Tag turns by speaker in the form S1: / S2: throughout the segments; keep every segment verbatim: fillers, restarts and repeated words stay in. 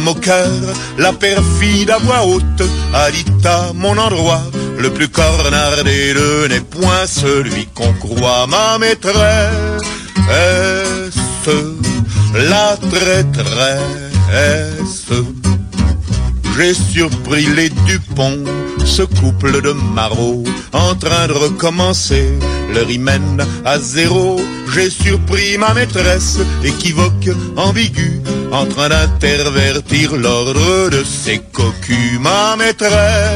S1: moqueur, la perfide à voix haute a dit à mon endroit, le plus cornard des deux n'est point celui qu'on croit. Ma maîtresse, la traîtresse, j'ai surpris les Dupont, ce couple de marauds, en train de recommencer leur hymen à zéro. J'ai surpris ma maîtresse, équivoque, ambiguë, en train d'intervertir l'ordre de ses cocus. Ma maîtresse,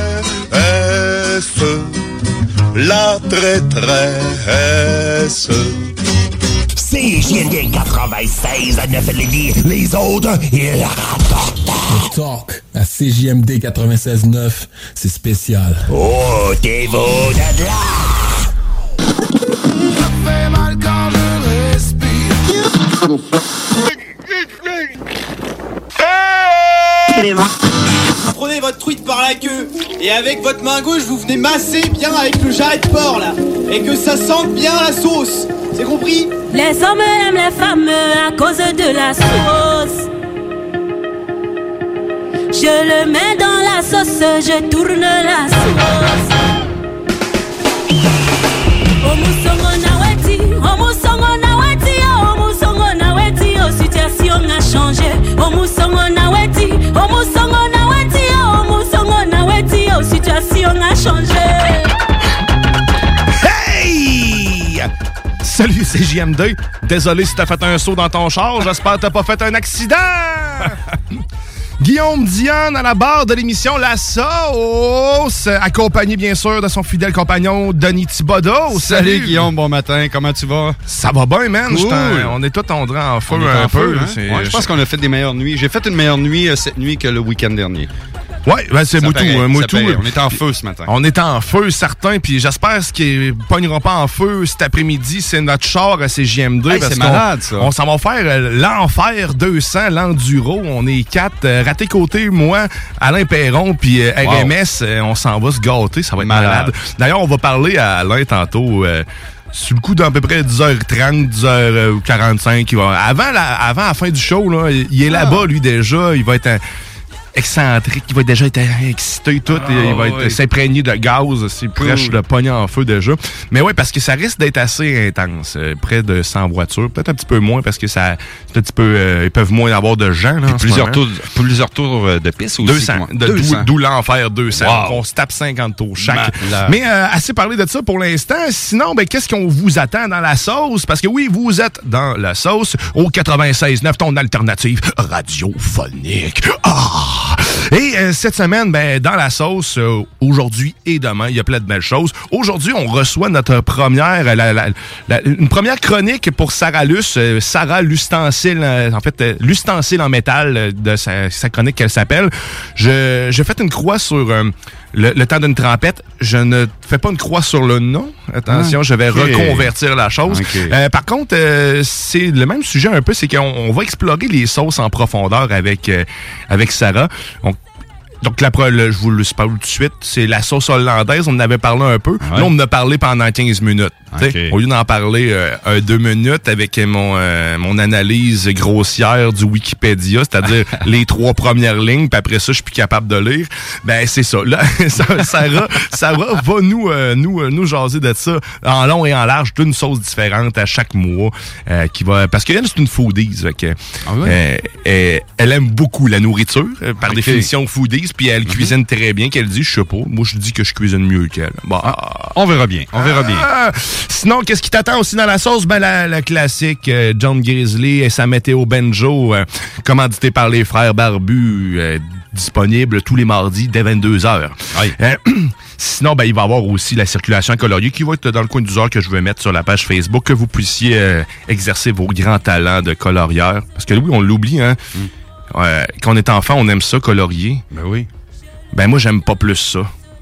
S1: la traîtresse.
S2: C J M D quatre-vingt-seize à neuf Lévis, les autres, ils la rapportent.
S3: Le talk à C J M D quatre-vingt-seize neuf, c'est spécial.
S2: Oh, t'es beau de là!
S4: Ça fait mal quand je respire.
S5: Vous prenez votre truite par la queue et avec votre main gauche vous venez masser bien avec le jarret de porc là et que ça sente bien la sauce. C'est compris?
S6: Les hommes aiment les femmes à cause de la sauce. Je le mets dans la sauce, je tourne la sauce. Omusongo na weti, omusongo na weti, omusongo na weti, oh situation a changé. Omusongo na weti, omusongo na weti, omusongo na weti, oh situation a changé.
S7: Hey! Salut, c'est J M deux. Désolé si t'as fait un saut dans ton char. J'espère que t'as pas fait un accident. Guillaume Diane à la barre de l'émission La Sauce, accompagné bien sûr de son fidèle compagnon Denis Thibodeau.
S8: Salut, Salut Guillaume, bon matin, comment tu vas?
S7: Ça va bien, man.
S8: Cool.
S7: On est tous en en feu
S8: on est
S7: un
S8: en
S7: peu.
S8: Feu, hein? Ouais, je pense qu'on a fait des meilleures nuits. J'ai fait une meilleure nuit euh, cette nuit que le week-end dernier.
S7: Ouais, ben c'est Moutou.
S8: Hein,
S7: Moutou.
S8: On est en feu ce matin.
S7: On est en feu, certain. Puis j'espère ce qui ne pognera pas en feu cet après-midi, c'est notre char à C J M deux.
S8: Hey, c'est malade, ça.
S7: On s'en va faire euh, l'Enfer deux cents, l'Enduro. On est quatre. Euh, raté côté, moi, Alain Perron, puis euh, R M S. Wow. Euh, on s'en va se gâter. Ça va être malade. malade. D'ailleurs, on va parler à Alain tantôt. Euh, sur le coup d'à peu près dix heures trente, dix heures quarante-cinq. Il va, avant, la, avant la fin du show, là, il est ah. là-bas, lui, déjà. Il va être... Un, excentrique, il va déjà être excité tout, oh, et il va être, oui. s'imprégner de gaz, c'est cool. Prêche de pognon en feu déjà. Mais oui, parce que ça risque d'être assez intense, euh, près de cent voitures, peut-être un petit peu moins parce que ça, c'est un petit peu, euh, ils peuvent moins avoir de gens. Là, en
S8: plusieurs, tours, plusieurs tours de piste aussi.
S7: deux cents, de, deux cents. D'où, d'où l'enfer deux cents. Wow. Donc on se tape cinquante tours chaque. Ma, Mais euh, assez parlé de ça pour l'instant. Sinon, ben, qu'est-ce qu'on vous attend dans la sauce? Parce que oui, vous êtes dans la sauce au quatre-vingt-seize neuf, ton alternative radiophonique. Ah! Et euh, cette semaine, ben, dans la sauce, euh, aujourd'hui et demain, il y a plein de belles choses. Aujourd'hui, on reçoit notre première, la, la, la, une première chronique pour Sarah Luce. Euh, Sarah, l'ustensile, euh, en fait, euh, l'ustensile en métal euh, de sa, sa chronique qu'elle s'appelle. Je, j'ai fait une croix sur euh, le, le temps d'une trempette. Je ne fais pas une croix sur le nom. Attention, ah, je vais okay. reconvertir la chose. Okay. Euh, par contre, euh, c'est le même sujet un peu, c'est qu'on on va explorer les sauces en profondeur avec, euh, avec Sarah. On, Donc, la, le, je vous le parle tout de suite, c'est la sauce hollandaise. On en avait parlé un peu. Ouais. Là, on en a parlé pendant quinze minutes. Okay. Au lieu d'en parler euh, un, deux minutes avec mon, euh, mon analyse grossière du Wikipédia, c'est-à-dire les trois premières lignes, puis après ça, je suis plus capable de lire. Ben, c'est ça. Là, Sarah, Sarah va nous, euh, nous, nous jaser de ça en long et en large, d'une sauce différente à chaque mois. Euh, qui va, parce qu'elle, c'est une foodies. Que, ah ouais. euh, euh, elle aime beaucoup la nourriture, euh, par okay. définition foodies. Puis elle mm-hmm. cuisine très bien, qu'elle dit, je sais pas. Moi, je dis que je cuisine mieux qu'elle. Bon,
S8: ah, on verra bien, on verra bien.
S7: Ah, sinon, qu'est-ce qui t'attend aussi dans la sauce? Ben, la, la classique euh, John Grizzly et sa météo banjo, euh, commandité par les frères barbus, euh, disponible tous les mardis dès vingt-deux heures. Oui. Euh, sinon, ben, il va y avoir aussi la circulation à colorier qui va être dans le coin du heure que je vais mettre sur la page Facebook, que vous puissiez euh, exercer vos grands talents de colorieur. Parce que oui, on l'oublie, hein. Mm. Euh, quand on est enfant, on aime ça, colorier.
S8: Ben oui.
S7: Ben moi, j'aime pas plus ça.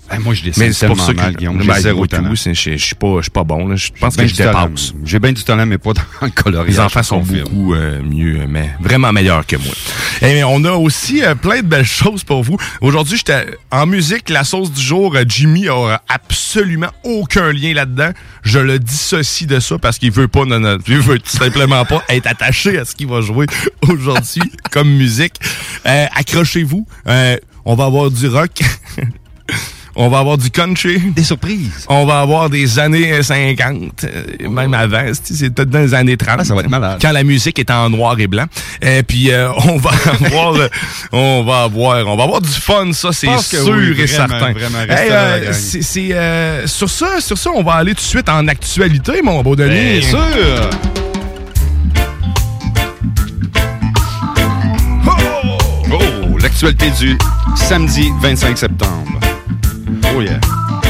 S8: Ben, moi, je dessine
S7: mais c'est pour
S8: tellement
S7: ça que
S8: mal, Guillaume.
S7: Ben,
S8: J'ai zéro
S7: oui,
S8: talent.
S7: oui, c'est- je je suis pas, je suis pas bon. Là. Je pense que
S8: Ben
S7: je
S8: du talent.
S7: dépasse.
S8: J'ai bien du talent, mais pas dans le coloriage.
S7: Les enfants sont
S8: confirme.
S7: beaucoup euh, mieux, mais vraiment meilleurs que moi. Et on a aussi euh, plein de belles choses pour vous. Aujourd'hui, j'étais en musique, la sauce du jour. euh, Jimmy a absolument aucun lien là-dedans. Je le dissocie de ça parce qu'il veut pas, non, non, il veut tout simplement pas être attaché à ce qu'il va jouer aujourd'hui comme musique. Euh, accrochez-vous. Euh, on va avoir du rock. On va avoir du country.
S8: Des surprises.
S7: On va avoir des années cinquante, euh, même avant. c'est- C'est peut-être dans les années trente.
S8: Ah, ça va être malade.
S7: Quand la musique est en noir et blanc. Et puis, euh, on va avoir, euh, on va avoir, on va avoir du fun, ça, c'est
S8: pense que
S7: sûr
S8: oui,
S7: et
S8: vraiment,
S7: certain.
S8: vraiment, restez
S7: Hey,
S8: là,
S7: euh,
S8: la gang.
S7: c'est, c'est, euh, sur ça, sur ça, on va aller tout de suite en actualité, mon beau Denis.
S8: Bien sûr. Oh, l'actualité du samedi vingt-cinq septembre. Oh yeah.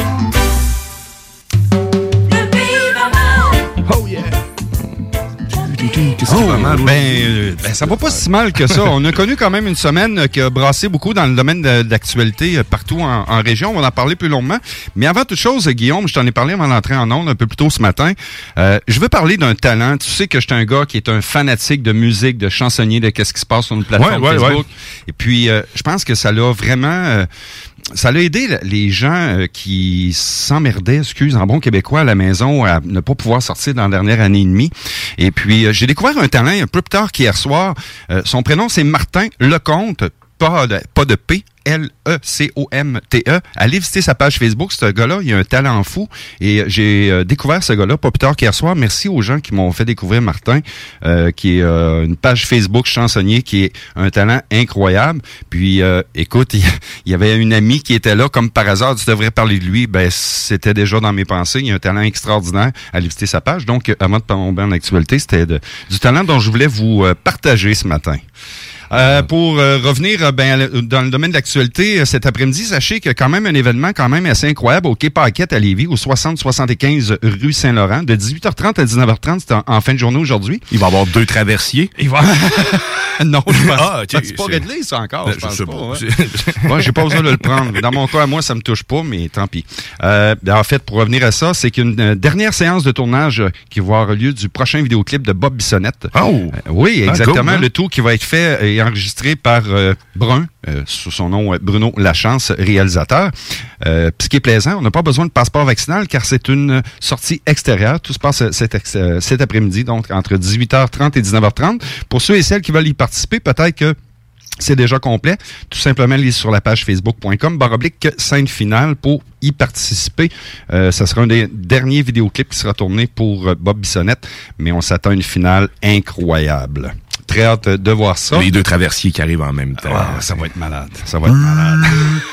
S7: Oh yeah. Qu'est-ce qui va mal,
S8: Ben, euh, ben, ça va pas si mal que ça. On a connu quand même une semaine qui a brassé beaucoup dans le domaine de, de l'actualité euh, partout en, en région. On va en parler plus longuement. Mais avant toute chose, Guillaume, je t'en ai parlé avant d'entrer en ondes un peu plus tôt ce matin. Euh, je veux parler d'un talent. Tu sais que je suis un gars qui est un fanatique de musique, de chansonnier, de qu'est-ce qui se passe sur une plateforme
S7: Ouais, ouais,
S8: Facebook.
S7: ouais.
S8: Et puis, euh, je pense que ça l'a vraiment... euh, ça l'a aidé les gens euh, qui s'emmerdaient, excuse, en bon québécois, à la maison, à ne pas pouvoir sortir dans la dernière année et demie. Et puis, euh, j'ai découvert un talent un peu plus tard qu'hier soir. Euh, son prénom, c'est Martin Lecomte, pas de, pas de P. L E C O M T E. Allez visiter sa page Facebook. Ce gars-là, il a un talent fou. Et j'ai euh, découvert ce gars-là pas plus tard qu'hier soir. Merci aux gens qui m'ont fait découvrir Martin, euh, qui est euh, une page Facebook chansonnier, qui est un talent incroyable. Puis, euh, écoute, il y, y avait une amie qui était là, comme par hasard, tu devrais parler de lui. Ben, c'était déjà dans mes pensées. Il a un talent extraordinaire. Allez visiter sa page. Donc, avant de tomber en actualité, c'était de, du talent dont je voulais vous euh, partager ce matin. Euh, pour euh, revenir euh, ben, dans le domaine de l'actualité, euh, cet après-midi, sachez qu'il y a quand même un événement quand même assez incroyable au Quai Paquette à Lévis, au soixante soixante-quinze rue Saint-Laurent, de dix-huit heures trente à dix-neuf heures trente, c'est en, en fin de journée aujourd'hui.
S7: Il va y avoir deux traversiers.
S8: Il va... non, je pense
S7: Ah, ok,
S8: c'est pas
S7: c'est-
S8: réglé, ça, encore, je
S7: Je
S8: pense
S7: sais
S8: pas.
S7: pas.
S8: ouais. Moi, j'ai pas besoin de le prendre. Dans mon cas, à moi, ça me touche pas, mais tant pis. Euh, en fait, pour revenir à ça, c'est qu'une euh, dernière séance de tournage euh, qui va avoir lieu du prochain vidéoclip de Bob Bissonnette.
S7: Oh!
S8: Euh, oui,
S7: Ah,
S8: exactement.
S7: cool, hein?
S8: Le tout qui va être fait et enregistré par euh, Brun, euh, sous son nom euh, Bruno Lachance, réalisateur. Euh, puis ce qui est plaisant, on n'a pas besoin de passeport vaccinal car c'est une sortie extérieure. Tout se passe euh, cet, ex- euh, cet après-midi, donc entre dix-huit heures trente et dix-neuf heures trente. Pour ceux et celles qui veulent y participer, peut-être que c'est déjà complet. Tout simplement, allez sur la page facebook point com, barre oblique, scène finale pour y participer. Euh, ça sera un des derniers vidéoclips qui sera tourné pour euh, Bob Bissonnette, mais on s'attend à une finale incroyable. Très hâte de voir ça.
S7: Les deux traversiers qui arrivent en même temps.
S8: Ah, ça va être malade. Ça va être malade.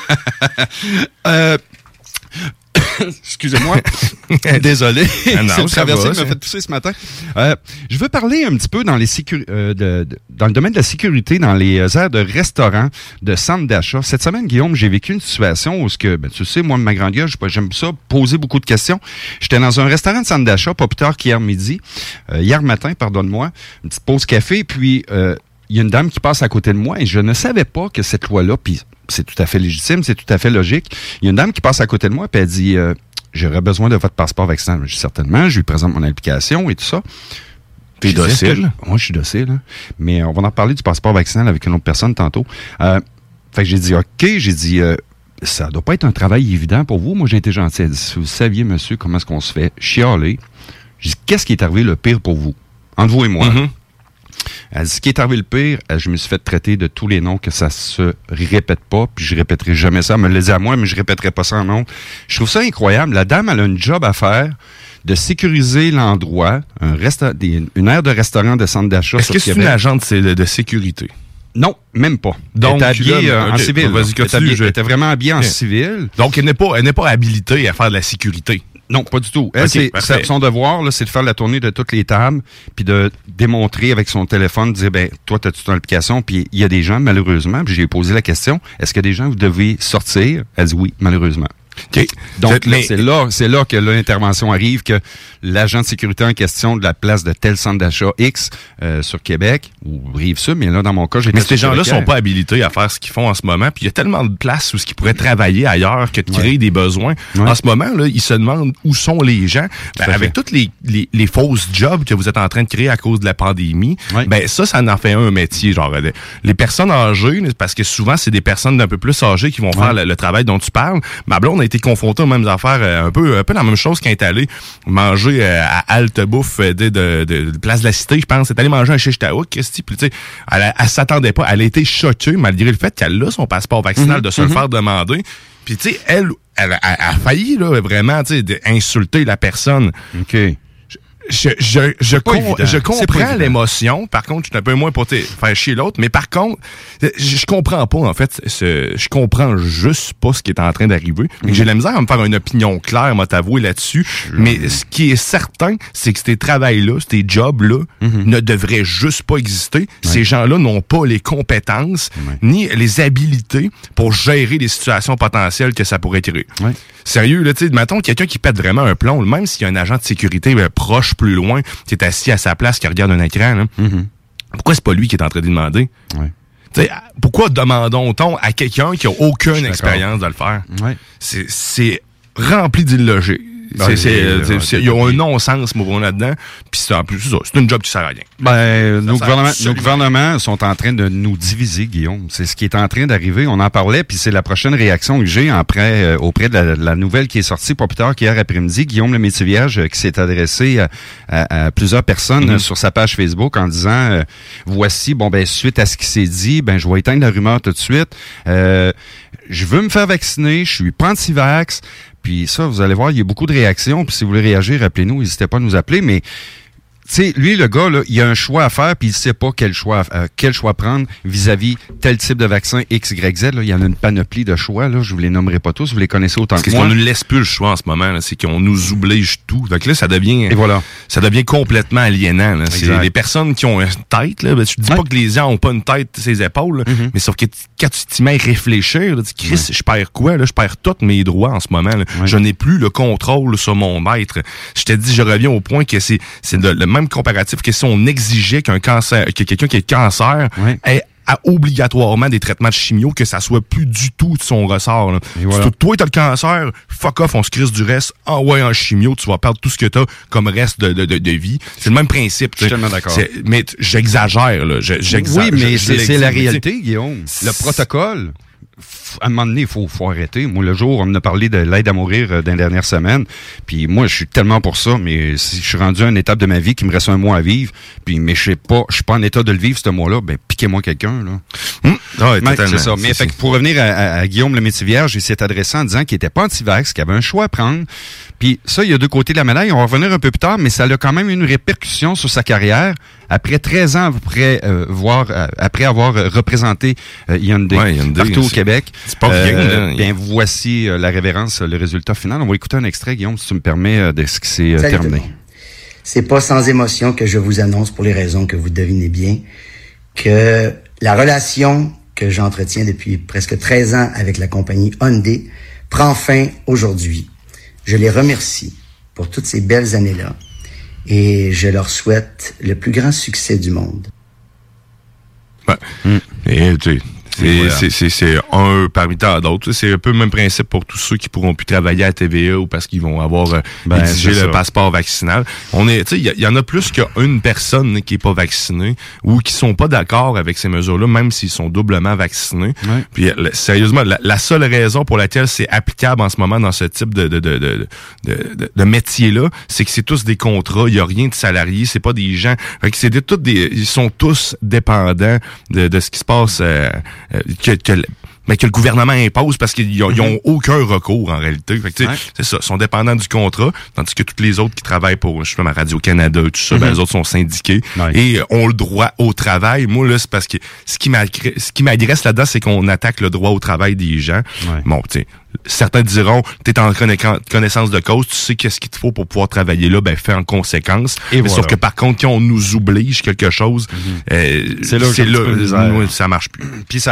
S8: euh, Excusez-moi. Désolé.
S7: Ah non,
S8: C'est le
S7: ça
S8: traversier
S7: va,
S8: qui m'a
S7: ça.
S8: fait tousser ce matin. Euh, je veux parler un petit peu dans les sécu- euh, de, de- dans le domaine de la sécurité, dans les aires de restaurants, de centres d'achat. Cette semaine, Guillaume, j'ai vécu une situation où, ce que, ben, tu sais, moi, ma grande gueule, j'aime ça, poser beaucoup de questions. J'étais dans un restaurant de centre d'achat, pas plus tard qu'hier midi, euh, hier matin, pardonne-moi, une petite pause café, puis euh, il y a une dame qui passe à côté de moi et je ne savais pas que cette loi-là, puis c'est tout à fait légitime, c'est tout à fait logique. Il y a une dame qui passe à côté de moi puis elle dit euh, j'aurais besoin de votre passeport vaccinal. Je dis certainement, je lui présente mon application et tout ça.
S7: T'es
S8: Je dis, est-ce que
S7: docile?
S8: je- Moi, je suis docile, hein. Mais on va en parler du passeport vaccinal avec une autre personne tantôt. Euh, fait que j'ai dit OK, j'ai dit euh, ça doit pas être un travail évident pour vous. Moi, j'ai été gentil. Elle dit, si vous saviez, monsieur, comment est-ce qu'on se fait chialer. J'ai dit, qu'est-ce qui est arrivé le pire pour vous? Entre vous et moi.
S7: Mhm.
S8: Elle dit, ce qui est arrivé le pire, elle, je me suis fait traiter de tous les noms que ça se répète pas, puis je répéterai jamais ça. Elle me l'a dit à moi, mais je répéterai pas ça en nom. Je trouve ça incroyable. La dame, elle a une job à faire de sécuriser l'endroit, un resta- des- une aire de restaurant, de centre d'achat.
S7: Est-ce
S8: sur
S7: que c'est une
S8: Québec.
S7: agente de, de sécurité?
S8: Non, même pas.
S7: Donc,
S8: elle était habillée
S7: là,
S8: euh, en
S7: ok,
S8: civil.
S7: vas-y,
S8: là. Elle était
S7: continue,
S8: habillée-
S7: je-
S8: elle était vraiment habillée en
S7: Ok.
S8: civil.
S7: Donc, elle n'est pas, elle n'est pas habilitée à faire de la sécurité.
S8: Non, pas du tout. Elle,
S7: Ok,
S8: c'est,
S7: parfait.
S8: c'est- son devoir, là, c'est de faire la tournée de toutes les tables, puis de démontrer avec son téléphone, de dire, ben, toi, t'as-tu ton application? Puis il y a des gens, malheureusement, puis j'ai posé la question, est-ce que des gens, vous devez sortir? Elle dit oui, malheureusement. Okay. Donc, là, c'est là, c'est là que l'intervention arrive, que l'agent de sécurité en question de la place de tel centre d'achat X euh, sur Québec, ou Rive-Sud, mais là, dans mon cas, j'ai
S7: Mais ces gens-là sont pas habilités à faire ce qu'ils font en ce moment, puis il y a tellement de places où ils pourraient travailler ailleurs que de créer ouais. des besoins. Ouais. En ce moment, là, ils se demandent où sont les gens. Ben, avec toutes les, les, les fausses jobs que vous êtes en train de créer à cause de la pandémie, ouais. ben ça, ça en fait un métier. Genre, les personnes âgées, parce que souvent, c'est des personnes d'un peu plus âgées qui vont ouais. faire le, le travail dont tu parles. Ma blonde a été confrontée aux mêmes affaires, un peu, un peu la même chose quand elle est allée manger à Halte Bouffe de, de, de, de Place de la Cité, je pense. Elle est allée manger un Chichtaouk, Christy, puis tu sais, elle, elle s'attendait pas. Elle a été choquée, malgré le fait qu'elle a son passeport vaccinal, mm-hmm. de se mm-hmm. le faire demander. Puis tu sais, elle, elle, elle, elle a failli, là, vraiment, tu sais, insulter la personne.
S8: OK.
S7: Je, je, je, com- je comprends l'émotion. Par contre, je suis un peu moins pour faire chier l'autre. Mais par contre, je, je comprends pas, en fait. Ce, je comprends juste pas ce qui est en train d'arriver. Mm-hmm. J'ai la misère à me faire une opinion claire, moi, t'avouer là-dessus. Mm-hmm. Mais ce qui est certain, c'est que ces travails-là, ces jobs-là, mm-hmm. ne devraient juste pas exister. Ouais. Ces gens-là n'ont pas les compétences, ouais. ni les habilités pour gérer les situations potentielles que ça pourrait créer. Ouais. Sérieux, là, tu sais, mettons, quelqu'un qui pète vraiment un plomb, même s'il y a un agent de sécurité ben, proche, plus loin, qui est assis à sa place, qui regarde un écran, là, mm-hmm. pourquoi c'est pas lui qui est en train de demander? Ouais. T'sais, pourquoi demandons-on à quelqu'un qui a aucune expérience de le faire? Ouais. C'est, c'est rempli d'illogique. C'est, c'est, c'est, c'est, il y a un non-sens, moi, là-dedans. Puis c'est en plus, c'est ça. C'est une job qui sert à rien.
S8: Ben, nos gouvernements, nos gouvernements sont en train de nous diviser, Guillaume. C'est ce qui est en train d'arriver. On en parlait, puis c'est la prochaine réaction que j'ai après, euh, auprès de la, la nouvelle qui est sortie pas plus tard qu'hier après-midi. Guillaume le Métivier-Vierge euh, qui s'est adressé à, à, à plusieurs personnes mm-hmm. euh, sur sa page Facebook en disant euh, voici, bon, ben, suite à ce qui s'est dit, ben, je vais éteindre la rumeur tout de suite. Euh, je veux me faire vacciner, je suis pas anti-vax. Puis ça, vous allez voir, il y a beaucoup de réactions. Puis si vous voulez réagir, appelez-nous, n'hésitez pas à nous appeler. Mais tu sais, lui, le gars, là, il a un choix à faire, puis il sait pas quel choix euh, quel choix prendre vis-à-vis tel type de vaccin X, Y, Z. Là. Il y en a une panoplie de choix. Là. Je vous les nommerai pas tous, vous les connaissez autant
S7: Parce
S8: que moi.
S7: Parce qu'on nous laisse plus le choix en ce moment. Là. C'est qu'on nous oblige tout. Donc là, ça devient,
S8: Et voilà.
S7: ça devient complètement aliénant. Là. C'est les personnes qui ont une tête. Là, ben, je dis ouais. pas que les gens ont pas une tête ses épaules, là, mm-hmm. mais sauf que quand tu t'y mets à réfléchir, là, tu dis, Chris, ouais. je perds quoi? Là? Je perds tous mes droits en ce moment. Là. Ouais. Je n'ai plus le contrôle sur mon maître. Je te dis, je reviens au point que c'est, c'est le, le même comparatif que si on exigeait qu'un cancer, que quelqu'un qui a cancer ouais. ait à obligatoirement des traitements de chimio, que ça soit plus du tout de son ressort. Là. Voilà. Si toi, t'as le cancer, fuck off, on se crisse du reste, envoie en chimio, tu vas perdre tout ce que t'as comme reste de, de, de, de vie. C'est le même principe.
S8: Je suis tellement d'accord.
S7: C'est, mais j'exagère, là. J'exagère.
S8: Oui, mais je, c'est, c'est la réalité, Guillaume. Le protocole... À un moment donné, il faut, faut arrêter. Moi, le jour, on en a parlé de l'aide à mourir euh, dans les dernières semaines. Puis moi, je suis tellement pour ça, mais si je suis rendu à une étape de ma vie qui me reste un mois à vivre, puis mais je sais pas, je suis pas en état de le vivre ce mois-là, ben piquez-moi quelqu'un, là.
S7: Mmh. Ah ouais,
S8: mais, c'est ça. Mais c'est fait que pour revenir à, à, à Guillaume le Métivier-Vierge, il s'est adressé en disant qu'il était pas anti-vax, qu'il avait un choix à prendre. Puis ça, il y a deux côtés de la médaille. On va revenir un peu plus tard, mais ça a quand même une répercussion sur sa carrière. Après treize ans, après, euh, voir, euh, après avoir représenté euh, Hyundai, ouais, Hyundai partout au Québec,
S7: c'est pas rien.
S8: Euh, bien, voici euh, la révérence, le résultat final. On va écouter un extrait, Guillaume, si tu me permets, euh, de ce qui s'est euh, terminé.
S9: C'est pas sans émotion que je vous annonce, pour les raisons que vous devinez bien, que la relation que j'entretiens depuis presque treize ans avec la compagnie Hyundai prend fin aujourd'hui. Je les remercie pour toutes ces belles années-là et je leur souhaite le plus grand succès du monde.
S7: Ouais. Mmh. Et tu sais, c'est, voilà. c'est, c'est, c'est un parmi tant d'autres. C'est un peu le même principe pour tous ceux qui pourront plus travailler à T V A ou parce qu'ils vont avoir euh, ben, exigé le passeport vaccinal. On est, tu sais, il y, y en a plus qu'une personne qui est pas vaccinée ou qui sont pas d'accord avec ces mesures-là, même s'ils sont doublement vaccinés. Ouais. Puis le, sérieusement, la, la seule raison pour laquelle c'est applicable en ce moment dans ce type de de de de, de, de, de métier-là, c'est que c'est tous des contrats. Il y a rien de salarié. C'est pas des gens. Fait que c'est des, tous des, ils sont tous dépendants de, de ce qui se passe. Euh, Que, que, mais que le gouvernement impose parce qu'ils n'ont mm-hmm. aucun recours en réalité. Fait que, ouais. C'est ça, ils sont dépendants du contrat, tandis que tous les autres qui travaillent pour, je sais pas, Radio-Canada, tout ça, mm-hmm. ben, les autres sont syndiqués ouais. et ont le droit au travail. Moi, là, c'est parce que ce qui m'agresse, ce qui m'agresse là-dedans, c'est qu'on attaque le droit au travail des gens. Ouais. Bon, tu sais, certains diront, t'es en connaissance de cause, tu sais qu'est-ce qu'il te faut pour pouvoir travailler là, ben fais en conséquence. Et mais voilà. Sauf que par contre, quand on nous oblige quelque chose, mm-hmm. euh,
S8: c'est là,
S7: c'est là, là ça marche plus.
S8: Puis ça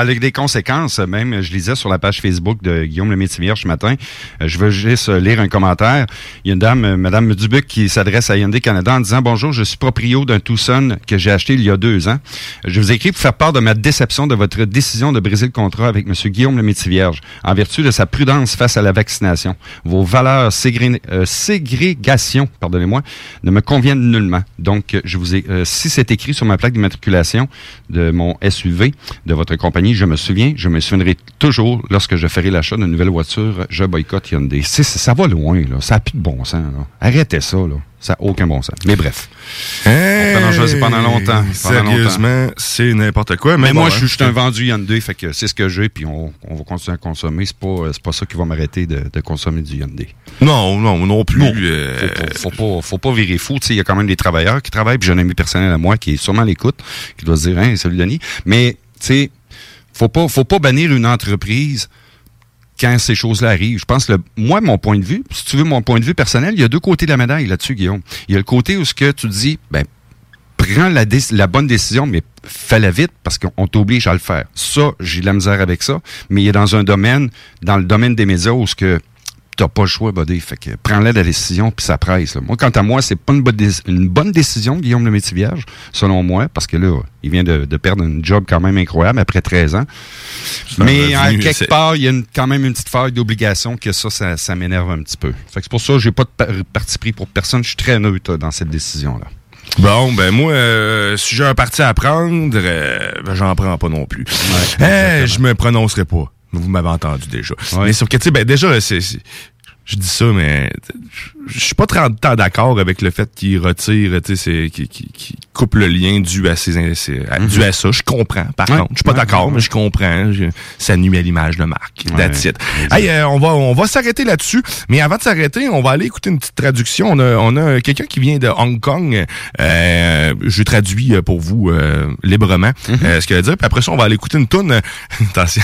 S8: a des conséquences. Même, je lisais sur la page Facebook de Guillaume le Métivier ce matin. Euh, je veux juste lire un commentaire. Il y a une dame, euh, Mme Dubuc, qui s'adresse à Hyundai Canada en disant « Bonjour, je suis proprio d'un Tucson que j'ai acheté il y a deux ans. Je vous écris pour faire part de ma déception de votre décision de briser le contrat avec M. Guillaume le Métivierge en vertu de sa prudence face à la vaccination. Vos valeurs ségré- euh, ségrégation, pardonnez-moi, ne me conviennent nullement. Donc, je vous ai, euh, si c'est écrit sur ma plaque d'immatriculation de mon S U V de votre compagnie, je me souviens, je me souviendrai toujours lorsque je ferai l'achat d'une nouvelle voiture, je boycotte Hyundai. C'est, ça va loin, là. Ça n'a plus de bon sens, là. Arrêtez ça, là. Ça n'a aucun bon sens. Mais bref.
S7: Hey,
S8: on peut en pendant longtemps. Pendant
S7: sérieusement, longtemps. C'est n'importe quoi. Mais,
S8: mais
S7: bon,
S8: moi,
S7: hein,
S8: je suis un vendu Hyundai, fait que c'est ce que j'ai, puis on, on va continuer à consommer. C'est pas, c'est pas ça qui va m'arrêter de, de consommer du Hyundai.
S7: Non, non, non plus.
S8: Non,
S7: euh...
S8: faut, pas, faut, pas, faut pas virer fou. Il y a quand même des travailleurs qui travaillent, puis j'ai un ami personnel à moi qui est sûrement à l'écoute, qui doit se dire, hein, salut Denis. Mais, tu sais, faut pas, faut pas bannir une entreprise quand ces choses-là arrivent. Je pense que, le, moi, mon point de vue, si tu veux mon point de vue personnel, il y a deux côtés de la médaille là-dessus, Guillaume. Il y a le côté où ce que tu dis, ben, prends la, dé- la bonne décision, mais fais-la vite parce qu'on t'oblige à le faire. Ça, j'ai de la misère avec ça, mais il est dans un domaine, dans le domaine des médias où ce que t'as pas le choix, buddy. Fait que prends-la la décision, puis ça presse. Là. Moi, quant à moi, c'est pas une bonne, dé- une bonne décision, Guillaume le Métivierge, selon moi, parce que là, il vient de, de perdre un job quand même incroyable après treize ans. C'est Mais à quelque c'est... part, il y a une, quand même une petite faille d'obligation que ça, ça, ça m'énerve un petit peu. Fait que c'est pour ça que j'ai pas de par- parti pris pour personne. Je suis très neutre dans cette décision-là.
S7: Bon, ben moi, euh, si j'ai un parti à prendre, euh, ben j'en prends pas non plus. Ouais, euh, je me prononcerai pas. Vous m'avez entendu déjà. Ouais. Mais sauf que, tu sais, ben déjà, c'est, c'est, je dis ça, mais je suis pas trente ans d'accord avec le fait qu'il retire, tu sais, qu'il qui, qui coupe le lien dû à, ses, ses, à, mm-hmm. dû à ça. Je comprends, par ouais. contre. Je suis pas ouais, d'accord, ouais. mais je comprends. Je, ça nuit à l'image de marque. Ouais. That's it. Hey, euh, on va, on va s'arrêter là-dessus. Mais avant de s'arrêter, on va aller écouter une petite traduction. On a, on a quelqu'un qui vient de Hong Kong. Euh, je traduis pour vous euh, librement mm-hmm. euh, ce qu'il a dit. Puis après ça, on va aller écouter une toune. Attention.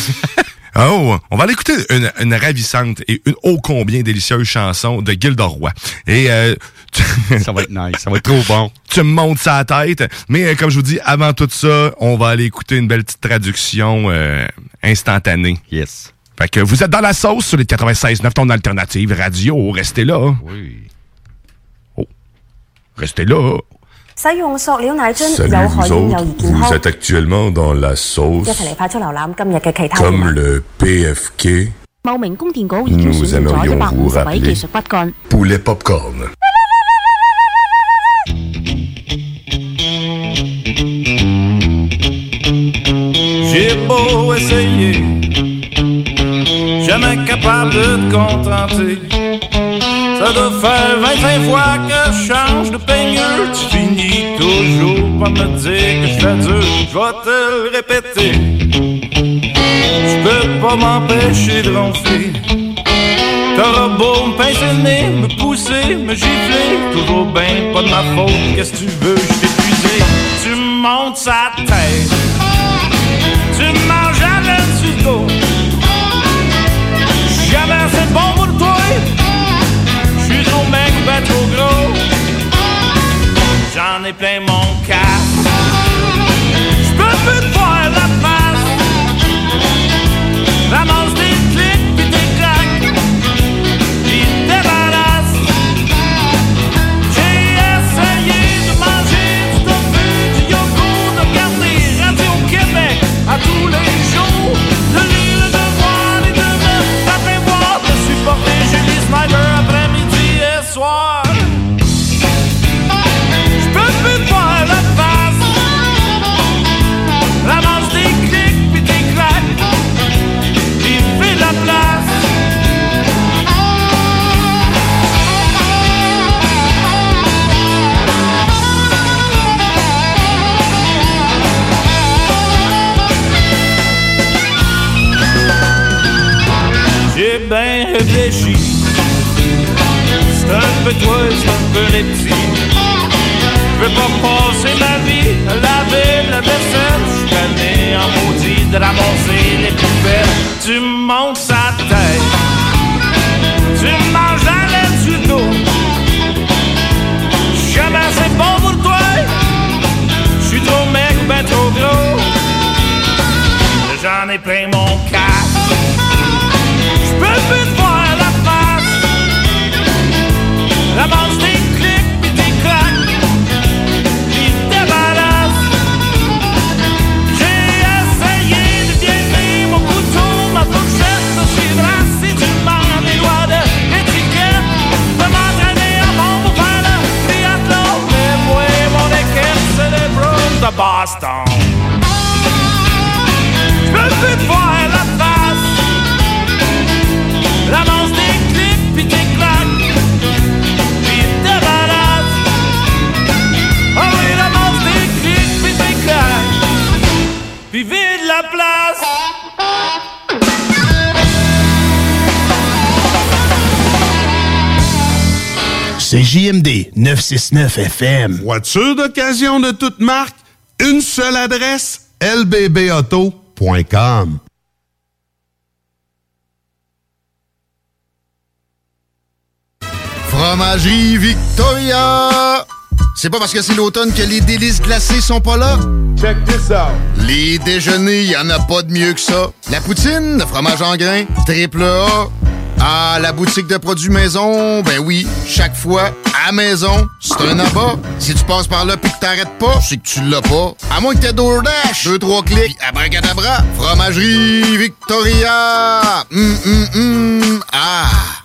S7: Oh, on va aller écouter une, une ravissante et une ô combien délicieuse chanson de Gilda Roy. Et euh, tu...
S8: ça va être nice, ça va être trop bon.
S7: Tu me montes ça à la tête. Mais euh, comme je vous dis, avant tout ça, on va aller écouter une belle petite traduction euh, instantanée.
S8: Yes.
S7: Fait que vous êtes dans la sauce sur les quatre-vingt-seize neuf, ton alternative radio. Restez là.
S8: Oui.
S7: Oh, restez là.
S10: Salut vous autres,
S11: vous êtes actuellement dans la sauce comme le P F K. Nous aimerions vous rappeler poulet popcorn.
S12: J'ai beau essayer, jamais capable de te contenter. Ça doit faire vingt-cinq fois que je change de peigneur. Tu finis toujours par me dire que je fais dur. Je vais te le répéter. Je peux pas m'empêcher de ronfler. T'auras beau me pincer le nez, me pousser, me gifler. Toujours ben pas de ma faute. Qu'est-ce que tu veux, je t'ai épuisé. Tu me montes sa tête. Tu me manges jamais dessus le dos. Jamais assez bon pour toi. J'suis trop mec ou ben trop gros. J'en ai plein mon casque. J'peux plus te voir la face. Ramasse des clics pis des claques. Pis débarrasse. J'ai essayé de manger du tofu, du yogourt, de regarder Radio-Québec à tous les jours. De lire le devoir et de me taper voir. De supporter Julie Snyder après-midi et soir. J'peux plus voir la face. Ramasse des clics pis des claques. Pis fais la place. J'ai bien réfléchi. C'est un peu toi, c'est un peu les petits. Je veux pas passer ma vie à laver la vaisselle. Je suis tanné en maudit de ramasser les poubelles. Tu me montes sa tête. Tu me manges la laine sur le dos. Jamais assez bon pour toi. Je suis trop mec ou ben trop gros. j'en ai plein mon casque. J'peux plus te voir la face. Ramasse tes clics pis tes claques. Pis te balance. J'ai essayé de bien faire mon couteau, ma fourchette, de suivre si tu demandes les lois de l'étiquette. De m'entraîner à fond pour faire le triathlon. Mais moi, mon équipe, c'est les Bruins de Boston. J'peux plus te voir la face. Ramasse des clics pis tes claques. Pis te balades. Oh oui, ramasse des clics pis tes claques. Pis vide la place.
S2: C J M D neuf cent soixante-neuf F M.
S13: Voiture d'occasion de toute marque, une seule adresse, L B B auto point com.
S14: Fromagerie Victoria! C'est pas parce que c'est l'automne que les délices glacées sont pas là? Check this out! Les déjeuners, y en a pas de mieux que ça. La poutine, le fromage en grains, triple A. Ah, la boutique de produits maison, ben oui, chaque fois, à maison, c'est un abat. Si tu passes par là pis que t'arrêtes pas, c'est que tu l'as pas. À moins que t'aies DoorDash, deux, trois clics, pis abracadabra, Fromagerie Victoria! Hum, hum, hum, ah!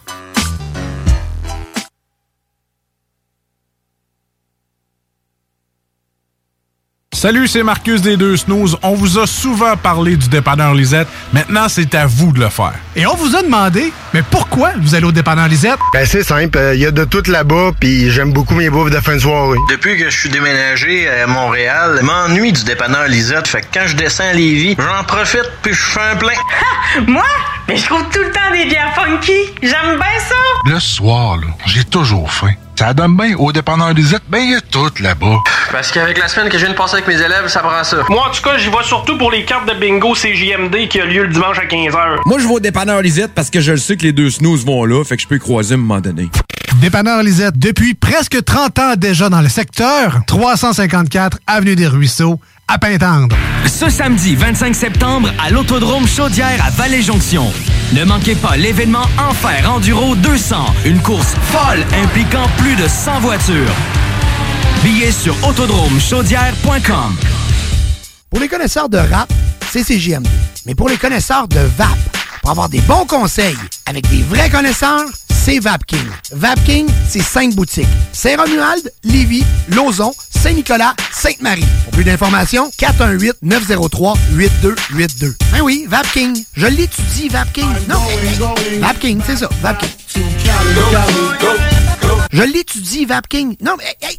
S15: Salut, c'est Marcus des Deux Snooze. On vous a souvent parlé du dépanneur Lisette. Maintenant, c'est à vous de le faire.
S16: Et on vous a demandé, mais pourquoi vous allez au dépanneur Lisette?
S17: Ben c'est simple, il y a de tout là-bas, puis j'aime beaucoup mes bouffes de fin de soirée.
S18: Depuis que je suis déménagé à Montréal, je m'ennuie du dépanneur Lisette. Fait que quand je descends à Lévis, j'en profite puis je fais un plein.
S19: Ha! Moi? Mais je trouve tout le temps des bières funky. J'aime bien ça.
S20: Le soir, là, j'ai toujours faim. Ça donne bien. Au dépanneur Lisette, ben il y a tout là-bas.
S18: Parce qu'avec la semaine que je viens de passer avec mes élèves, ça prend ça.
S21: Moi, en tout cas, j'y vais surtout pour les cartes de bingo C J M D qui a lieu le dimanche à quinze heures.
S22: Moi, je vais au dépanneur Lisette parce que je le sais que les deux snooze vont là, fait que je peux y croiser à un moment donné.
S16: Dépanneur Lisette, depuis presque trente ans déjà dans le secteur, trois cent cinquante-quatre Avenue des Ruisseaux, à Pintendre.
S23: Ce samedi vingt-cinq septembre à l'Autodrome Chaudière à Vallée-Jonction. Ne manquez pas l'événement Enfer Enduro deux cents, une course folle impliquant plus de cent voitures. Billets sur autodrome chaudière point com.
S24: Pour les connaisseurs de rap, c'est C J M D. Mais pour les connaisseurs de V A P, pour avoir des bons conseils avec des vrais connaisseurs, c'est Vapking. Vapking, c'est cinq boutiques. Saint-Romuald, Lévis, Lauson, Saint-Nicolas, Sainte-Marie. Pour plus d'informations, quatre un huit, neuf zéro trois, huit deux huit deux. Ben oui, Vapking. Je l'étudie, Vapking. Non, Vapking, c'est ça, Vapking. Je l'étudie, Vapking. Non, mais hey!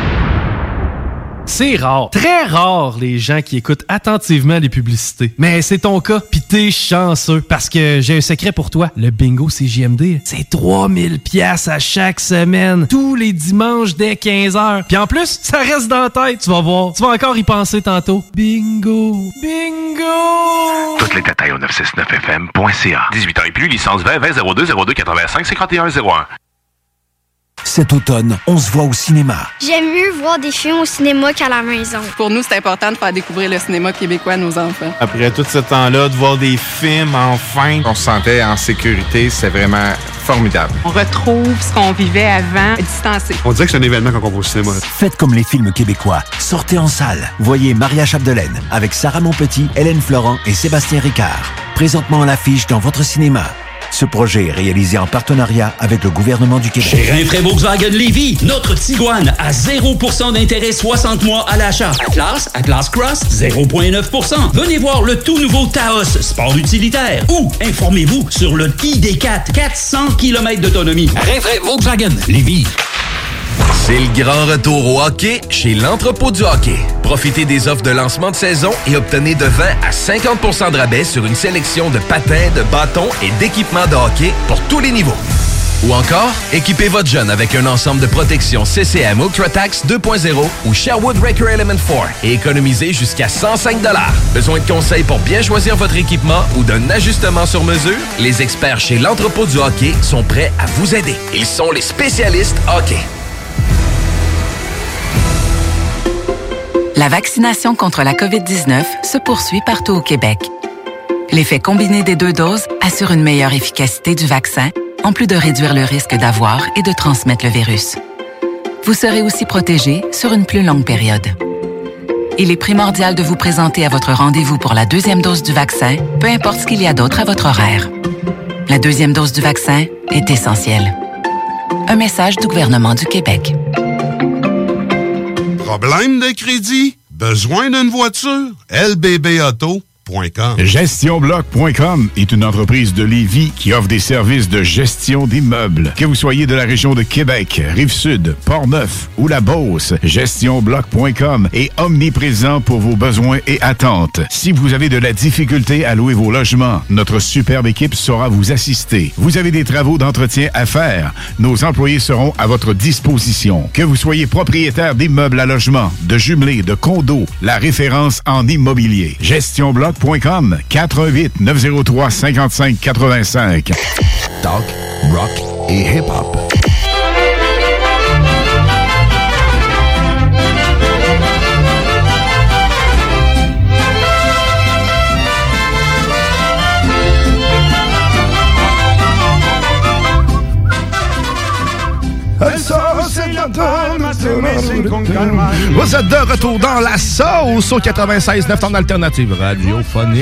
S25: C'est rare, très rare les gens qui écoutent attentivement les publicités. Mais c'est ton cas, pis t'es chanceux. Parce que j'ai un secret pour toi. Le bingo C J M D, c'est trois mille piastres à chaque semaine. Tous les dimanches dès quinze heures. Puis en plus, ça reste dans la tête, tu vas voir. Tu vas encore y penser tantôt. Bingo! Bingo!
S26: Tous les détails au neuf cent soixante-neuf F M point C A. dix-huit ans et plus, licence vingt vingt zéro deux zéro deux quatre-vingt-cinq cinquante et un zéro un.
S2: Cet automne, on se voit au cinéma.
S27: J'aime mieux voir des films au cinéma qu'à la maison.
S28: Pour nous, c'est important de faire découvrir le cinéma québécois à nos enfants.
S29: Après tout ce temps-là, de voir des films, enfin, on se sentait en sécurité, c'est vraiment formidable.
S28: On retrouve ce qu'on vivait avant, distancé.
S29: On dirait que c'est un événement quand on va au cinéma.
S2: Faites comme les films québécois. Sortez en salle. Voyez Maria Chapdelaine avec Sarah Monpetit, Hélène Florent et Sébastien Ricard. Présentement à l'affiche dans votre cinéma. Ce projet est réalisé en partenariat avec le gouvernement du Québec.
S30: Chez Rinfraie Volkswagen Lévis, notre Tiguan à zéro pour cent d'intérêt soixante mois à l'achat. Atlas, Atlas Cross, zéro virgule neuf pour cent. Venez voir le tout nouveau Taos, sport utilitaire. Ou informez-vous sur le I D quatre, quatre cents kilomètres d'autonomie. Rinfraie Volkswagen Lévis.
S31: C'est le grand retour au hockey chez l'Entrepôt du hockey. Profitez des offres de lancement de saison et obtenez de vingt à cinquante pour cent de rabais sur une sélection de patins, de bâtons et d'équipements de hockey pour tous les niveaux. Ou encore, équipez votre jeune avec un ensemble de protection C C M UltraTax deux point zéro ou Sherwood Record Element quatre et économisez jusqu'à cent cinq dollars. Besoin de conseils pour bien choisir votre équipement ou d'un ajustement sur mesure? Les experts chez l'Entrepôt du hockey sont prêts à vous aider. Ils sont les spécialistes hockey.
S32: La vaccination contre la covid dix-neuf se poursuit partout au Québec.
S1: L'effet combiné des deux doses assure une meilleure efficacité du vaccin, en plus de réduire le risque d'avoir et de transmettre le virus. Vous serez aussi protégé sur une plus longue période. Il est primordial de vous présenter à votre rendez-vous pour la deuxième dose du vaccin, peu importe ce qu'il y a d'autre à votre horaire. La deuxième dose du vaccin est essentielle. Un message du gouvernement du Québec.
S13: Problème de crédit? Besoin d'une voiture? L B B auto point com.
S3: gestion bloc point com est une entreprise de Lévis qui offre des services de gestion d'immeubles. Que vous soyez de la région de Québec, Rive-Sud, Port-Neuf ou la Beauce, gestion bloc point com est omniprésent pour vos besoins et attentes. Si vous avez de la difficulté à louer vos logements, notre superbe équipe saura vous assister. Vous avez des travaux d'entretien à faire, nos employés seront à votre disposition. Que vous soyez propriétaire d'immeubles à logement, de jumelés, de condos, la référence en immobilier. gestion bloc point com, quatre un huit neuf zéro trois cinq cinq huit cinq.
S2: Talk, rock et hip-hop.
S4: Vous êtes de retour dans la sauce au quatre-vingt-seize neuf en alternative radiophonique.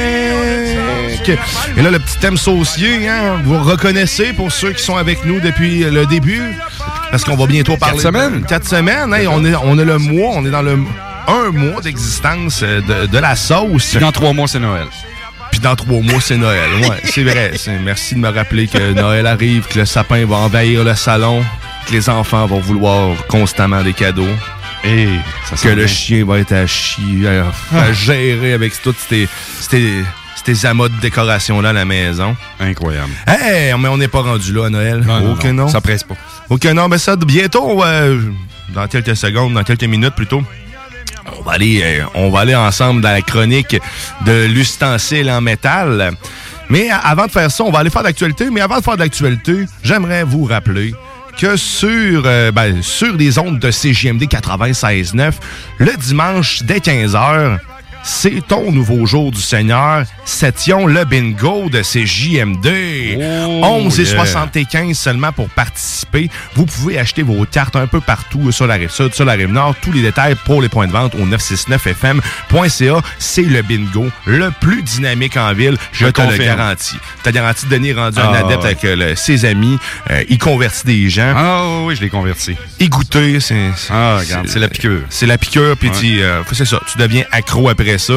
S4: Et là, le petit thème saucier, hein, vous reconnaissez pour ceux qui sont avec nous depuis le début. Parce qu'on va bientôt parler...
S22: Quatre semaines?
S4: De, quatre semaines, hein, on, est, on est le mois, on est dans le un mois d'existence de, de la sauce.
S22: Puis dans trois mois, c'est Noël.
S4: Puis dans trois mois, c'est Noël. Ouais, c'est vrai. C'est, merci de me rappeler que Noël arrive, que le sapin va envahir le salon, que les enfants vont vouloir constamment des cadeaux.
S22: Et ça
S4: que le bien. Chien va être à chier, à, à gérer avec toutes ces, ces, ces amas de décoration-là à la maison.
S22: Incroyable.
S4: Hey, mais on n'est pas rendu là à Noël.
S22: Non, non,
S4: ok,
S22: non,
S4: non.
S22: Ça presse pas.
S4: Ok, non, mais ça, bientôt, euh, dans quelques secondes, dans quelques minutes plutôt, on va aller, euh, on va aller ensemble dans la chronique de l'ustensile en métal. Mais avant de faire ça, on va aller faire d'actualité. Mais avant de faire d'actualité, j'aimerais vous rappeler que sur, euh, ben, sur les ondes de C J M D quatre-vingt-seize neuf, le dimanche dès quinze heures, c'est ton nouveau jour du Seigneur. Seption le bingo de C J M D. Oh, onze et soixante-quinze seulement pour participer. Vous pouvez acheter vos cartes un peu partout sur la Rive-Sud, sur la Rive-Nord. Tous les détails pour les points de vente au neuf cent soixante-neuf F M point C A. C'est le bingo le plus dynamique en ville. Je, Je te confirme. le garantis. T'as garanti de Denis rendu ah, un adepte ouais. avec euh, le, ses amis. Euh, il convertit des gens.
S22: Ah oui, je l'ai converti.
S4: Et goûter, c'est... c'est
S22: ah, regarde, c'est la piqûre.
S4: C'est la piqûre, puis ouais. tu, euh, c'est ça. Tu deviens accro après ça.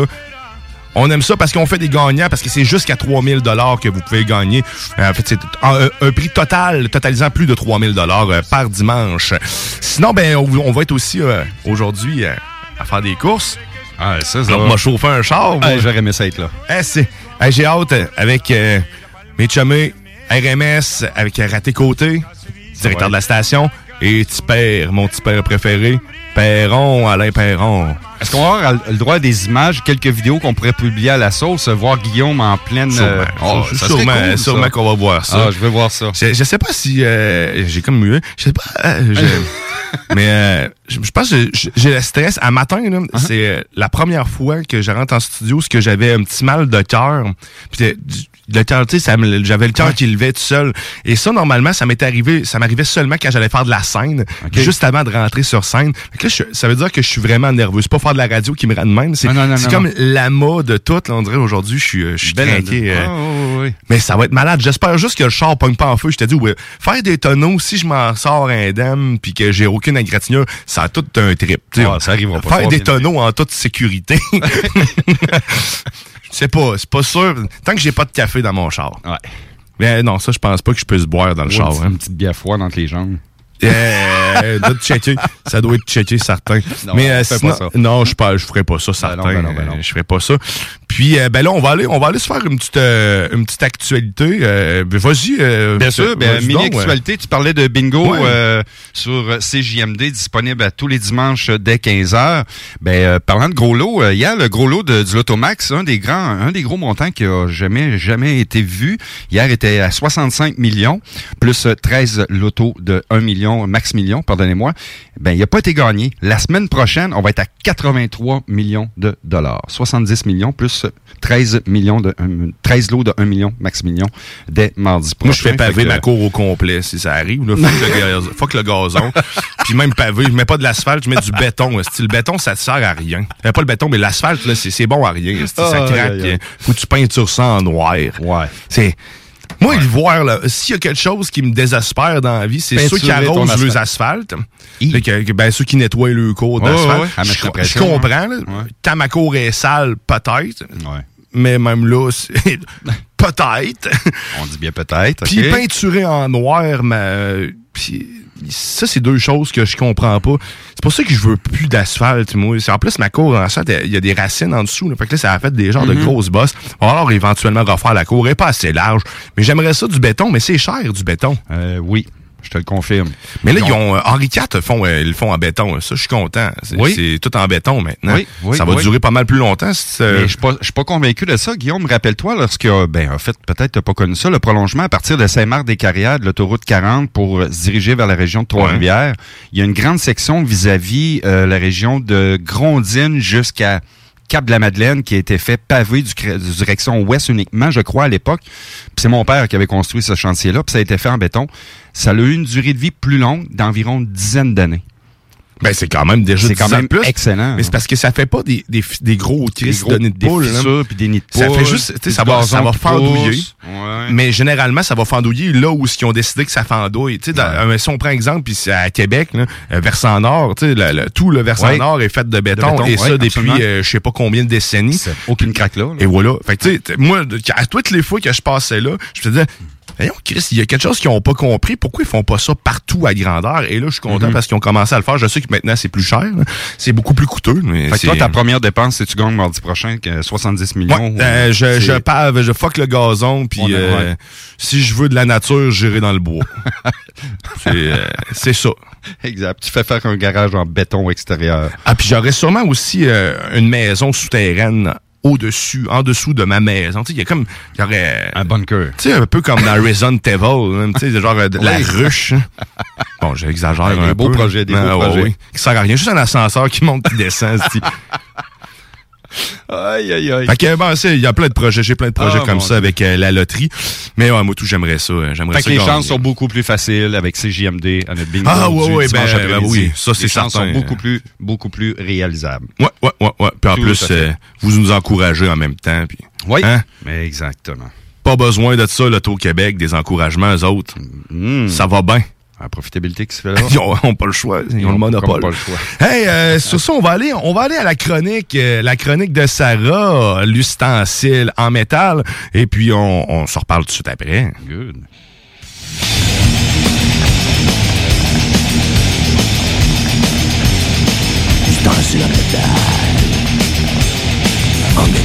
S4: On aime ça parce qu'on fait des gagnants, parce que c'est jusqu'à trois mille dollars que vous pouvez gagner. Euh, en fait, c'est un, un prix total, totalisant plus de trois mille dollars euh, par dimanche. Sinon, ben, on, on va être aussi euh, aujourd'hui euh, à faire des courses.
S22: Ah, ça, ça.
S4: Donc, on m'a chauffé un char.
S22: Ah, j'aurais aimé ça être là.
S4: Eh, c'est, eh, j'ai hâte avec euh, mes chumés R M S, avec Raté Côté, directeur ouais. de la station, et petit père, mon petit père préféré, Perron, Alain Perron.
S22: Est-ce qu'on va avoir le droit à des images, quelques vidéos qu'on pourrait publier à la sauce, voir Guillaume en pleine...
S4: Sûrement,
S22: euh,
S4: oh, ça sûrement, cool, sûrement ça. qu'on va voir ça.
S22: Ah, je veux voir ça.
S4: Je, je sais pas si... Euh, j'ai comme mieux. Je sais pas... Euh, je, mais euh, je, je pense que j'ai le stress. À matin, là, uh-huh. c'est euh, la première fois que je rentre en studio, c'est que j'avais un petit mal de cœur. Puis le cœur, tu sais, j'avais le cœur ouais. qui levait tout seul. Et ça, normalement, ça m'était arrivé, ça m'arrivait seulement quand j'allais faire de la scène, okay. juste avant de rentrer sur scène. Là, je, ça veut dire que je suis vraiment nerveux. C'est pas faire de la radio qui me rend de même. C'est, non, non, non, c'est non, comme non. l'amas de tout. Là, on dirait aujourd'hui, je suis, je suis craqué. Euh,
S22: oh, oui.
S4: Mais ça va être malade. J'espère juste que le char pogne pas en feu. Je t'ai dit, ouais, faire des tonneaux, si je m'en sors indemne puis que j'ai aucune égratignure, ça a tout un trip.
S22: Ah, ça arrivera pas.
S4: Faire des tonneaux en toute sécurité. C'est pas, c'est pas sûr. Tant que j'ai pas de café dans mon char.
S22: Ouais.
S4: Mais non, ça, je pense pas que je puisse boire dans le
S22: ouais,
S4: char.
S22: Une,
S4: hein.
S22: une petite bière froide entre les jambes.
S4: Euh, doit checker. Ça doit être checké, certain.
S22: Non,
S4: mais euh,
S22: sinon,
S4: pas ça. Non, je ne ferai pas ça, certain.
S22: Ben non, ben non, ben non.
S4: Je ferai pas ça. Puis, euh, ben là, on va aller, on va aller se faire une petite, euh, une petite actualité. Euh, ben, vas-y. Euh,
S22: Bien sûr. Ben, mini-actualité, ouais. Tu parlais de bingo ouais. euh, sur C J M D, disponible à tous les dimanches dès quinze heures. Ben, euh, parlant de gros lot, euh, hier, le gros lot de, du Lotomax, un des grands, un des gros montants qui a jamais, jamais été vu. Hier était à soixante-cinq millions, plus treize lotos de un million millions, Max Millions, pardonnez-moi, ben il n'a pas été gagné. La semaine prochaine, on va être à quatre-vingt-trois millions de dollars. soixante-dix millions plus treize millions de un, treize lots de un million Max Millions dès mardi prochain.
S4: Moi, je fais paver
S22: que,
S4: ma cour au complet si ça arrive. Là, fuck, le gaz, fuck le gazon. Puis même pavé, je mets pas de l'asphalte, je mets du béton. Style, le béton, ça te sert à rien. Euh, pas le béton, mais l'asphalte, là, c'est, c'est bon à rien. Style, ça
S22: oh,
S4: craque.
S22: aïe, aïe.
S4: Faut que tu peintures ça en noir.
S22: Ouais.
S4: C'est... Moi, ouais. l'hiver, là, s'il y a quelque chose qui me désespère dans la vie, c'est
S22: Peinturer
S4: ceux qui arrosent les asphaltes. Fait que, que, ben, ceux qui nettoient le cours d'asphalte. Ouais, ouais. Je, je comprends. Là, ouais. Quand ma cour est sale, peut-être. Ouais. Mais même là, c'est peut-être.
S22: On dit bien peut-être.
S4: Puis
S22: okay.
S4: peinturer en noir, mais puis ça, c'est deux choses que je comprends pas. C'est pour ça que je veux plus d'asphalte, moi. En plus, ma cour, en fait, il y a des racines en dessous. Là. Fait que là, ça a fait des genres mm-hmm. de grosses bosses. On va alors éventuellement refaire la cour. Elle est pas assez large. Mais j'aimerais ça du béton, mais c'est cher, du béton.
S22: Euh, oui. Je te le confirme.
S4: Mais là, ils ont, euh, Henri quatre font, euh, ils le font en béton. Ça, je suis content. C'est,
S22: oui.
S4: c'est tout en béton maintenant.
S22: Oui, oui,
S4: ça va
S22: oui.
S4: durer pas mal plus longtemps. Si
S22: Mais je suis pas, je suis pas convaincu de ça. Guillaume, rappelle-toi, lorsque, ben, en fait, peut-être t'as pas connu ça, le prolongement à partir de Saint-Marc-des-Carrières, de l'autoroute quarante pour se diriger vers la région de Trois-Rivières. Ouais. Il y a une grande section vis-à-vis euh, la région de Grondines jusqu'à Cap-de-la-Madeleine qui a été fait pavé du, du direction ouest uniquement, je crois, à l'époque. Puis c'est mon père qui avait construit ce chantier-là, puis ça a été fait en béton. Ça a eu une durée de vie plus longue, d'environ une dizaine d'années.
S4: Ben, c'est quand même déjà
S22: c'est quand même
S4: plus.
S22: excellent.
S4: Mais c'est parce que ça fait pas des, des, des gros tristes de nids de
S22: poule.
S4: Des fissures
S22: puis des nids de poule.
S4: Ça fait juste, tu sais, ça va, ça va fendouiller. Ouais. Mais généralement, ça va fendouiller là où ils ont décidé que ça fendouille. Tu sais, ouais. si on prend exemple, puis c'est à Québec, là, euh, versant nord, tu sais, le, le, tout le versant ouais. nord est fait de béton. De béton et ouais, ça depuis, euh, je sais pas combien de décennies.
S22: C'est aucune craque là, là.
S4: Et voilà. Fait que, tu sais, moi, à toutes les fois que je passais là, je me disais, voyons, Chris, il y a quelque chose qu'ils n'ont pas compris. Pourquoi ils font pas ça partout à grandeur? Et là, je suis content mm-hmm. parce qu'ils ont commencé à le faire. Je sais que maintenant, c'est plus cher. Là. C'est beaucoup plus coûteux. Mais
S22: fait
S4: c'est...
S22: que toi, ta première dépense, c'est tu gagnes mardi prochain, soixante-dix millions.
S4: Ouais, euh, je, je pave, je fuck le gazon, puis euh, ouais. si je veux de la nature, j'irai dans le bois. c'est, euh, c'est ça.
S22: Exact. Tu fais faire un garage en béton extérieur.
S4: Ah, puis j'aurais sûrement aussi euh, une maison souterraine au-dessus, en dessous de ma maison. Tu sais, il y a comme, il y aurait...
S22: Un bunker.
S4: Tu sais, un peu comme dans Resident Evil, tu sais, genre de oui. la ruche. Bon, j'exagère un,
S22: un
S4: peu.
S22: Beau projet, des
S4: non,
S22: beaux projets.
S4: Oui, qui sert à rien. Juste un ascenseur qui monte, qui descend.
S22: Aïe, aïe, aïe.
S4: Fait que, bon, il y a plein de projets. J'ai plein de projets oh, comme ça Dieu. avec euh, la loterie. Mais ouais, moi, tout, j'aimerais ça. J'aimerais
S22: fait
S4: ça
S22: que les
S4: gagner.
S22: chances sont beaucoup plus faciles avec C J M D à notre bingo.
S4: Ah, ouais, ouais, ben, ben oui. Ça, c'est
S22: les
S4: certain.
S22: chances sont beaucoup plus, beaucoup plus réalisables.
S4: Ouais, ouais, ouais, ouais. Puis en tout plus, euh, vous nous encouragez en même temps. Puis,
S22: oui.
S4: Hein?
S22: Mais exactement.
S4: Pas besoin de ça, l'Auto-Québec, des encouragements, eux autres. Mmh. Ça va bien.
S22: La profitabilité qui se fait là.
S4: Ils n'ont pas le choix. Ils, Ils ont le monopole.
S22: Pas le choix.
S4: Hey, euh, sur ça, on va aller, on va aller à la chronique, euh, la chronique de Sarah, l'ustensile en métal. Et puis, on, on se reparle tout de suite après.
S22: Good.
S5: Ustensile en métal. En métal.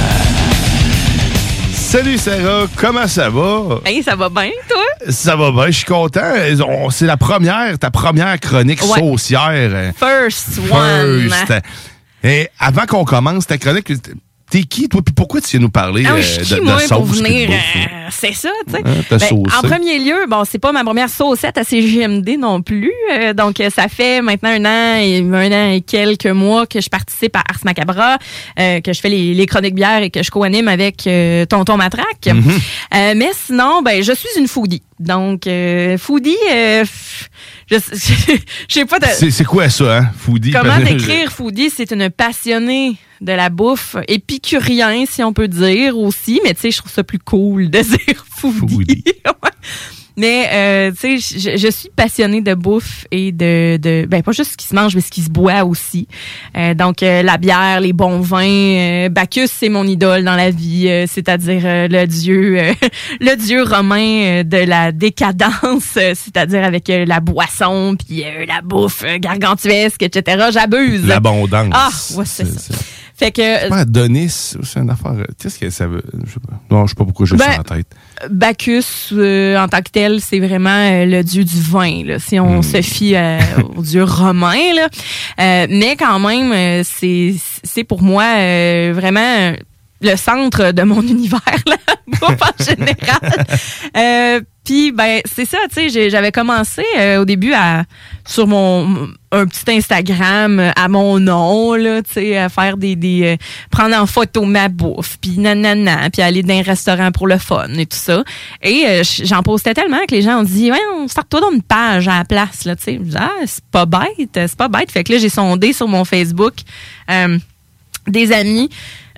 S4: Salut Sarah, comment ça va?
S6: Hey, ça va bien, toi?
S4: Ça va bien, je suis content. C'est la première, ta première chronique ouais. saucière.
S6: First one.
S4: First. Et avant qu'on commence ta chronique, t'es qui, toi? Puis pourquoi tu viens nous parler
S6: ah oui,
S4: euh,
S6: je
S4: de,
S6: moi,
S4: de sauce?
S6: Pour venir, euh, c'est ça, tu sais.
S4: Hein, ben,
S6: en premier lieu, bon, c'est pas ma première saucette à C J M D non plus. Euh, donc, ça fait maintenant un an et un an et quelques mois que je participe à Ars Macabra, euh, que je fais les, les chroniques bières et que je co-anime avec euh, Tonton Matraque. Mm-hmm. Euh, mais sinon, ben, je suis une foodie. Donc, euh, foodie, euh, je, je, je sais pas... De...
S4: C'est, c'est quoi ça, hein, foodie?
S6: Comment décrire foodie? C'est une passionnée de la bouffe, épicurien, si on peut dire aussi, mais tu sais, je trouve ça plus cool de dire foodie. foodie. Mais, euh, tu sais, je, je suis passionnée de bouffe et de, de, ben, pas juste ce qui se mange, mais ce qui se boit aussi. Euh, donc, euh, la bière, les bons vins. Euh, Bacchus, c'est mon idole dans la vie, euh, c'est-à-dire euh, le dieu, euh, le dieu romain euh, de la décadence, euh, c'est-à-dire avec euh, la boisson, puis euh, la bouffe euh, gargantuesque, et cetera. J'abuse.
S4: L'abondance.
S6: Ah, ouais, c'est, c'est ça. C'est... Fait que.
S4: C'est pas Adonis, c'est une affaire. Qu'est-ce que ça veut? Je sais pas. Non, je sais pas pourquoi j'ai ben, ça en tête.
S6: Bacchus, euh, en tant que tel, c'est vraiment euh, le dieu du vin, là, si on mm. se fie euh, au dieu romain. Là. Euh, mais quand même, euh, c'est, c'est pour moi euh, vraiment le centre de mon univers, là, en général. euh, Puis, Puis, ben, c'est ça, tu sais, j'avais commencé euh, au début à sur mon un petit Instagram à mon nom, là, tu sais, à faire des, des euh, prendre en photo ma bouffe, puis nanana, puis aller dans un restaurant pour le fun et tout ça. Et euh, j'en postais tellement que les gens ont dit, ouais, on start-toi dans une page à la place, là, tu sais. Ah, c'est pas bête, c'est pas bête. Fait que là, j'ai sondé sur mon Facebook euh, des amis.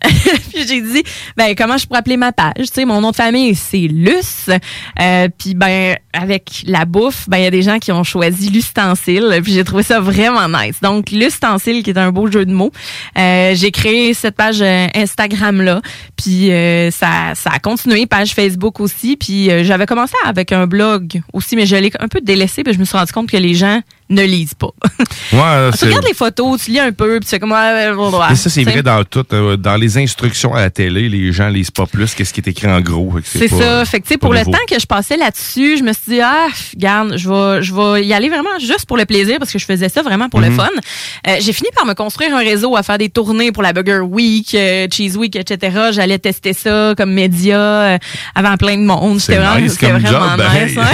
S6: Puis j'ai dit, ben comment je pourrais appeler ma page? Tu sais, mon nom de famille, c'est Luce. Euh, puis ben avec la bouffe, ben il y a des gens qui ont choisi l'ustensile. Puis j'ai trouvé ça vraiment nice. Donc l'ustensile, qui est un beau jeu de mots. Euh, j'ai créé cette page euh, Instagram là. Puis euh, ça, ça a continué, page Facebook aussi. Puis euh, j'avais commencé avec un blog aussi, mais je l'ai un peu délaissé. Puis je me suis rendu compte que les gens ne lisent pas.
S4: Ouais,
S6: tu regardes les photos, tu lis un peu, puis tu fais comme...
S4: Et ça, c'est vrai dans tout. Euh, dans les instructions à la télé, les gens lisent pas plus qu'est-ce qui est écrit en gros.
S6: C'est, c'est pas, ça. Fait que, tu sais, pour nouveau. Le temps que je passais là-dessus, je me suis dit, ah, regarde, je vais, je vais y aller vraiment juste pour le plaisir, parce que je faisais ça vraiment pour mm-hmm. le fun. Euh, j'ai fini par me construire un réseau à faire des tournées pour la Burger Week, euh, Cheese Week, et cetera. J'allais tester ça comme média euh, avant plein de monde.
S4: C'est
S6: c'était vraiment,
S4: nice
S6: c'était
S4: comme
S6: vraiment
S4: job,
S6: nice.
S4: Ben,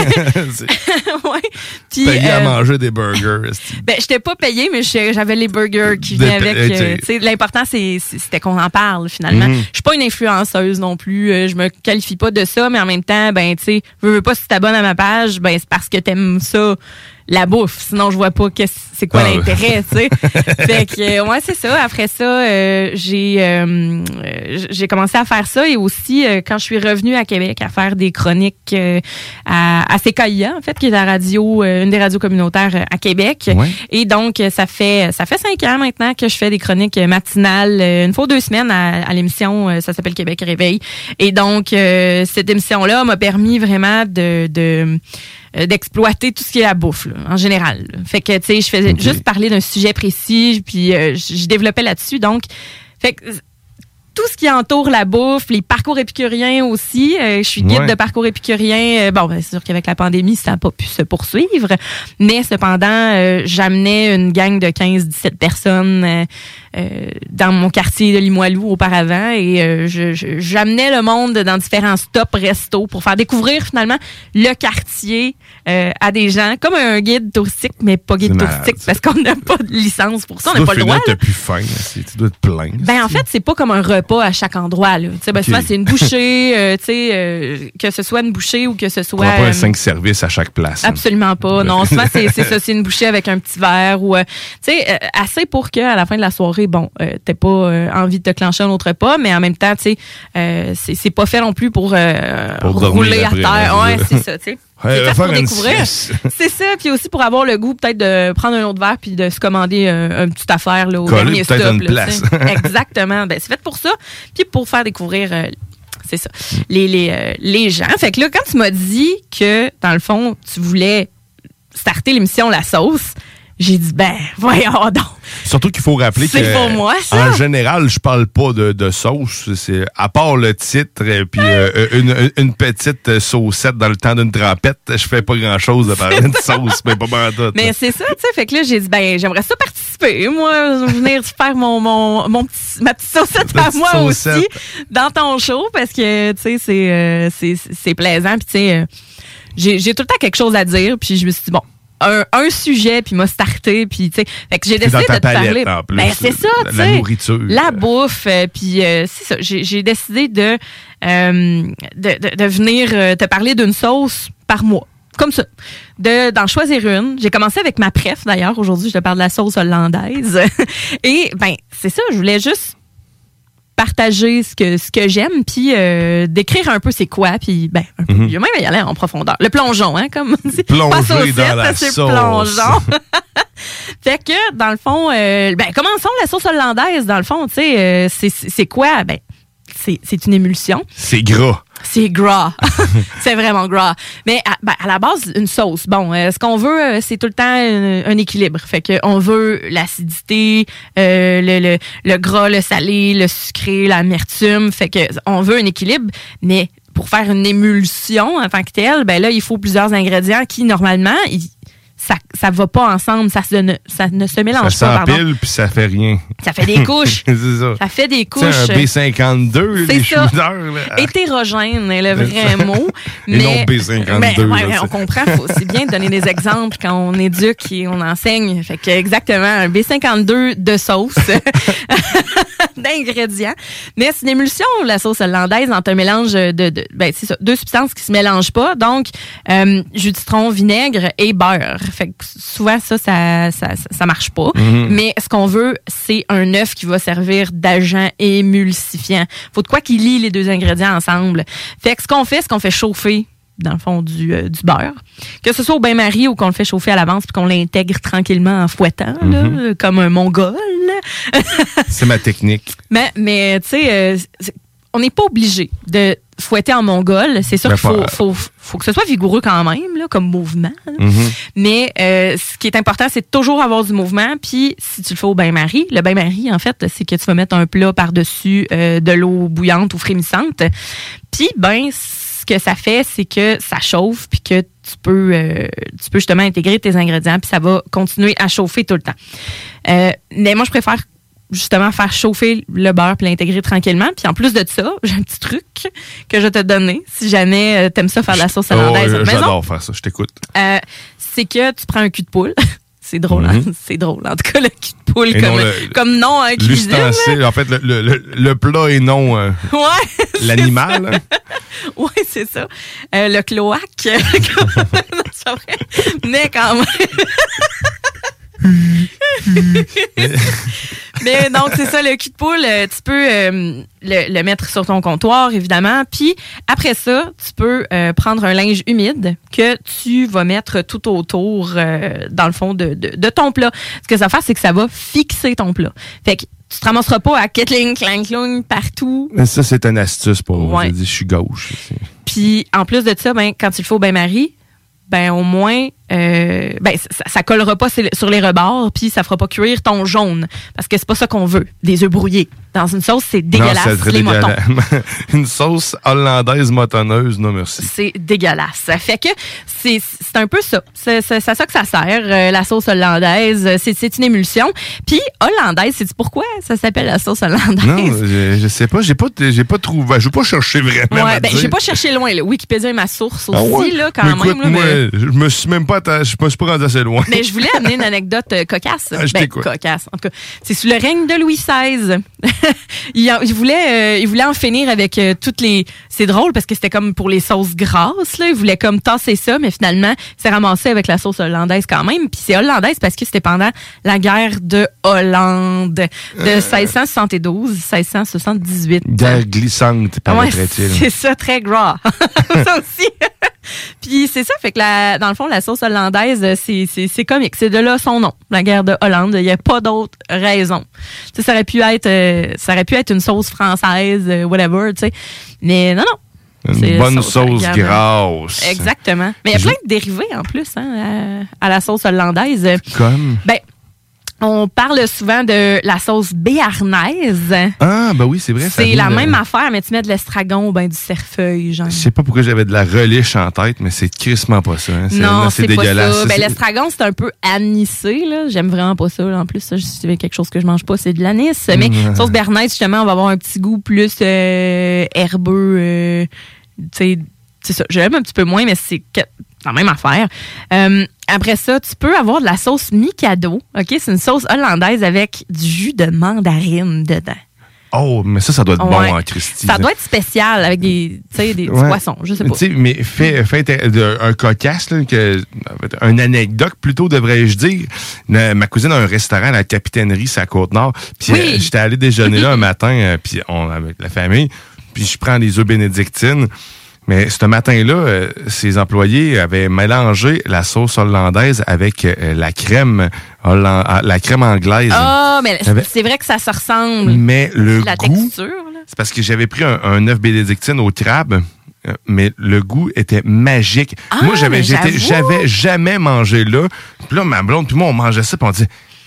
S6: ouais. ouais. Puis,
S4: payé
S6: euh,
S4: à manger des burgers.
S6: Ben, j'étais pas payée, mais j'avais les burgers qui venaient avec. Euh, tu sais, l'important, c'est, c'était qu'on en parle, finalement. Mm-hmm. Je suis pas une influenceuse non plus. Euh, je me qualifie pas de ça, mais en même temps, ben, tu sais, veux, veux pas, si t'abonnes à ma page, ben, c'est parce que t'aimes ça, la bouffe. Sinon, je vois pas qu'est-ce, c'est quoi ah, l'intérêt, tu sais. Fait que, euh, ouais, c'est ça. Après ça, euh, j'ai, euh, j'ai commencé à faire ça et aussi, euh, quand je suis revenue à Québec, à faire des chroniques euh, à, à C K I A, en fait, qui est la radio, euh, une des radios communautaires à Québec. Ouais. Et donc, ça fait, ça fait cinq ans maintenant que je fais des chroniques matinales, euh, une fois deux semaines à, à l'émission, euh, ça s'appelle Québec Réveil. Et donc, euh, cette émission-là m'a permis vraiment de, de d'exploiter tout ce qui est la bouffe, là, en général. Fait que, tu sais, je faisais okay. juste parler d'un sujet précis, puis euh, je développais là-dessus. Donc, fait que tout ce qui entoure la bouffe, les parcours épicuriens aussi. Euh, je suis guide ouais. de parcours épicurien. Euh, bon, ben, c'est sûr qu'avec la pandémie, ça n'a pas pu se poursuivre. Mais cependant, euh, j'amenais une gang de quinze dix-sept personnes euh, euh, dans mon quartier de Limoilou auparavant. Et euh, je, je, j'amenais le monde dans différents stops restos pour faire découvrir finalement le quartier euh, à des gens. Comme un guide touristique, mais pas guide c'est touristique malade, parce qu'on n'a pas de licence pour ça. Tu on n'a pas le droit.
S4: T'as plus faim. Tu dois te plaindre.
S6: Ben, en fait, c'est pas comme un repas pas à chaque endroit. Là. Ben, okay. Souvent, c'est une bouchée, euh, euh, que ce soit une bouchée ou que ce soit...
S4: On prend pas un cinq services à chaque place.
S6: Absolument hein. pas. Non, souvent, c'est, c'est ça, c'est une bouchée avec un petit verre ou... Euh, tu sais, euh, assez pour qu'à la fin de la soirée, bon, euh, t'aies pas euh, envie de te clencher un autre repas, mais en même temps, tu sais, euh, c'est, c'est pas fait non plus pour, euh, pour rouler à terre. Ouais, c'est ça, tu sais.
S4: Ouais,
S6: c'est fait pour découvrir.
S4: C'est
S6: ça, puis aussi pour avoir le goût peut-être de prendre un autre verre puis de se commander un, une petite affaire là, au
S4: Coller
S6: dernier
S4: peut-être
S6: stop.
S4: Une
S6: là,
S4: place.
S6: Exactement. Ben, c'est fait pour ça. Puis pour faire découvrir, euh, c'est ça, les, les, euh, les gens. Fait que là, quand tu m'as dit que, dans le fond, tu voulais starter l'émission La Sauce, j'ai dit, ben, voyons donc.
S4: Surtout qu'il faut rappeler
S6: c'est
S4: que,
S6: pour moi, ça.
S4: en général, je parle pas de, de sauce. C'est, à part le titre et puis euh, une, une petite saucette dans le temps d'une trempette, je fais pas grand-chose de parler de sauce, mais pas mal tout.
S6: Mais c'est ça, tu sais. Fait que là, j'ai dit, ben, j'aimerais ça participer. Moi, venir faire mon, mon, mon petit, ma petite saucette à moi saucette. Aussi dans ton show parce que, tu sais, c'est, euh, c'est, c'est plaisant. Puis, tu sais, euh, j'ai, j'ai tout le temps quelque chose à dire. Puis, je me suis dit, bon, Un, un sujet puis m'a starté puis tu sais fait que j'ai décidé de te parler
S4: en plus,
S6: ben c'est ça tu sais
S4: la nourriture
S6: la bouffe euh, puis euh, c'est ça j'ai, j'ai décidé de, euh, de, de de venir euh, te parler d'une sauce par mois comme ça de d'en choisir une. J'ai commencé avec ma préf d'ailleurs aujourd'hui je te parle de la sauce hollandaise et ben c'est ça je voulais juste partager ce que ce que j'aime puis euh, décrire un peu c'est quoi puis ben un peu, mm-hmm. je vais même y aller en profondeur le plongeon hein comme on dit
S4: plonger dans la
S6: c'est
S4: sauce
S6: plongeon fait que dans le fond euh, ben commençons la sauce hollandaise dans le fond tu sais euh, c'est c'est quoi ben c'est c'est une émulsion
S4: c'est gras
S6: c'est gras. C'est vraiment gras. Mais à, ben, à la base, une sauce. Bon, euh, ce qu'on veut, euh, c'est tout le temps un, un équilibre. Fait que on veut l'acidité, euh, le, le, le gras, le salé, le sucré, l'amertume. Fait que on veut un équilibre, mais pour faire une émulsion en tant que telle, ben là, il faut plusieurs ingrédients qui, normalement, ils, ça ça va pas ensemble, ça se ne, ça ne se mélange
S4: ça
S6: pas. Ça
S4: s'empile puis ça fait rien.
S6: Ça fait des couches.
S4: C'est ça.
S6: Ça fait des couches.
S4: C'est un B cinquante-deux,
S6: c'est
S4: les
S6: ça.
S4: shooters. Là.
S6: Hétérogène est le vrai mot.
S4: Et
S6: mais,
S4: non B cinquante-deux.
S6: Ben, ouais,
S4: là,
S6: on comprend, faut, c'est bien de donner des exemples quand on éduque et on enseigne. Fait que exactement, un B cinquante-deux de sauce, d'ingrédients. Mais c'est une émulsion, la sauce hollandaise, entre un mélange de, de ben c'est ça, deux substances qui se mélangent pas. Donc, euh, jus de citron, vinaigre et beurre. Fait que souvent, ça, ça, ça, ça marche pas. Mm-hmm. Mais ce qu'on veut, c'est un œuf qui va servir d'agent émulsifiant. Faut de quoi qu'il lie les deux ingrédients ensemble. Fait que ce qu'on fait, c'est qu'on fait chauffer dans le fond du, euh, du beurre. Que ce soit au bain-marie ou qu'on le fait chauffer à l'avance puis qu'on l'intègre tranquillement en fouettant, mm-hmm. là, comme un mongol.
S4: C'est ma technique. Mais,
S6: mais tu sais, euh, on n'est pas obligé de fouetter en mongol. C'est sûr qu'il faut, faut, faut que ce soit vigoureux quand même, là, comme mouvement. Mm-hmm. Mais euh, ce qui est important, c'est toujours avoir du mouvement. Puis, si tu le fais au bain-marie, le bain-marie, en fait, c'est que tu vas mettre un plat par-dessus euh, de l'eau bouillante ou frémissante. Puis, ben, ce que ça fait, c'est que ça chauffe puis que tu peux, euh, tu peux justement intégrer tes ingrédients puis ça va continuer à chauffer tout le temps. Euh, mais moi, je préfère justement faire chauffer le beurre puis l'intégrer tranquillement. Puis en plus de ça, j'ai un petit truc que je vais te donner si jamais euh, t'aimes ça faire de la sauce hollandaise.
S4: Oh, j'adore faire ça, je t'écoute.
S6: Euh, c'est que tu prends un cul de poule. C'est drôle, mm-hmm. hein? C'est drôle. En tout cas, le cul de poule comme, non, le, comme nom en cuisine.
S4: L'ustensile, en fait, le, le, le plat et non euh,
S6: ouais,
S4: l'animal.
S6: Oui, c'est ça. Euh, le cloaque. Non, c'est vrai. Mais quand même. Mais donc, c'est ça, le cul de poule, tu peux euh, le, le mettre sur ton comptoir, évidemment. Puis, après ça, tu peux euh, prendre un linge humide que tu vas mettre tout autour, euh, dans le fond, de, de, de ton plat. Ce que ça va faire, c'est que ça va fixer ton plat. Fait que tu te ramasseras pas à ketling, clang, clang, partout.
S4: Mais ça, c'est une astuce pour moi.
S6: Ouais.
S4: Je dis, je suis gauche.
S6: Puis, en plus de ça, ben, quand tu le fais au bain-marie, ben au moins, euh, ben ça, ça collera pas sur les rebords, puis ça fera pas cuire ton jaune, parce que c'est pas ça qu'on veut. Des œufs brouillés dans une sauce, c'est dégueulasse. Non, c'est les
S4: dégueulasse.
S6: motons.
S4: Une sauce hollandaise motonneuse, non merci.
S6: C'est dégueulasse. Ça fait que c'est c'est un peu ça. C'est c'est, c'est ça que ça sert, euh, la sauce hollandaise. C'est c'est une émulsion. Puis hollandaise, sais-tu pourquoi ça s'appelle la sauce hollandaise?
S4: Non, je, je sais pas. J'ai pas j'ai pas trouvé. Je vais pas chercher vraiment.
S6: Ouais, ben j'ai pas cherché loin. Là. Wikipédia est ma source aussi,
S4: ah ouais?
S6: là, quand
S4: mais
S6: même.
S4: Écoute,
S6: là,
S4: moi,
S6: mais...
S4: je me suis même pas atta... je me suis pas rendu assez loin.
S6: Mais je voulais amener une anecdote euh, cocasse.
S4: Ah, je
S6: ben,
S4: t'écoute.
S6: Cocasse. En tout cas, c'est sous le règne de Louis seize. il, en, il voulait, euh, il voulait en finir avec euh, toutes les. C'est drôle parce que c'était comme pour les sauces grasses. Là, il voulait comme tasser ça, mais finalement, il s'est ramassé avec la sauce hollandaise quand même. Puis c'est hollandaise parce que c'était pendant la guerre de Hollande de euh... seize cent soixante-douze à seize cent soixante-dix-huit.
S4: Guerre glissante, paraîtrait-il.
S6: Ouais, c'est ça, très gras. Ça aussi. Puis c'est ça, fait que la, dans le fond, la sauce hollandaise, c'est, c'est, c'est comique. C'est de là son nom, la guerre de Hollande. Il n'y a pas d'autre raison. Tu sais, ça aurait pu être, euh, ça aurait pu être une sauce française, euh, whatever, tu sais. Mais non, non.
S4: Une c'est bonne sauce, sauce grasse.
S6: Exactement. Mais il y a Je... plein de dérivés en plus, hein, à, à la sauce hollandaise.
S4: Comme?
S6: Ben, on parle souvent de la sauce béarnaise.
S4: Ah, ben oui, c'est vrai.
S6: C'est la de... même affaire, mais tu mets de l'estragon ou ben du cerfeuil, genre.
S4: Je sais pas pourquoi j'avais de la relish en tête, mais c'est crissement pas ça. Hein. C'est,
S6: non,
S4: là, c'est,
S6: c'est
S4: dégueulasse.
S6: Pas ça. Ben,
S4: c'est...
S6: l'estragon, c'est un peu anisé, là. J'aime vraiment pas ça, là. En plus, ça, si c'est quelque chose que je mange pas, c'est de l'anis. Mais mmh. sauce béarnaise, justement, on va avoir un petit goût plus euh, herbeux. Euh, tu sais, c'est ça. J'aime un petit peu moins, mais c'est la même affaire. Euh, après ça, tu peux avoir de la sauce Mikado. OK? C'est une sauce hollandaise avec du jus de mandarine dedans.
S4: Oh, mais ça, ça doit être
S6: ouais.
S4: bon, hein, Christy.
S6: Ça doit être spécial avec des, des, des ouais. poissons, je sais pas.
S4: T'sais, mais fais, fais un cocasse, là, que, une anecdote plutôt, devrais-je dire. Ma cousine a un restaurant à la Capitainerie, c'est à Côte-Nord. Puis oui. euh, j'étais allé déjeuner là un matin, euh, puis on avec la famille, puis je prends des œufs bénédictines. Mais ce matin-là, euh, ses employés avaient mélangé la sauce hollandaise avec euh, la crème holland... la crème anglaise.
S6: Ah, oh, mais avait... c'est vrai que ça se ressemble.
S4: Mais le
S6: la
S4: goût,
S6: texture, là.
S4: C'est parce que j'avais pris un, un œuf bénédictine au crabe, euh, mais le goût était magique.
S6: Ah,
S4: moi, j'avais, j'étais, j'avais jamais mangé là. Puis là, ma blonde, puis moi, on mangeait ça, puis on dit...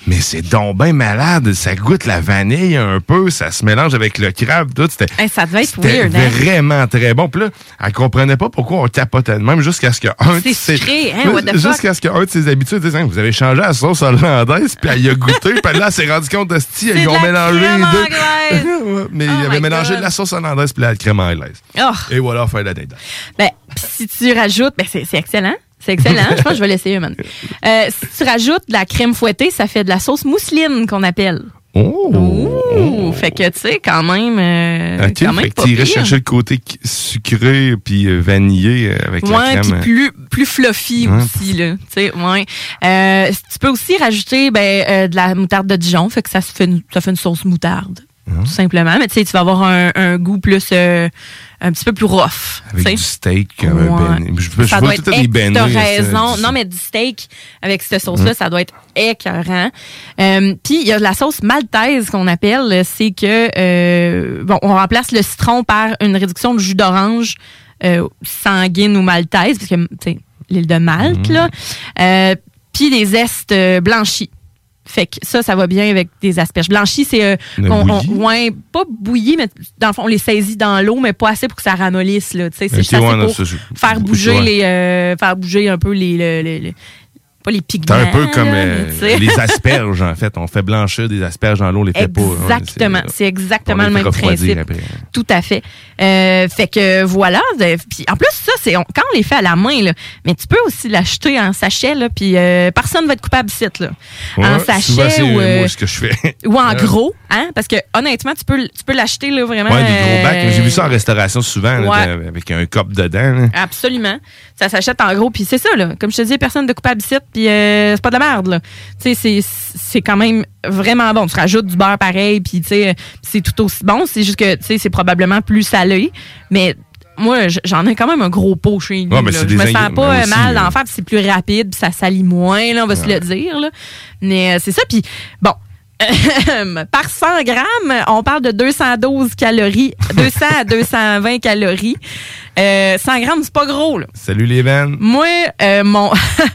S4: Mais c'est donc bien malade. Ça goûte la vanille un peu. Ça se mélange avec le crabe. Tout. C'était,
S6: hey, ça devait être
S4: c'était
S6: weird, hein?
S4: vraiment très bon. Puis là, elle comprenait pas pourquoi on capotait de même jusqu'à ce qu'un
S6: c'est
S4: de ses...
S6: sucré, hein? What the fuck?
S4: Jusqu'à ce qu'un de ses habitudes dise, hein, vous avez changé la sauce hollandaise, puis elle y a goûté. Puis là, elle s'est rendu compte de ce
S6: C'est
S4: ils ont
S6: de la
S4: mélangé
S6: crème
S4: les deux.
S6: anglaise.
S4: Mais
S6: Oh
S4: il avait
S6: my
S4: mélangé
S6: God.
S4: de la sauce hollandaise puis la crème anglaise.
S6: Oh.
S4: Et voilà, faire la dinde.
S6: Ben, pis si tu rajoutes, ben c'est, c'est excellent. C'est excellent. Je pense que je vais l'essayer, man. Euh, si tu rajoutes de la crème fouettée, ça fait de la sauce mousseline qu'on appelle.
S4: Oh!
S6: Ouh, fait que, tu sais, quand même, euh,
S4: OK,
S6: quand même
S4: fait
S6: pas
S4: que tu irais
S6: pire.
S4: chercher le côté qui- sucré puis euh, vanillé euh, avec la
S6: Ouais,
S4: crème.
S6: puis plus, plus fluffy
S4: Ouais.
S6: aussi, là. Tu sais, ouais. Euh, tu peux aussi rajouter, ben, euh, de la moutarde de Dijon, fait que ça se fait une, ça fait une sauce moutarde. Tout simplement. Mais tu sais, tu vas avoir un, un goût plus, euh, un petit peu plus rough.
S4: Avec
S6: t'sais.
S4: du steak comme un
S6: Ouais.
S4: béni. Je, je
S6: Ça
S4: vois
S6: doit
S4: tout
S6: être
S4: à des bénis.
S6: T'as
S4: là,
S6: raison.
S4: ça,
S6: Non, mais du steak avec cette sauce-là,
S4: Mm.
S6: ça doit être écœurant. Euh, Puis, il y a de la sauce maltaise qu'on appelle. C'est que, euh, bon, on remplace le citron par une réduction de jus d'orange euh, sanguine ou maltaise, parce que, tu sais, l'île de Malte,
S4: Mm.
S6: là. Euh, Puis, des zestes euh, blanchis. Fait que ça, ça va bien avec des asperges blanchies. C'est euh,
S4: Le
S6: on, on-
S4: bouilli?
S6: ouais, pas bouilli, mais dans le fond, on les saisit dans l'eau, mais pas assez pour que ça ramollisse. Là, tu sais, c'est
S4: Ok,
S6: juste assez
S4: ouais, non,
S6: pour
S4: ça, je-
S6: faire bouger
S4: ouais.
S6: les, euh, faire bouger un peu les, les, les- les- pas les pigments.
S4: C'est un peu comme
S6: là,
S4: euh,
S6: mais tu sais.
S4: les asperges, en fait. On fait blanchir des asperges dans l'eau, on les fait pas. hein,
S6: Exactement, c'est exactement
S4: on
S6: le
S4: les fait
S6: même
S4: refroidir
S6: principe.
S4: après.
S6: Tout à fait. Euh, fait que voilà. de- Puis en plus, ça, c'est on- quand on les fait à la main, là, mais tu peux aussi l'acheter en sachet, là, puis euh, personne va être coupable ici, là. en
S4: Ouais,
S6: sachet
S4: souvent, c'est,
S6: ou,
S4: euh,
S6: euh,
S4: moi, ce que je fais.
S6: ou en
S4: Euh,
S6: gros, hein? Parce que honnêtement, tu peux, tu peux l'acheter là, vraiment.
S4: Ouais, des gros bacs.
S6: euh,
S4: J'ai vu ça en restauration souvent, là,
S6: ouais.
S4: de- avec un cop dedans. là.
S6: Absolument. Ça s'achète en gros. Puis c'est ça, là. Comme je te dis, personne de coupable ici, puis euh, c'est pas de la merde, là. Tu sais, c'est, c'est quand même vraiment bon. Tu rajoutes du beurre pareil, puis tu sais, c'est tout aussi bon. C'est juste que, tu sais, c'est probablement plus salé. Mais moi, j- j'en ai quand même un gros pot chez nous.
S4: Ouais, mais
S6: là.
S4: c'est
S6: Je
S4: des
S6: me sens
S4: ingrédients
S6: pas euh,
S4: aussi,
S6: mal
S4: euh.
S6: d'en faire, puis c'est plus rapide, puis ça salit moins, là, on va se le dire, là. Mais euh, c'est ça, puis bon. Par cent grammes, on parle de deux cent douze calories, deux cents à deux cent vingt calories. Euh, cent grammes, c'est pas gros, là.
S4: Salut les vannes.
S6: Moi, euh, mon,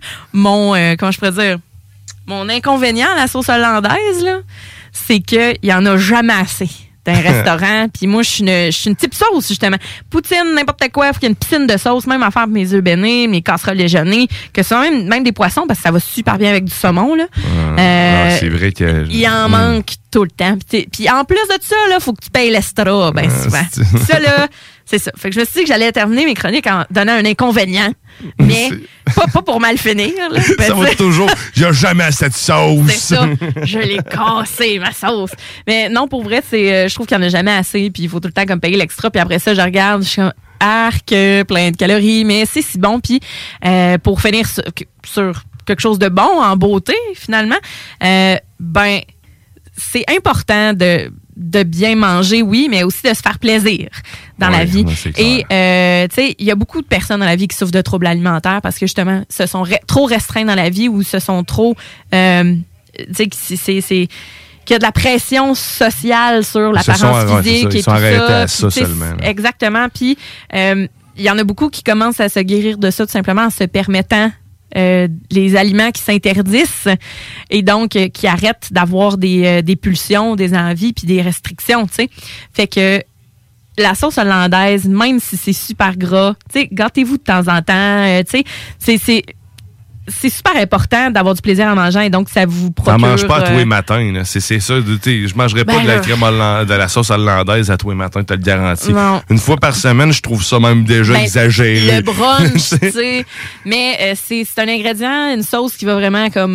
S6: mon euh, comment je pourrais dire, mon inconvénient à la sauce hollandaise, là, c'est qu'il y en a jamais assez d'un restaurant. Puis moi, je suis une, je suis une type sauce, justement. Poutine, n'importe quoi, il faut qu'il y ait une piscine de sauce, même à faire pour mes œufs bénis, mes casseroles déjeuner, que ce soit même, même des poissons, parce que ça va super bien avec du saumon, là.
S4: Ah,
S6: Euh,
S4: ah, c'est vrai que.
S6: Il en
S4: Mm.
S6: manque tout le temps. Puis, t'es- puis en plus de ça, il faut que tu payes l'extra, ben
S4: Ah,
S6: souvent.
S4: c'est-
S6: Ça, là, c'est ça. Fait que je me suis dit que j'allais terminer mes chroniques en donnant un inconvénient, mais pas, pas pour mal finir. Là. Ben,
S4: Ça va
S6: t'sais,
S4: toujours. Il n'y a jamais cette sauce.
S6: c'est ça. Je l'ai cassé, ma sauce. Mais non, pour vrai, c'est, euh, je trouve qu'il n'y en a jamais assez. Puis il faut tout le temps comme payer l'extra. Puis après ça, je regarde, je suis comme arc, euh, plein de calories. Mais c'est si bon. Puis euh, pour finir sur, sur quelque chose de bon, en beauté, finalement, euh, ben, c'est important de, de bien manger, oui, mais aussi de se faire plaisir dans
S4: Ouais,
S6: la vie.
S4: ouais, c'est clair.
S6: Et, euh, tu sais, il y a beaucoup de personnes dans la vie qui souffrent de troubles alimentaires parce que, justement, se sont re- trop restreints dans la vie ou se sont trop... Euh, tu sais, que c'est... c'est, c'est qu'il y a de la pression sociale sur
S4: Ils se sont
S6: l'apparence
S4: arrêtés,
S6: physique
S4: ça. Ils
S6: et
S4: sont
S6: tout
S4: arrêtés
S6: ça.
S4: à
S6: Puis,
S4: ça
S6: tu sais,
S4: seulement, là.
S6: Exactement. Puis, euh, il y en a beaucoup qui commencent à se guérir de ça tout simplement en se permettant euh, les aliments qui s'interdisent et donc euh, qui arrêtent d'avoir des, euh, des pulsions, des envies puis des restrictions, tu sais. Fait que la sauce hollandaise, même si c'est super gras, tu sais, gâtez-vous de temps en temps, euh, tu sais, c'est c'est c'est super important d'avoir du plaisir en mangeant et donc ça vous procure...
S4: T'en manges pas à tous
S6: euh,
S4: les matins. Là. C'est, c'est ça. tu sais, Je mangerais pas
S6: Ben
S4: de la
S6: là.
S4: crème hollandaise, de la sauce hollandaise à tous les matins, tu te le garantis.
S6: Non.
S4: Une fois par semaine, je trouve ça même déjà
S6: Ben,
S4: exagéré.
S6: Le brunch, tu sais. Mais euh, c'est, c'est un ingrédient, une sauce qui va vraiment comme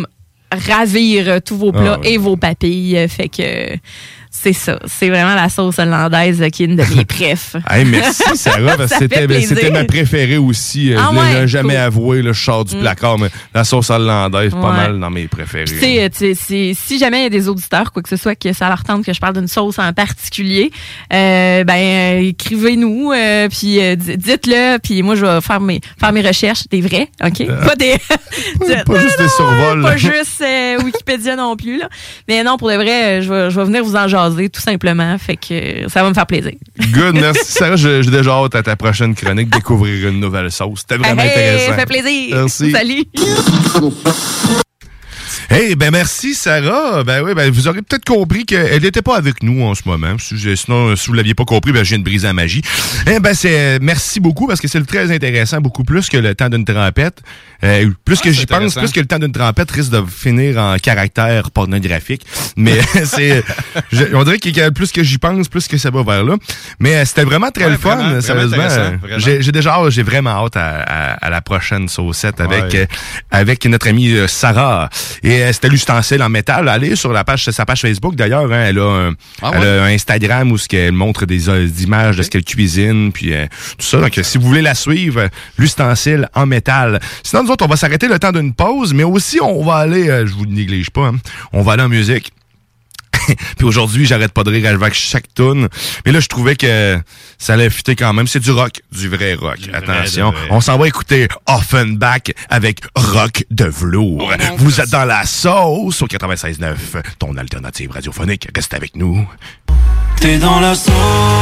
S6: ravir euh, tous vos plats
S4: Ah ouais.
S6: et vos papilles. Euh, Fait que euh, c'est ça. C'est vraiment la sauce hollandaise euh, qui est une de mes préf.
S4: Hey, merci, Sarah, parce que
S6: Ça
S4: c'était,
S6: fait plaisir.
S4: c'était ma préférée aussi. Euh,
S6: Ah
S4: je l'ai
S6: ouais,
S4: jamais
S6: cool.
S4: avoué, là, je sors du
S6: Mm.
S4: placard, mais la sauce hollandaise, pas
S6: Ouais.
S4: mal dans mes préférées.
S6: Puis, tu sais, euh, tu sais, c'est- si jamais il y a des auditeurs, quoi que ce soit, que ça leur tente que je parle d'une sauce en particulier, euh, ben euh, écrivez-nous, euh, puis euh, di- dites-le, puis moi je vais faire mes faire mes recherches, des vrais, ok, pas des
S4: pas, pas juste des survols.
S6: pas juste euh, Wikipédia non plus là, mais non pour de vrai, euh, je vais je vais venir vous en jaser tout simplement, fait que euh, ça va me faire plaisir.
S4: Good, merci Sarah. Je- J'ai déjà hâte à ta prochaine chronique découvrir une nouvelle sauce. C'était vraiment
S6: Hey,
S4: intéressant.
S6: ça fait plaisir.
S4: Merci.
S6: Salut.
S4: Hey, ben merci Sarah. Ben oui, ben vous aurez peut-être compris qu'elle n'était pas avec nous en ce moment. Sinon, si vous l'aviez pas compris, ben je viens de briser la magie. Eh ben c'est merci beaucoup parce que c'est très intéressant, beaucoup plus que le temps d'une trompette. Euh, plus ah, que j'y pense, plus que le temps d'une trompette risque de finir en caractère pornographique. Mais c'est, je, on dirait que plus que j'y pense, plus que ça va vers là. Mais c'était vraiment très ouais, le fun, vraiment, sérieusement. Vraiment j'ai, j'ai déjà, j'ai vraiment hâte à, à, à la prochaine saucette avec ouais. euh, avec notre amie Sarah. Et euh, c'était l'ustensile en métal. Allez sur la page, sa page Facebook d'ailleurs. Hein, elle a un, ah ouais? elle a un Instagram où ce qu'elle montre des, euh, des images okay. de ce qu'elle cuisine, puis euh, tout ça. Donc si vous voulez la suivre, l'ustensile en métal. Sinon nous autres, on va s'arrêter le temps d'une pause, mais aussi on va aller, euh, je vous néglige pas, hein, on va aller en musique. Puis aujourd'hui, j'arrête pas de rire avec chaque tune. Mais là, je trouvais que ça allait fitter quand même. C'est du rock, du vrai rock. Du Attention, vrai, vrai. On s'en va écouter Offenbach avec Rock de velours. Oh, vous êtes dans la sauce au quatre-vingt-seize neuf, ton alternative radiophonique. Reste avec nous.
S7: T'es dans la sauce.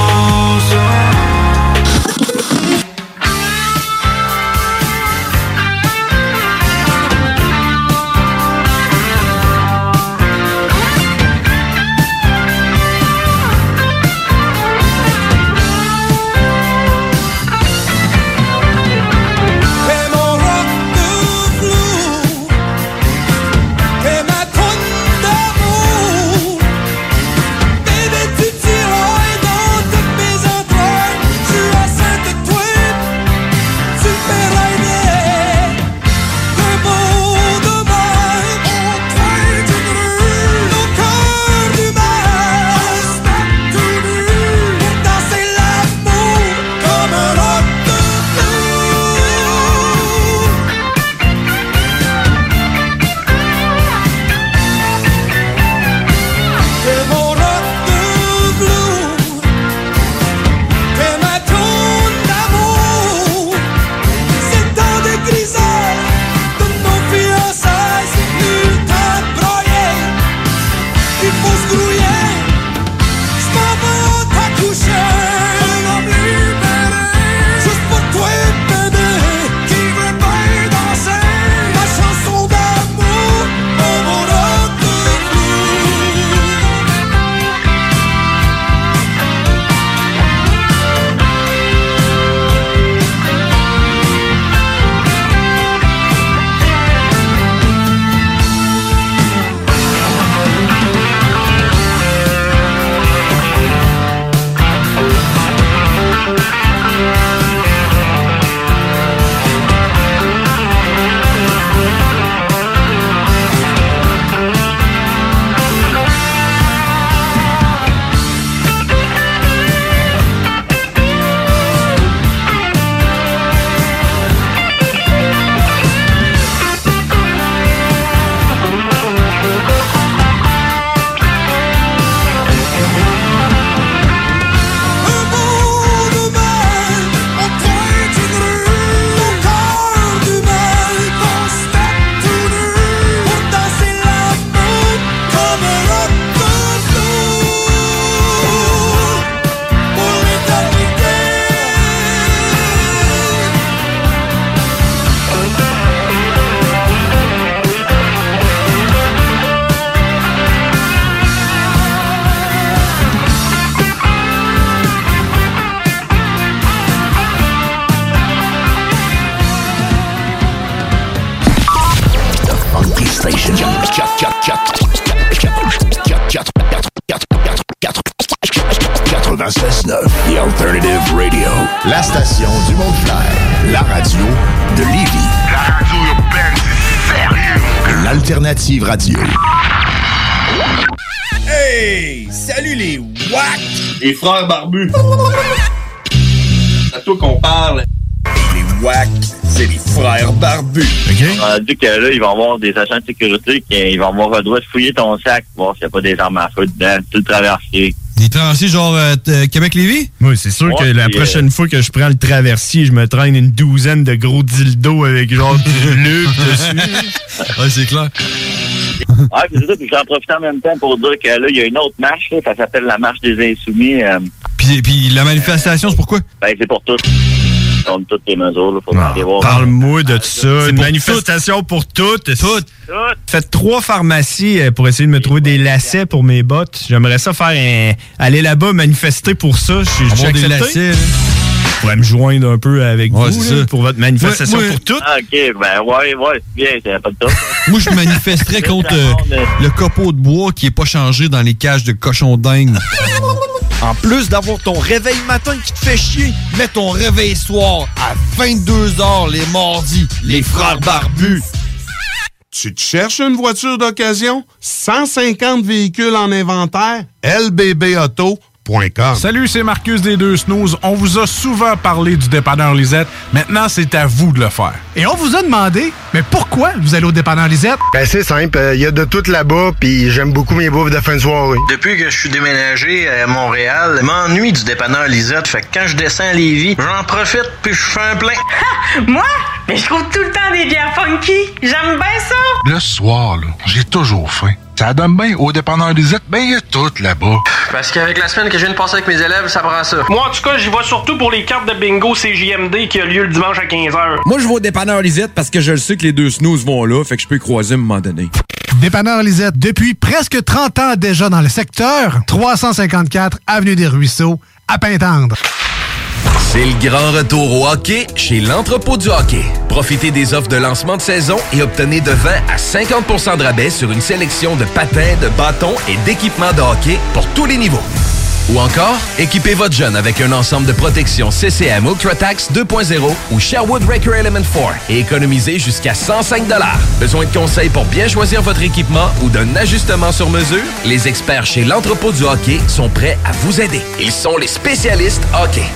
S2: quatre-vingt-seize neuf, The Alternative Radio. La station du Mont-Clair. La radio de Lévis.
S26: La radio urbaine, c'est sérieux.
S2: L'Alternative Radio.
S8: Hey! Salut les wack! Les frères barbus. C'est à toi qu'on parle. Les wack, c'est les frères barbus.
S9: OK? On a dit que là, ils vont avoir des agents de sécurité qui vont avoir le droit de fouiller ton sac, voir s'il n'y a pas des armes à feu dedans, tout le traversier.
S10: Des traversiers genre euh, Québec-Lévis?
S11: Oui, c'est sûr ouais, que la prochaine euh... fois que je prends le traversier, je me traîne une douzaine de gros dildos avec genre du lube dessus.
S10: Ouais, c'est clair.
S9: Ouais, c'est ça, puis j'en profite en même temps pour dire que là, il y a une autre marche, là, ça s'appelle la marche des Insoumis. Euh...
S10: Puis, puis la manifestation, c'est pourquoi?
S9: Ben, c'est pour tout. contre toutes les mesures. Là, faut aller voir.
S11: Parle-moi de ça. Une manifestation pour toutes. Toutes. Faites trois pharmacies pour essayer de me trouver des lacets pour mes bottes. J'aimerais ça faire un... aller là-bas manifester pour ça. Je suis
S10: des lacets,
S11: Je pourrais me joindre un peu avec
S10: ouais,
S11: vous là, pour votre manifestation
S10: ouais, ouais.
S11: pour toutes.
S9: Ah, OK, ben ouais, ouais, c'est bien, c'est pas de top.
S10: Moi, je manifesterais contre euh, le copeau de bois qui est pas changé dans les cages de cochons dingues.
S12: En plus d'avoir ton réveil matin qui te fait chier, mets ton réveil soir à vingt-deux heures les mardis. Les frères barbus.
S13: Tu te cherches une voiture d'occasion? cent cinquante véhicules en inventaire? L B B auto point com.
S3: Salut, c'est Marcus des Deux Snooze. On vous a souvent parlé du dépanneur Lisette. Maintenant, c'est à vous de le faire.
S14: Et on vous a demandé, mais pourquoi vous allez au dépanneur Lisette?
S15: Ben c'est simple, il y a de tout là-bas, puis j'aime beaucoup mes bouffes de fin de soirée.
S16: Depuis que je suis déménagé à Montréal, je m'ennuie du dépanneur Lisette. Fait que quand je descends à Lévis, j'en profite puis je fais un plein.
S17: Ha! Moi? Mais je trouve tout le temps des bières funky. J'aime bien ça.
S18: Le soir, là, j'ai toujours faim. Ça donne bien. Au dépanneur Lisette, ben il y a tout là-bas.
S16: Parce qu'avec la semaine que je viens de passer avec mes élèves, ça prend ça.
S19: Moi, en tout cas, j'y vais surtout pour les cartes de bingo C J M D qui a lieu le dimanche à quinze heures.
S20: Moi, je vais au dépanneur Lisette parce que je le sais que les deux snooze vont là, fait que je peux y croiser à un moment donné.
S14: Dépanneur Lisette, depuis presque trente ans déjà dans le secteur, trois cent cinquante-quatre Avenue des Ruisseaux, à Pintendre.
S31: C'est le grand retour au hockey chez l'Entrepôt du hockey. Profitez des offres de lancement de saison et obtenez de vingt à cinquante pour cent de rabais sur une sélection de patins, de bâtons et d'équipements de hockey pour tous les niveaux. Ou encore, équipez votre jeune avec un ensemble de protection C C M UltraTax deux point zéro ou Sherwood Record Element quatre et économisez jusqu'à cent cinq dollars. Besoin de conseils pour bien choisir votre équipement ou d'un ajustement sur mesure? Les experts chez l'Entrepôt du hockey sont prêts à vous aider. Ils sont les spécialistes hockey.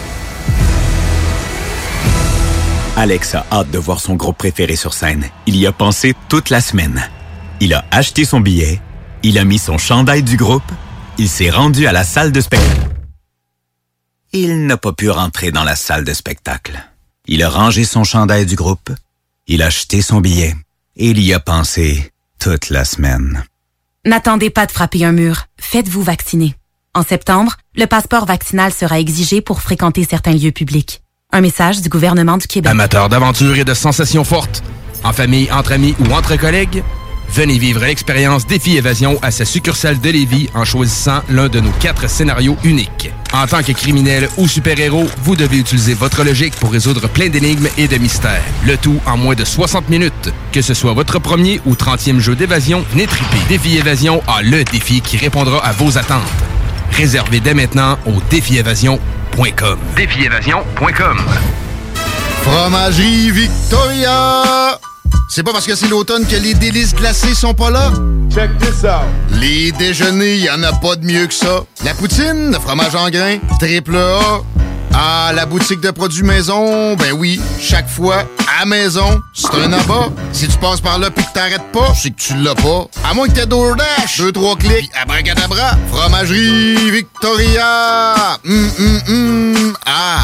S21: Alex a hâte de voir son groupe préféré sur scène. Il y a pensé toute la semaine. Il a acheté son billet, il a mis son chandail du groupe, il s'est rendu à la salle de spectacle. Il n'a pas pu rentrer dans la salle de spectacle. Il a rangé son chandail du groupe, il a acheté son billet et il y a pensé toute la semaine.
S23: N'attendez pas de frapper un mur. Faites-vous vacciner. En septembre, le passeport vaccinal sera exigé pour fréquenter certains lieux publics. Un message du gouvernement du Québec.
S31: Amateurs d'aventure et de sensations fortes, en famille, entre amis ou entre collègues, venez vivre l'expérience Défi Évasion à sa succursale de Lévis en choisissant l'un de nos quatre scénarios uniques. En tant que criminel ou super-héros, vous devez utiliser votre logique pour résoudre plein d'énigmes et de mystères. Le tout en moins de soixante minutes. Que ce soit votre premier ou trentième jeu d'évasion, venez triper. Défi Évasion a le défi qui répondra à vos attentes. Réservez dès maintenant au défi évasion point com. défi évasion point com.
S12: Fromagerie Victoria! C'est pas parce que c'est l'automne que les délices glacées sont pas là? Check this out! Les déjeuners, y en a pas de mieux que ça. La poutine, le fromage en grains, triple A. Ah, la boutique de produits maison, ben oui, chaque fois, à maison, c'est un abat. Si tu passes par là pis que t'arrêtes pas, c'est que tu l'as pas. À moins que t'aies DoorDash, deux, trois clics, abracadabra. Fromagerie Victoria! Hum, hum, hum, ah!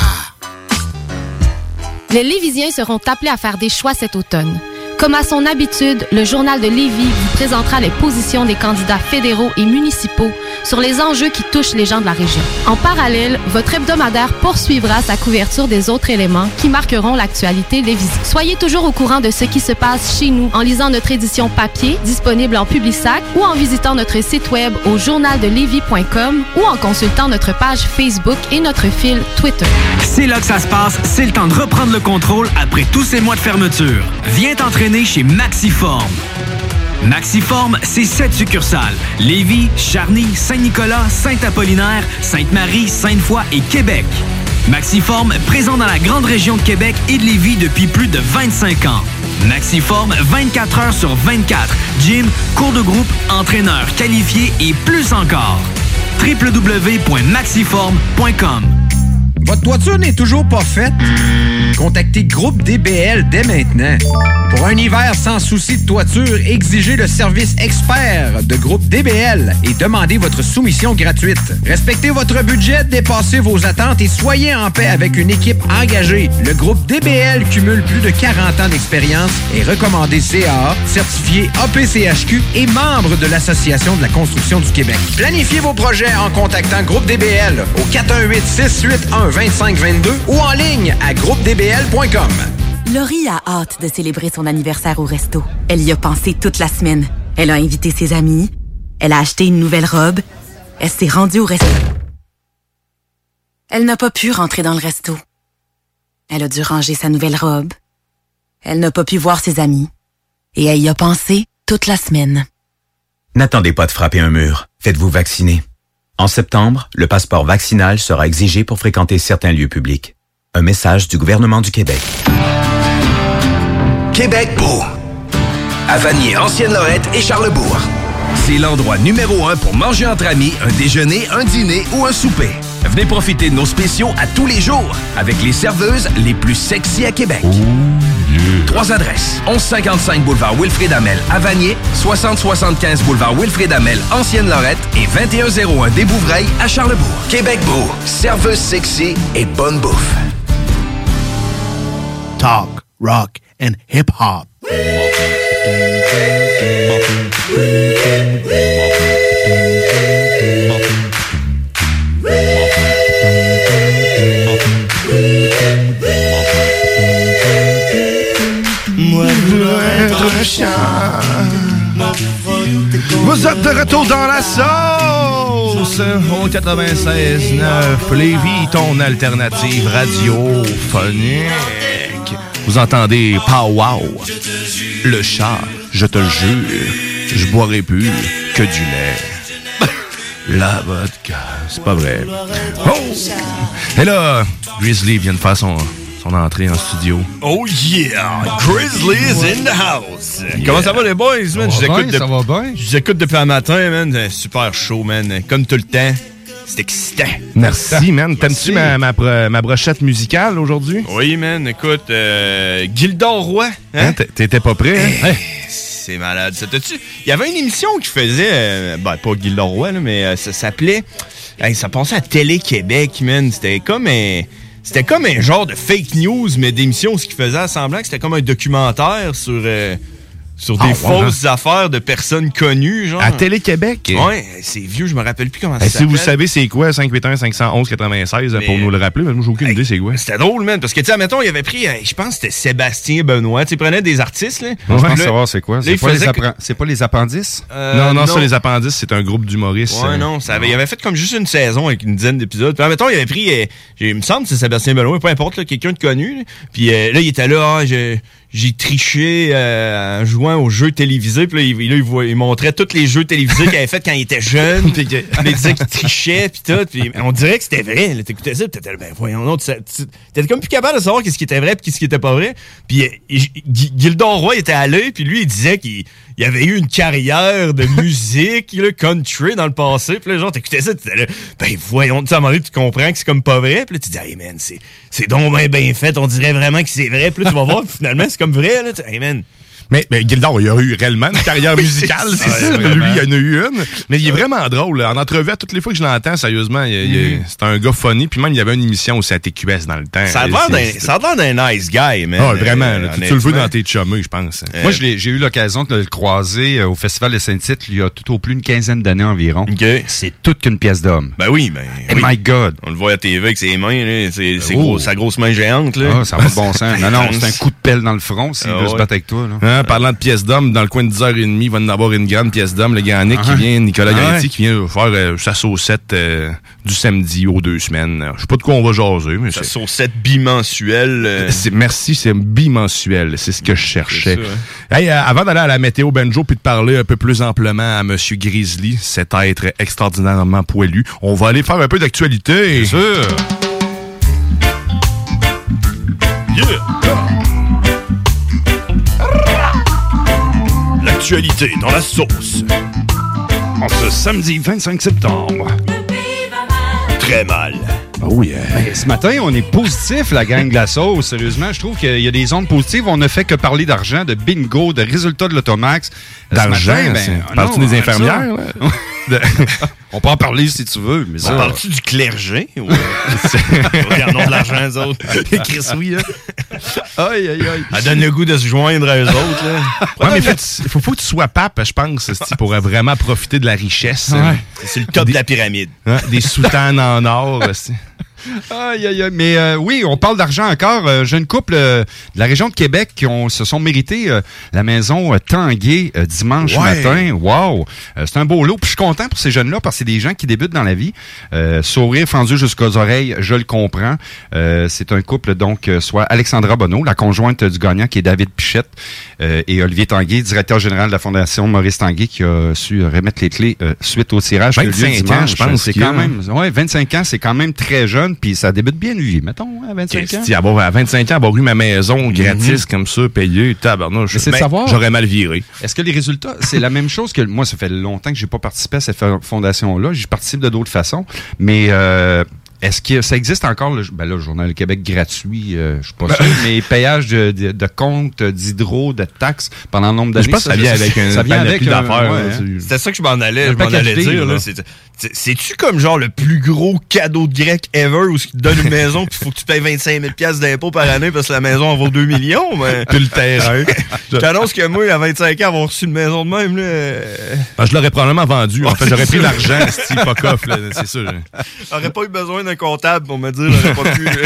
S24: Les Lévisiens seront appelés à faire des choix cet automne. Comme à son habitude, le Journal de Lévis vous présentera les positions des candidats fédéraux et municipaux sur les enjeux qui touchent les gens de la région. En parallèle, votre hebdomadaire poursuivra sa couverture des autres éléments qui marqueront l'actualité lévisienne. Soyez toujours au courant de ce qui se passe chez nous en lisant notre édition papier, disponible en Publisac, ou en visitant notre site web au journal de lévis point com ou en consultant notre page Facebook et notre fil Twitter.
S32: C'est là que ça se passe, c'est le temps de reprendre le contrôle après tous ces mois de fermeture. Viens t'entraîner chez Maxiform. Maxiform, c'est sept succursales. Lévis, Charny, Saint-Nicolas, Saint-Apollinaire, Sainte-Marie, Sainte-Foy et Québec. Maxiform, présent dans la grande région de Québec et de Lévis depuis plus de vingt-cinq ans. Maxiform, vingt-quatre heures sur vingt-quatre. Gym, cours de groupe, entraîneur qualifié et plus encore. w w w point maxiform point com.
S33: Votre toiture n'est toujours pas faite? Contactez Groupe D B L dès maintenant. Pour un hiver sans souci de toiture, exigez le service expert de Groupe D B L et demandez votre soumission gratuite. Respectez votre budget, dépassez vos attentes et soyez en paix avec une équipe engagée. Le Groupe D B L cumule plus de quarante ans d'expérience, est recommandé C A A, certifié A P C H Q et membre de l'Association de la construction du Québec. Planifiez vos projets en contactant Groupe D B L au quatre un huit, six huit un, vingt-cinq vingt-deux ou en ligne à groupe d b l point com.
S23: Laurie a hâte de célébrer son anniversaire au resto. Elle y a pensé toute la semaine. Elle a invité ses amis. Elle a acheté une nouvelle robe. Elle s'est rendue au resto. Elle n'a pas pu rentrer dans le resto. Elle a dû ranger sa nouvelle robe. Elle n'a pas pu voir ses amis. Et elle y a pensé toute la semaine.
S21: N'attendez pas de frapper un mur. Faites-vous vacciner. En septembre, le passeport vaccinal sera exigé pour fréquenter certains lieux publics. Un message du gouvernement du Québec.
S31: Québec beau. À Vanier, Ancienne-Lorette et Charlebourg. C'est l'endroit numéro un pour manger entre amis, un déjeuner, un dîner ou un souper. Venez profiter de nos spéciaux à tous les jours avec les serveuses les plus sexy à Québec. Oh yeah. Trois adresses. onze cinquante-cinq boulevard Wilfrid Hamel à Vanier, soixante soixante-quinze boulevard Wilfrid Hamel, Ancienne-Lorette et vingt et un zéro un des Bouvrailles à Charlebourg. Québec beau. Serveuse sexy et bonne bouffe.
S1: Talk, rock and hip-hop.
S2: Moi, je veux être un chien. Vous êtes de retour dans la sauce au quatre-vingt-seize neuf Lévis, ton alternative radiophonique. Vous entendez Pow Wow, le chat, je te le jure, je boirai plus que du lait. La vodka, c'est pas vrai. Oh! Et là, Grizzly vient de faire son, son entrée en studio.
S11: Oh yeah! Grizzly is in the house! Yeah. Comment ça va les boys, man?
S2: Ça
S11: Je
S2: va
S11: vous écoute
S2: bien,
S11: de...
S2: ça va bien.
S11: Je vous écoute depuis un matin, man. Super chaud, man. Comme tout le temps. C'est excitant.
S2: Merci, man. T'aimes-tu ma, ma, ma brochette musicale aujourd'hui?
S11: Oui, man. Écoute, euh, Gildor Roy. Hein?
S2: Hein, t'étais pas prêt, hein?
S11: Hey, c'est malade. Ça, t'as-tu... Il y avait une émission qui faisait... Euh, ben, pas Gildor Roy, là, mais euh, ça s'appelait... Hey, ça passait à Télé-Québec, man. C'était comme un... C'était comme un genre de fake news, mais d'émission, ce qui faisait semblant que c'était comme un documentaire sur... Euh, Sur des ah, fausses ouais, affaires de personnes connues, genre.
S2: À Télé-Québec?
S11: Ouais, c'est vieux, je me rappelle plus comment ça
S2: hey,
S11: s'appelle.
S2: Si vous savez c'est quoi, cinq huit un cinq un un quatre-vingt-seize, mais... pour nous le rappeler, mais moi j'ai aucune hey, idée c'est quoi.
S11: C'était drôle, man, parce que, tu sais, admettons, il avait pris, je pense que c'était Sébastien Benoît, tu sais, il prenait des artistes, là.
S2: Ouais, je pense savoir c'est quoi. C'est pas, faisait...
S4: appre... pas les appendices?
S2: Euh, non, non, non, ça, les appendices, c'est un groupe d'humoristes.
S11: Ouais, euh... non, ça avait, il avait fait comme juste une saison avec une dizaine d'épisodes. Puis, admettons, il avait pris, euh, il me semble que c'est Sébastien Benoît, peu importe, là, quelqu'un de connu, là. Puis euh, là, il était là, ah, je... j'ai triché euh, en jouant aux jeux télévisés. Puis là, il, là, il, voit, il montrait tous les jeux télévisés qu'il avait fait quand il était jeune. Puis il disait qu'il trichait, puis tout. Puis on dirait que c'était vrai. Là, t'écoutais ça, puis t'étais ben voyons non, t'étais comme plus capable de savoir qu'est-ce qui était vrai puis qu'est-ce qui était pas vrai. Puis euh, Gildor Roy était allé, puis lui, il disait qu'il il avait eu une carrière de musique, là, country dans le passé. Puis là, genre, t'écoutais ça, t'étais là, ben voyons, tu sais, à un moment donné, tu comprends que c'est comme pas vrai. Puis là, tu dis, hey man, c'est, c'est donc bien bien fait, on dirait vraiment que c'est vrai. Puis là, tu vas voir, finalement, c'est comme vrai, là, hey man.
S2: Mais, mais Gildor, il a eu réellement une carrière musicale, c'est ça. Ouais, lui, il en a eu une. Mais il est vraiment drôle. Là. En entrevue, à toutes les fois que je l'entends, sérieusement, il, il, mm. c'est un gars funny. Puis même, il y avait une émission aussi à T Q S dans le temps.
S11: Ça a l'air d'un, ça a l'air d'un nice guy, man.
S2: Ah, vraiment. Là, tu, tu le veux dans tes chummés, je pense.
S4: Euh, Moi, je j'ai eu l'occasion de le croiser au Festival de Saint-Tite il y a tout au plus une quinzaine d'années environ.
S11: Okay.
S4: C'est toute qu'une pièce d'homme.
S11: Ben oui, ben.
S4: Oh
S11: oui.
S4: my God.
S11: On le voit à T V avec ses mains, là. C'est, c'est oh. gros, sa grosse main géante, là.
S4: Ah, ça va de bon sens. Non, non, c'est un coup de pelle dans le front s'il ah, veut ouais. se battre avec toi, là.
S2: Hein, parlant de pièces d'homme, dans le coin de dix heures trente, il va en avoir une grande pièce d'homme, le grand Nick uh-huh. qui vient, Nicolas uh-huh. Garetti, qui vient faire euh, sa saucette euh, du samedi aux deux semaines. Je sais pas de quoi on va jaser, mais
S11: sa
S2: c'est...
S11: saucette bimensuelle. Euh...
S2: C'est, merci, c'est bimensuel. C'est ce que je cherchais. Ça, hein. Hey, euh, avant d'aller à la météo banjo puis de parler un peu plus amplement à Monsieur Grizzly, cet être extraordinairement poilu, on va aller faire un peu d'actualité.
S11: Bien sûr. Yeah. L'actualité dans la sauce. En ce samedi vingt-cinq septembre. Très mal.
S2: Oh yeah.
S4: Ben, ce matin, on est positif, la gang de la sauce. Sérieusement, je trouve qu'il y a des ondes positives. On ne fait que parler d'argent, de bingo, de résultats de l'automax.
S2: D'argent? Matin, ben, parles-tu des infirmières? Ouais.
S4: De... On peut en parler si tu veux. Mais ça...
S11: Parles-tu du clergé? Ou... Ils en ont de l'argent, eux autres. Chris, oui, hein?
S4: Aïe, aïe, aïe.
S11: Ça donne le goût de se joindre à eux autres. Là.
S2: Ouais, mais il faut, faut que tu sois pape, je pense, pour vraiment profiter de la richesse.
S11: Ouais. C'est le top des, de la pyramide.
S2: Hein, des soutanes en or.
S4: Aïe, aïe, aïe. Mais euh, oui, on parle d'argent encore. Euh, jeune couple euh, de la région de Québec qui ont, se sont mérités euh, la maison euh, Tanguay euh, dimanche
S2: Ouais.
S4: matin. Wow! Euh, c'est un beau lot. Puis je suis content pour ces jeunes-là parce que c'est des gens qui débutent dans la vie. Euh, sourire fendu jusqu'aux oreilles, je le comprends. Euh, c'est un couple, donc, euh, soit Alexandra Bonneau, la conjointe du gagnant, qui est David Pichette, euh, et Olivier Tanguay, directeur général de la Fondation Maurice Tanguay, qui a su remettre les clés euh, suite au tirage.
S2: vingt-cinq ans, je pense.
S4: C'est quand même, ouais, vingt-cinq ans, c'est quand même très jeune, puis ça débute bien lui, mettons, à vingt-cinq ans.
S2: Si, à vingt-cinq ans, avoir eu ma maison gratis mm-hmm. comme ça, payée, tabarnouche,
S4: mais c'est de savoir,
S2: j'aurais mal viré.
S4: Est-ce que les résultats, c'est la même chose que moi, ça fait longtemps que j'ai pas participé à cette fondation-là, j'y participe de d'autres façons, mais euh, est-ce que ça existe encore, le, ben là, le Journal du Québec gratuit, euh, je suis pas sûr, mais payage de, de, de comptes, d'hydro, de taxes pendant le nombre d'années.
S2: Je pense que ça vient avec un
S4: ça vient avec
S2: d'affaires.
S11: Ouais, hein. C'était ça que je m'en allais, je m'en allais dire. Là. C'est, c'est, c'est-tu comme genre le plus gros cadeau de grec ever où ils te donnent une maison puis il faut que tu payes vingt-cinq mille dollars d'impôts par année parce que la maison en vaut deux millions? Mais...
S2: Puis le terrain.
S11: Je t'annonce que moi, à vingt-cinq ans, avoir reçu une maison de même. Là...
S2: Ben, je l'aurais probablement vendu. En fait, j'aurais pris l'argent, Steve Pocoff, là, c'est sûr.
S11: J'aurais pas eu besoin d'un comptable pour me dire, j'aurais pas pu.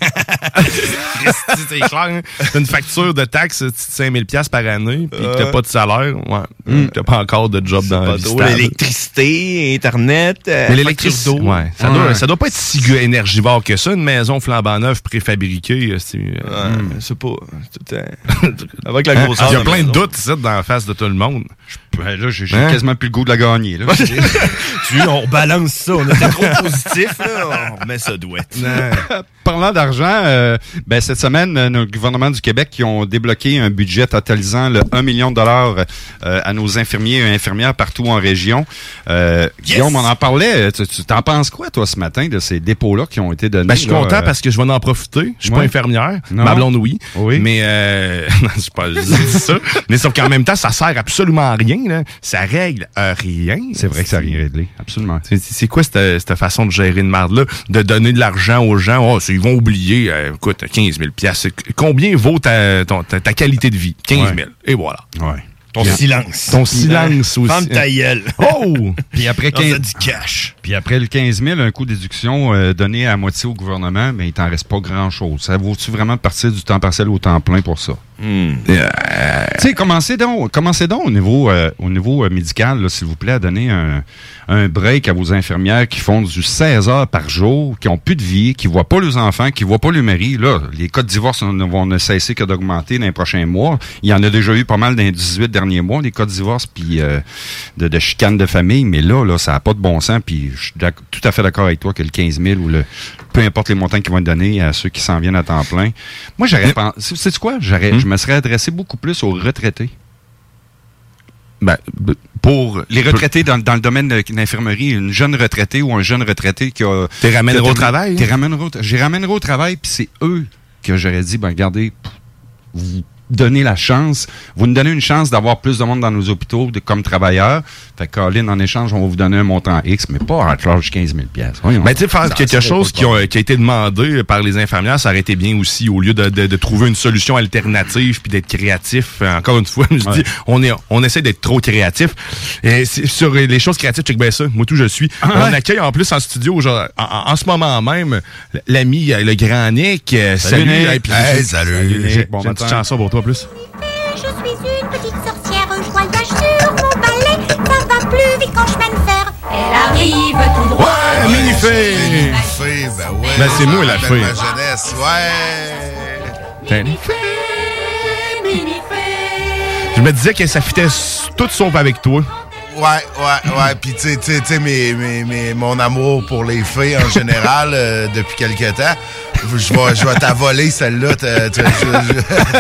S2: C'est clair. Hein? T'as une facture de taxes de cinq mille dollars par année, puis euh... t'as pas de salaire. Ouais. Mm. T'as pas encore de job dans la vie.
S11: L'électricité, Internet. Euh,
S2: mais l'électricité, ouais. Ça, ouais. Doit, ça doit pas être si énergivore que ça, une maison flambant neuve préfabriquée. C'est,
S11: ouais, mm. c'est pas. C'est tout un... Avec la grosseur.
S2: Il y a plein de doutes ici dans la face de tout le monde.
S4: Ben là, j'ai, j'ai hein? quasiment plus le goût de la gagner. Là.
S11: Tu vois, on balance ça. On était trop positif. Là. On remet ça douette.
S4: Parlant d'argent, euh, ben, cette semaine, euh, le gouvernement du Québec qui ont débloqué un budget totalisant le un million de dollars euh, à nos infirmiers et infirmières partout en région. Euh, yes! Guillaume, on en parlait. Tu, tu t'en penses quoi, toi, ce matin, de ces dépôts-là qui ont été donnés?
S2: Ben, je suis
S4: là,
S2: content
S4: euh...
S2: parce que je vais en profiter. Je suis
S4: ouais.
S2: pas infirmière. Non. Ma blonde, oui.
S4: oui.
S2: Mais, euh, non, je sais pas, je dis ça. Mais sauf qu'en même temps, ça sert absolument à rien, là. Ça règle euh, rien.
S4: C'est vrai que ça n'a rien réglé. Absolument.
S2: C'est, c'est quoi cette, cette façon de gérer une marde-là? De donner de l'argent aux gens? Oh, ils vont oublier. Euh, écoute, quinze mille dollars. Combien vaut ta, ton, ta, ta qualité de vie? quinze mille. Ouais. Et voilà.
S4: Ouais.
S11: Ton Bien. silence.
S2: Ton silence aussi.
S11: Femme ta gueule.
S2: Oh!
S4: Puis après quinze...
S11: du cash.
S4: Puis après le quinze mille, un coup d'éducation euh, donné à moitié au gouvernement, mais il t'en reste pas grand-chose. Ça vaut-tu vraiment de partir du temps partiel au temps plein pour ça?
S11: Mm.
S4: Euh, tu sais, commencez donc, commencez donc au niveau, euh, au niveau euh, médical, là, s'il vous plaît, à donner un, un break à vos infirmières qui font du seize heures par jour, qui ont plus de vie, qui voient pas leurs enfants, qui voient pas le mari. Là, les cas de divorce ne vont ne cesser que d'augmenter dans les prochains mois. Il y en a déjà eu pas mal dans les dix-huit derniers mois, des cas de divorce puis euh, de, de chicane de famille. Mais là, là, ça n'a pas de bon sens. Puis je suis tout à fait d'accord avec toi que le quinze mille ou le peu importe les montants qu'ils vont donner à ceux qui s'en viennent à temps plein. Moi, j'aurais pensé, sais-tu quoi? J'aurais, hum? Je me serais adressé beaucoup plus aux retraités.
S2: Ben, pour
S4: les retraités dans, dans le domaine de l'infirmerie, une jeune retraitée ou un jeune retraité qui a...
S2: T'es ramèneras au travail?
S4: T'es ramèneras, j'y ramènerai au travail, puis c'est eux que j'aurais dit, ben regardez, vous donner la chance, vous nous donnez une chance d'avoir plus de monde dans nos hôpitaux de, comme travailleurs. Fait que, Colin, en échange, on va vous donner un montant X, mais pas à charge quinze mille dollars.
S2: Ben, tu sais, faire quelque chose qui a, qui a été demandé par les infirmières, ça aurait été bien aussi, au lieu de, de, de trouver une solution alternative puis d'être créatif. Encore une fois, je ouais. dis, on est, on essaie d'être trop créatif. Et sur les choses créatives, check bien ça. Moi, tout, je suis. Ah, on ouais. accueille en plus en studio, genre, en, en ce moment même, l'ami, le grand Nick. Salut,
S5: salut Nick.
S2: Hey, puis,
S5: hey, salut.
S2: salut Nick. J'ai, bon, j'ai une petite chanson pour toi, plus.
S6: Je suis une petite sorcière, je voyage sur mon balai. Ça va plus vite quand je mène faire. Elle arrive tout droit.
S2: Ouais, ouais Mini-Fée!
S5: Mini-Fée, ben ouais.
S2: Ben c'est moi la fée.
S5: Ma jeunesse, ouais.
S2: Mini-Fée, Mini-Fée. Je me disais que ça fitait tout sauf avec toi.
S5: Ouais, ouais, ouais. Puis, tu sais, tu sais, mes, mes, mes, mon amour pour les fées en général, euh, depuis quelque temps, je vais, je vais t'avoler celle-là. T'as, t'as, je,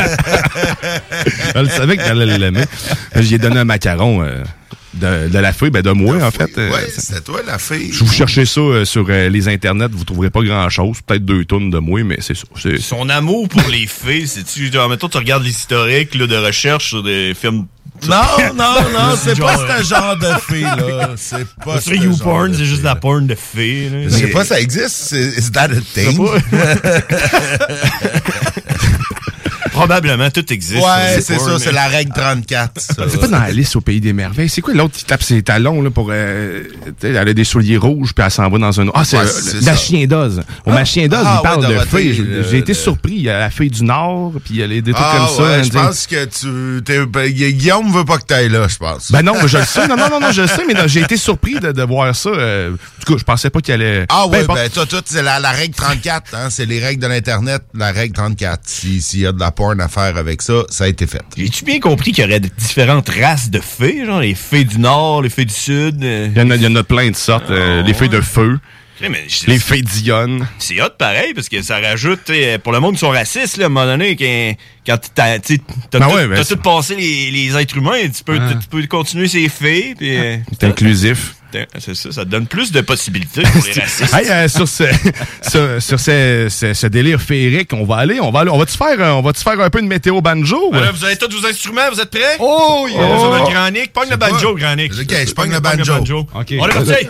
S2: je... je savais que t'allais l'aimer. J'ai donné un macaron euh, de, de la fée, ben de moi,
S5: de
S2: en
S5: fée.
S2: fait.
S5: Ouais, c'était toi, la fée.
S2: Je vous cherchez ça euh, sur euh, les internets, vous trouverez pas grand-chose. Peut-être deux tonnes de moi, mais c'est ça. C'est...
S11: Son amour pour les fées, c'est-tu... Genre, mettons, tu regardes l'historique là, de recherche sur des films...
S5: Non, non, non, c'est pas ce genre de fille-là. C'est pas
S11: sur YouPorn, c'est juste la porn de filles. Là.
S5: Je sais pas, ça existe. Is that a thing?
S11: Probablement, tout existe.
S5: Ouais, c'est
S11: pas,
S5: ça,
S11: mais...
S5: c'est la règle trente-quatre. Ça.
S2: C'est pas dans Alice au Pays des Merveilles. C'est quoi l'autre qui tape ses talons là, pour... Euh, elle a des souliers rouges, puis elle s'en va dans un... Ah, c'est,
S5: ouais,
S2: euh,
S5: c'est
S2: la
S5: ça.
S2: chien d'Oz. Au
S5: Ah,
S2: Ma chien d'Oz,
S5: ah,
S2: il parle
S5: ouais,
S2: de
S5: Dorothée,
S2: fées. J'ai,
S5: le,
S2: j'ai été
S5: le...
S2: surpris. Il y a la fée du Nord, puis il y a des trucs
S5: ah,
S2: comme
S5: ouais,
S2: ça.
S5: Je pense que tu... T'es, Guillaume veut pas que t'ailles là, je pense.
S2: Ben non, je le sais. Non, non, non, non je le sais, mais non, j'ai été surpris de, de voir ça. Euh, en tout cas, je pensais pas qu'il allait...
S5: Ah oui,
S2: ben,
S5: ben toi, tout, c'est la, la règle trente-quatre, hein, c'est les règles de l'Internet, la règle trente-quatre. Si, s'il y a de la porn à faire avec ça, ça a été fait.
S11: J'ai-tu bien compris qu'il y aurait différentes races de fées, genre les fées du Nord, les fées du Sud? Euh...
S2: Il, y en a, il y en a plein de sortes. Oh, euh, les fées de feu.
S11: Mais je,
S2: les fées d'Ionne.
S11: C'est hot pareil, parce que ça rajoute, pour le monde qui sont racistes, là, à un moment donné, quand, quand t'as, t'as, t'as, ben tout, ouais, ben t'as tout passé les, les êtres humains, tu peux, ah. tu peux continuer ces fées. Puis, ah.
S2: C'est inclusif.
S11: C'est ça, ça te donne plus de possibilités pour les racistes.
S2: Hey, euh, sur ce, sur, sur ce, ce, ce délire féerique, on va aller, on va aller, on va-tu faire, on va-tu faire un peu de météo banjo?
S11: Ben là, vous avez tous vos instruments, vous êtes prêts?
S2: Oh, yeah.
S11: Oh, oh. Grand Nick, pogne le banjo, Grand Nick.
S5: Ok, je pogne le banjo. banjo.
S11: Okay. On est parti!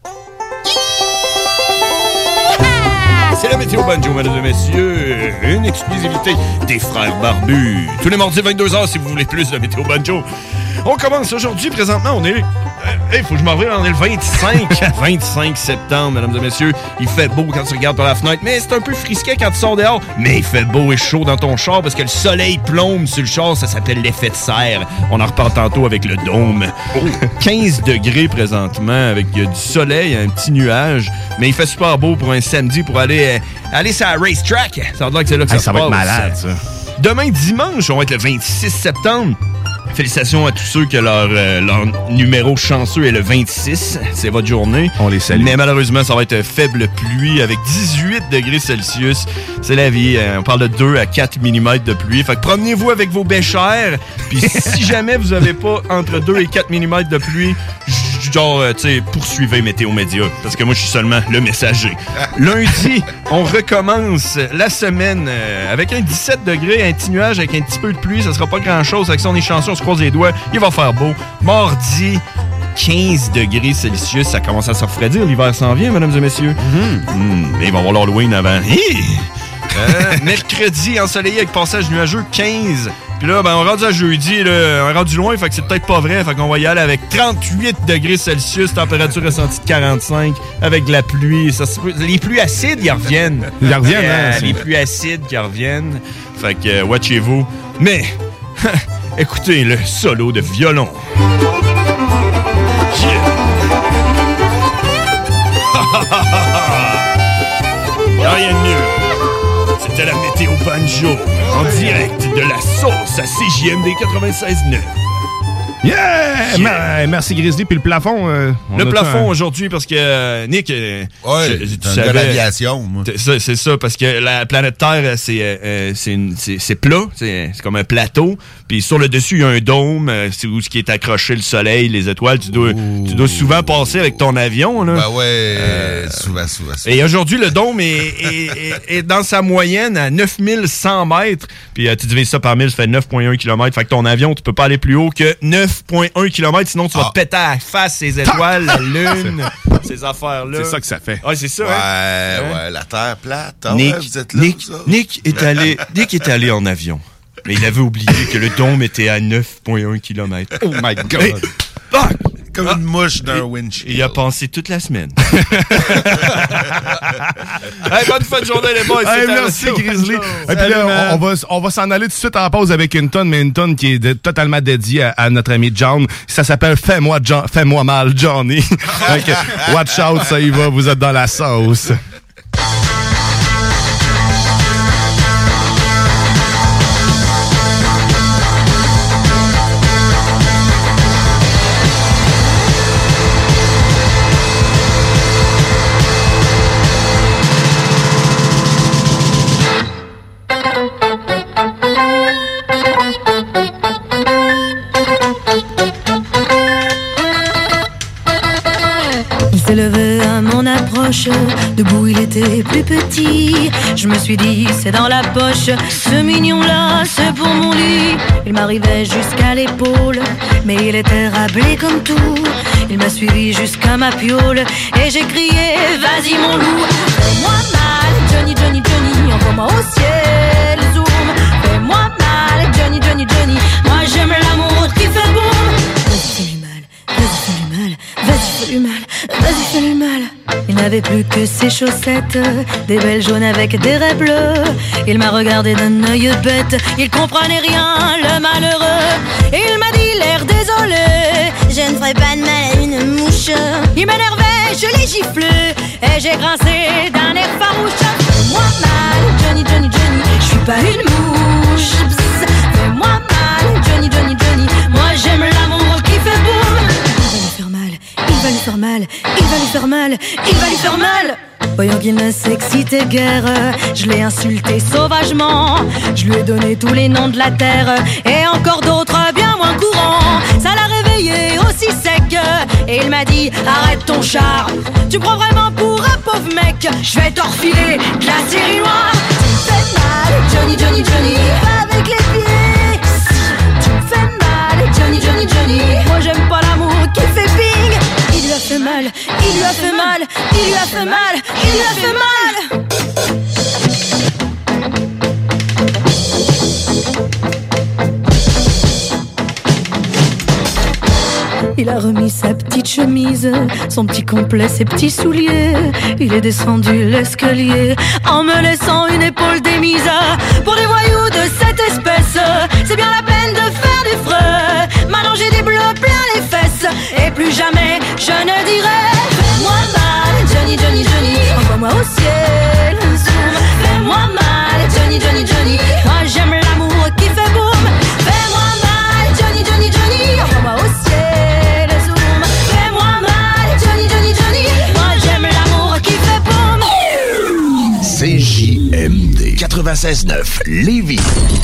S11: C'est la météo banjo, mesdames et messieurs. Une exclusivité des frères barbus. Tous les mardis vingt-deux heures si vous voulez plus de météo banjo. On commence aujourd'hui, présentement, on est... Hey, il faut que je m'en revienne, on est le vingt-cinq, vingt-cinq septembre, mesdames et messieurs. Il fait beau quand tu regardes par la fenêtre, mais c'est un peu frisquet quand tu sors dehors. Mais il fait beau et chaud dans ton char parce que le soleil plombe sur le char, ça s'appelle l'effet de serre. On en reparle tantôt avec le dôme. Oh. quinze degrés présentement avec du soleil, un petit nuage. Mais il fait super beau pour un samedi pour aller, euh, aller sur la racetrack. Ça va dire que c'est là que
S2: hey,
S11: ça,
S2: ça va
S11: passe.
S2: être malade, ça.
S11: Demain, dimanche, on va être le vingt-six septembre. Félicitations à tous ceux que leur, euh, leur numéro chanceux est le vingt-six. C'est votre journée.
S2: On les salue.
S11: Mais malheureusement, ça va être faible pluie avec dix-huit degrés Celsius. C'est la vie. Hein. On parle de deux à quatre millimètres de pluie. Fait que promenez-vous avec vos béchères. Puis si jamais vous n'avez pas entre deux et quatre millimètres de pluie, genre, euh, tu sais, poursuivez Météo Média. Parce que moi, je suis seulement le messager. Lundi, on recommence la semaine euh, avec un dix-sept degrés, un petit nuage avec un petit peu de pluie. Ça sera pas grand-chose. Avec ça, on est chanceux, on se croise les doigts. Il va faire beau. Mardi, quinze degrés Celsius. Ça commence à se refroidir. L'hiver s'en vient, mesdames et messieurs. Mm-hmm. Mm, il va y avoir l'Halloween avant. Hey! Euh, mercredi, ensoleillé avec passage nuageux, quinze. Puis là, ben, on rendu à jeudi, là, on est rendu loin, fait que c'est peut-être pas vrai. Fait qu'on va y aller avec trente-huit degrés Celsius, température ressentie de quarante-cinq, avec de la pluie. Ça, les pluies acides, ils reviennent.
S2: Ils reviennent,
S11: euh,
S2: hein?
S11: Les pluies acides qui reviennent. Fait que, euh, watchez-vous. Mais, écoutez le solo de violon. Y'a rien de mieux. C'était la météo banjo, en direct de la sauce à C J M D quatre-vingt-seize neuf.
S2: Yeah! yeah! Merci Grizzly. Puis le plafond... Euh,
S11: le plafond un... aujourd'hui, parce que euh, Nick... Euh,
S5: ouais, je, tu savais, de l'aviation, moi.
S11: C'est, c'est ça, parce que la planète Terre, c'est, euh, c'est, une, c'est, c'est plat, c'est, c'est comme un plateau. Puis sur le dessus, il y a un dôme, euh, c'est où ce qui est accroché, le soleil, les étoiles. Tu dois, tu dois souvent passer avec ton avion. Là.
S5: Ben ouais, euh, souvent, souvent, souvent.
S11: Et aujourd'hui, le dôme est, est, est, est dans sa moyenne à neuf mille cent mètres. Puis euh, tu divises ça par mille, ça fait neuf virgule un kilomètres. Fait que ton avion, tu peux pas aller plus haut que neuf virgule un kilomètres, sinon tu vas ah. te péter à la face ces étoiles, la lune, ces affaires-là.
S2: C'est ça que ça fait.
S11: Ah, c'est ça,
S5: ouais,
S11: hein?
S5: Ouais, ouais, la Terre plate. Ah
S11: Nick,
S5: ouais, vous êtes là,
S11: Nick,
S5: ça?
S11: Nick, est allé, Nick est allé en avion, mais il avait oublié que le dôme était à neuf virgule un kilomètres.
S2: Oh my God!
S11: Hey, ah,
S5: comme ah, une mouche d'un windshield.
S11: Il a pensé toute la semaine. Hey, bonne fin de journée, les boys.
S2: Hey, merci, Grizzly. Et puis là, on, on va, on va s'en aller tout de suite en pause avec une tonne, mais une tonne qui est de, totalement dédiée à, à notre ami John. Ça s'appelle Fais-moi, John, Fais-moi mal, Johnny. Donc, watch out, ça y va, vous êtes dans la sauce.
S3: s'est levé à mon approche. Debout il était plus petit. Je me suis dit c'est dans la poche. Ce mignon là c'est pour mon lit. Il m'arrivait jusqu'à l'épaule, mais il était râblé comme tout. Il m'a suivi jusqu'à ma piole et j'ai crié vas-y mon loup. Fais-moi mal Johnny Johnny Johnny, envoie-moi au ciel zoom. Fais-moi mal n'avait plus que ses chaussettes, des belles jaunes avec des raies bleues. Il m'a regardé d'un œil bête, il comprenait rien, le malheureux. Il m'a dit l'air désolé, je ne ferai pas de mal à une mouche. Il m'énervait, je l'ai giflé, et j'ai grincé d'un air farouche. Fais-moi mal, Johnny, Johnny, Johnny, je suis pas une mouche. Psst, fais-moi mal, Johnny, Johnny, Johnny, moi j'aime l'amour qui fait boum. Il va lui faire mal, il va lui faire mal, il va lui faire mal. Voyant qu'il ne s'excitait guère, je l'ai insulté sauvagement. Je lui ai donné tous les noms de la terre et encore d'autres bien moins courants. Ça l'a réveillé aussi sec et il m'a dit arrête ton char. Tu me prends vraiment pour un pauvre mec. Je vais t'enfiler de la série noire. Tu me fais mal, Johnny, Johnny, Johnny, avec les pieds. Tu me fais mal, Johnny, Johnny, Johnny. Moi j'aime pas l'amour qui fait ping. Il lui a fait mal, il lui a fait mal, il lui a fait mal, il lui a fait mal. Il a remis sa petite chemise, son petit complet, ses petits souliers. Il est descendu l'escalier en me laissant une épaule démise. Pour des voyous de cette espèce, c'est bien la peine de faire des frais. Maintenant j'ai des bleus plein les fesses et plus jamais je ne dirai fais-moi mal, Johnny, Johnny, Johnny, envoie-moi au ciel un zoom. Fais-moi mal, Johnny, Johnny, Johnny, moi j'aime l'amour qui fait boum. Fais-moi mal, Johnny, Johnny, Johnny, envoie-moi au ciel un zoom. Fais-moi mal, Johnny, Johnny, Johnny, moi j'aime l'amour qui fait boum.
S31: C J M D quatre-vingt-seize neuf Lévis.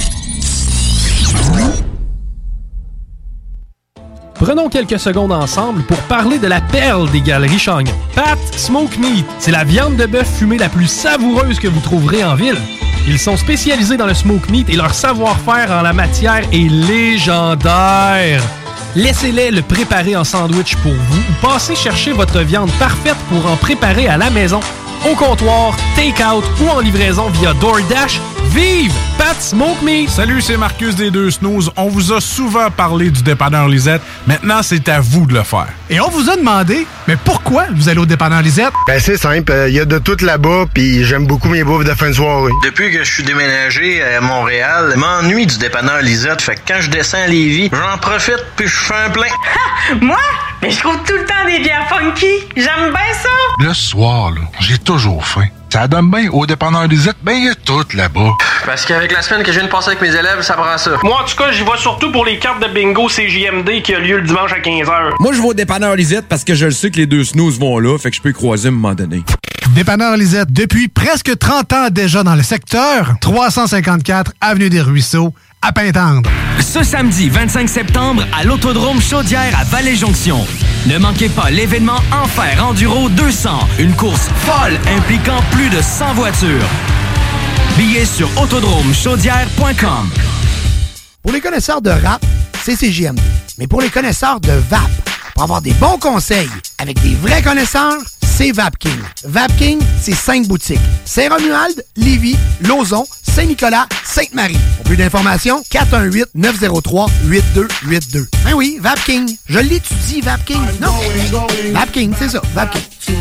S7: Prenons quelques secondes ensemble pour parler de la perle des galeries Chagnon. Pat Smoke Meat, c'est la viande de bœuf fumée la plus savoureuse que vous trouverez en ville. Ils sont spécialisés dans le smoke meat et leur savoir-faire en la matière est légendaire. Laissez-les le préparer en sandwich pour vous ou passez chercher votre viande parfaite pour en préparer à la maison, au comptoir, take-out ou en livraison via DoorDash. Vive Pat Smoke Meat!
S8: Salut, c'est Marcus des Deux Snooze. On vous a souvent parlé du dépanneur Lisette. Maintenant, c'est à vous de le faire.
S14: Et on vous a demandé, mais pourquoi vous allez au dépanneur Lisette?
S9: Ben c'est simple, il euh, y a de tout là-bas, puis j'aime beaucoup mes bouffes de fin de soirée.
S16: Depuis que je suis déménagé à Montréal, je m'ennuie du dépanneur Lisette. Fait que quand je descends à Lévis, j'en profite puis je fais un plein.
S17: Ha! Moi? Mais je trouve tout le temps des bières funky. J'aime bien ça.
S18: Le soir, là, j'ai toujours faim. Ça donne bien au dépanneur Lisette, ben il y a tout là-bas.
S16: Parce qu'avec la semaine que je viens de passer avec mes élèves, ça prend ça.
S19: Moi, en tout cas, j'y vais surtout pour les cartes de bingo C J M D qui a lieu le dimanche à quinze heures.
S33: Moi, je vais au dépanneur Lisette parce que je le sais que les deux snooze vont là, fait que je peux y croiser à un moment donné.
S14: Dépanneur Lisette, depuis presque trente ans déjà dans le secteur, trois cent cinquante-quatre Avenue des Ruisseaux, à Pintendre.
S32: Ce samedi vingt-cinq septembre, à l'Autodrome Chaudière à Vallée-Jonction. Ne manquez pas l'événement Enfer Enduro deux cents, une course folle impliquant plus de cent voitures. Billets sur autodrome chaudière point com.
S1: Pour les connaisseurs de rap, c'est C J M D. Mais pour les connaisseurs de vape, pour avoir des bons conseils avec des vrais connaisseurs, c'est Vapking. Vapking, c'est cinq boutiques. Saint-Romuald, Lévis, Lauson, Saint-Nicolas, Sainte-Marie. Pour plus d'informations, quatre un huit, neuf zéro trois, huit deux huit deux. Ben oui, Vapking. Je l'étudie, Vapking. Non, Vapking, c'est ça, Vapking.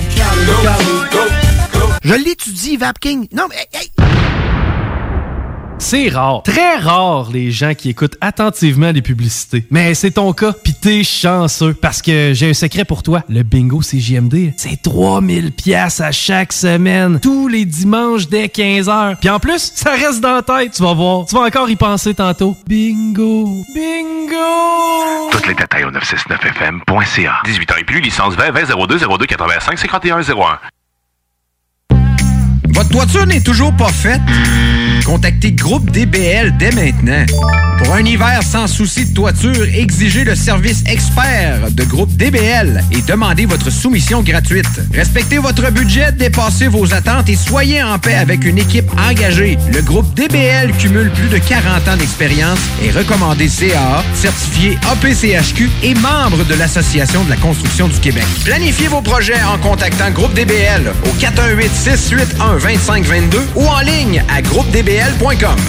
S1: Je l'étudie, Vapking. Non, mais... Hey.
S7: C'est rare, très rare, les gens qui écoutent attentivement les publicités. Mais c'est ton cas, pis t'es chanceux, parce que j'ai un secret pour toi. Le bingo C J M D, c'est trois mille piastres à chaque semaine, tous les dimanches dès quinze heures. Puis en plus, ça reste dans la tête, tu vas voir. Tu vas encore y penser tantôt. Bingo! Bingo!
S31: Tous les détails au neuf cent soixante-neuf F M point C A. dix-huit ans et plus, licence vingt vingt zéro deux zéro deux quatre-vingt-cinq cinquante et un zéro un.
S33: Votre toiture n'est toujours pas faite? Contactez Groupe D B L dès maintenant. Pour un hiver sans souci de toiture, exigez le service expert de Groupe D B L et demandez votre soumission gratuite. Respectez votre budget, dépassez vos attentes et soyez en paix avec une équipe engagée. Le Groupe D B L cumule plus de quarante ans d'expérience, est recommandé C A A, certifié A P C H Q et membre de l'Association de la construction du Québec. Planifiez vos projets en contactant Groupe D B L au quatre un huit, six huit un, deux cinq deux deux ou en ligne à groupe d b l point com.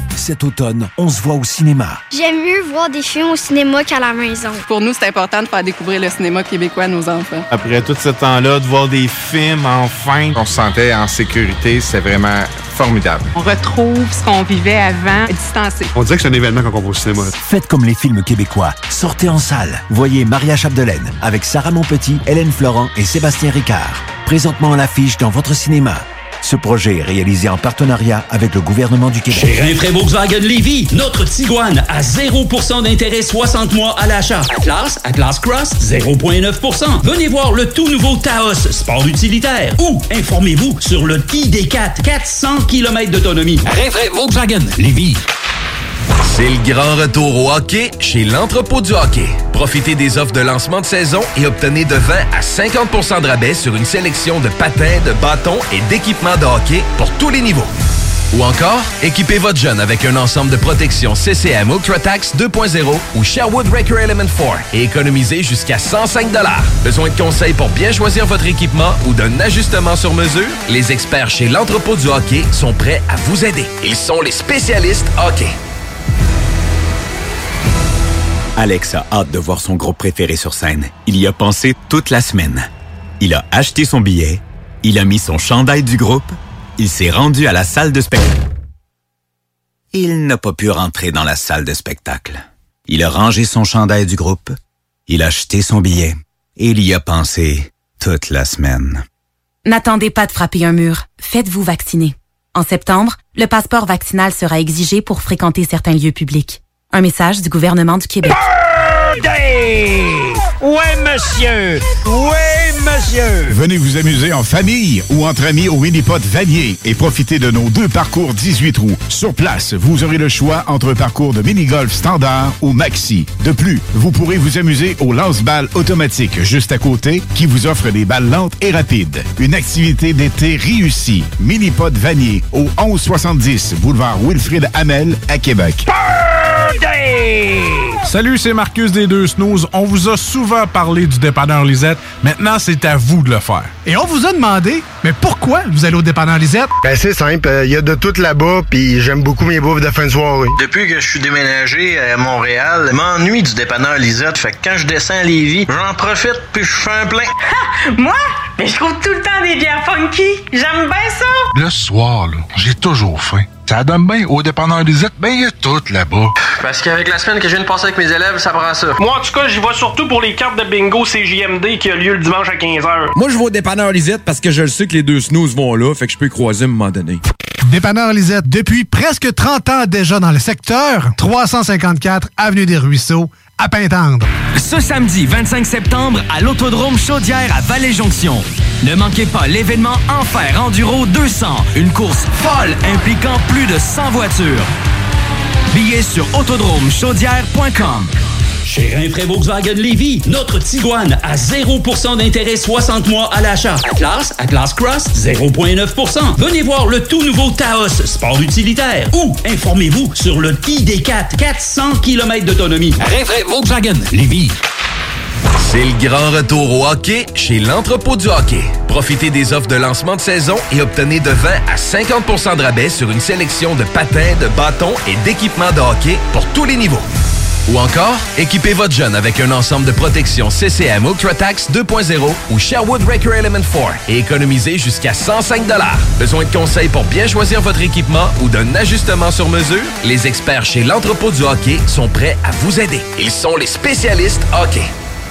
S10: Cet automne, on se voit au cinéma.
S12: J'aime mieux voir des films au cinéma qu'à la maison.
S13: Pour nous, c'est important de faire découvrir le cinéma québécois à nos enfants.
S15: Après tout ce temps-là, de voir des films, enfin, on se sentait en sécurité, c'est vraiment formidable.
S13: On retrouve ce qu'on vivait avant, distancé.
S15: On dirait que c'est un événement quand on va au cinéma.
S10: Faites comme les films québécois. Sortez en salle. Voyez Maria Chapdelaine avec Sarah Monpetit, Hélène Florent et Sébastien Ricard. Présentement à l'affiche dans votre cinéma. Ce projet est réalisé en partenariat avec le gouvernement du Québec.
S20: Chez Rinfraie Volkswagen Lévy, notre Tiguan à zéro pour cent d'intérêt soixante mois à l'achat. Atlas, Atlas Cross, zéro virgule neuf pour cent. Venez voir le tout nouveau Taos, sport utilitaire. Ou informez-vous sur le I D quatre, quatre cents kilomètres d'autonomie. Rinfraie Volkswagen Lévy.
S31: C'est le grand retour au hockey chez l'entrepôt du hockey. Profitez des offres de lancement de saison et obtenez de vingt à cinquante pour cent de rabais sur une sélection de patins, de bâtons et d'équipements de hockey pour tous les niveaux. Ou encore, équipez votre jeune avec un ensemble de protection C C M UltraTax deux point zéro ou Sherwood Record Element quatre et économisez jusqu'à cent cinq dollars. Besoin de conseils pour bien choisir votre équipement ou d'un ajustement sur mesure? Les experts chez l'entrepôt du hockey sont prêts à vous aider. Ils sont les spécialistes hockey.
S21: Alex a hâte de voir son groupe préféré sur scène. Il y a pensé toute la semaine. Il a acheté son billet, il a mis son chandail du groupe, il s'est rendu à la salle de spectacle. Il n'a pas pu rentrer dans la salle de spectacle. Il a rangé son chandail du groupe, il a acheté son billet et il y a pensé toute la semaine.
S23: N'attendez pas de frapper un mur. Faites-vous vacciner. En septembre, le passeport vaccinal sera exigé pour fréquenter certains lieux publics. Un message du gouvernement du Québec.
S22: Birthday! Ouais, monsieur! Ouais, monsieur!
S24: Venez vous amuser en famille ou entre amis au Minipod Vanier et profitez de nos deux parcours dix-huit trous. Sur place, vous aurez le choix entre un parcours de mini-golf standard ou maxi. De plus, vous pourrez vous amuser au lance-balles automatique juste à côté qui vous offre des balles lentes et rapides. Une activité d'été réussie. Minipod Vanier au onze soixante-dix boulevard Wilfrid Hamel à Québec.
S8: Salut, c'est Marcus des Deux Snooze. On vous a souvent parlé du dépanneur Lisette. Maintenant, c'est à vous de le faire.
S14: Et on vous a demandé, mais pourquoi vous allez au dépanneur Lisette?
S9: Ben c'est simple, il euh, y a de tout là-bas, puis j'aime beaucoup mes bouffes de fin de soirée.
S16: Depuis que je suis déménagé à Montréal, je m'ennuie du dépanneur Lisette. Fait que quand je descends à Lévis, j'en profite puis je fais un plein.
S17: Ha! Moi? Mais je trouve tout le temps des bières funky. J'aime bien ça.
S18: Le soir, là, j'ai toujours faim. Ça donne bien au dépanneur Lisette, ben il y a tout là-bas.
S25: Parce qu'avec la semaine que je viens de passer avec mes élèves, ça prend ça.
S19: Moi, en tout cas, j'y vais surtout pour les cartes de bingo C J M D qui a lieu le dimanche à quinze heures.
S33: Moi, je vais au dépanneur Lisette parce que je le sais que les deux snooze vont là, fait que je peux y croiser à un moment donné.
S14: Dépanneur Lisette, depuis presque trente ans déjà dans le secteur, trois cent cinquante-quatre Avenue des Ruisseaux, à Pintendre.
S32: Ce samedi vingt-cinq septembre à l'Autodrome Chaudière à Vallée-Jonction. Ne manquez pas l'événement Enfer Enduro deux cents, une course folle impliquant plus de cent voitures. Billets sur autodromechaudière point com.
S20: Chez Rinfraie Volkswagen Lévy, notre Tiguan à zéro pour cent d'intérêt soixante mois à l'achat. Atlas, Atlas Cross, zéro virgule neuf pour cent. Venez voir le tout nouveau Taos, sport utilitaire. Ou informez-vous sur le I D quatre, quatre cents kilomètres d'autonomie. Rinfraie Volkswagen Lévy.
S31: C'est le grand retour au hockey chez l'entrepôt du hockey. Profitez des offres de lancement de saison et obtenez de vingt à cinquante pour cent de rabais sur une sélection de patins, de bâtons et d'équipements de hockey pour tous les niveaux. Ou encore, équipez votre jeune avec un ensemble de protection C C M UltraTax deux point zéro ou Sherwood Record Element quatre et économisez jusqu'à cent cinq dollars. Besoin de conseils pour bien choisir votre équipement ou d'un ajustement sur mesure? Les experts chez l'entrepôt du hockey sont prêts à vous aider. Ils sont les spécialistes hockey.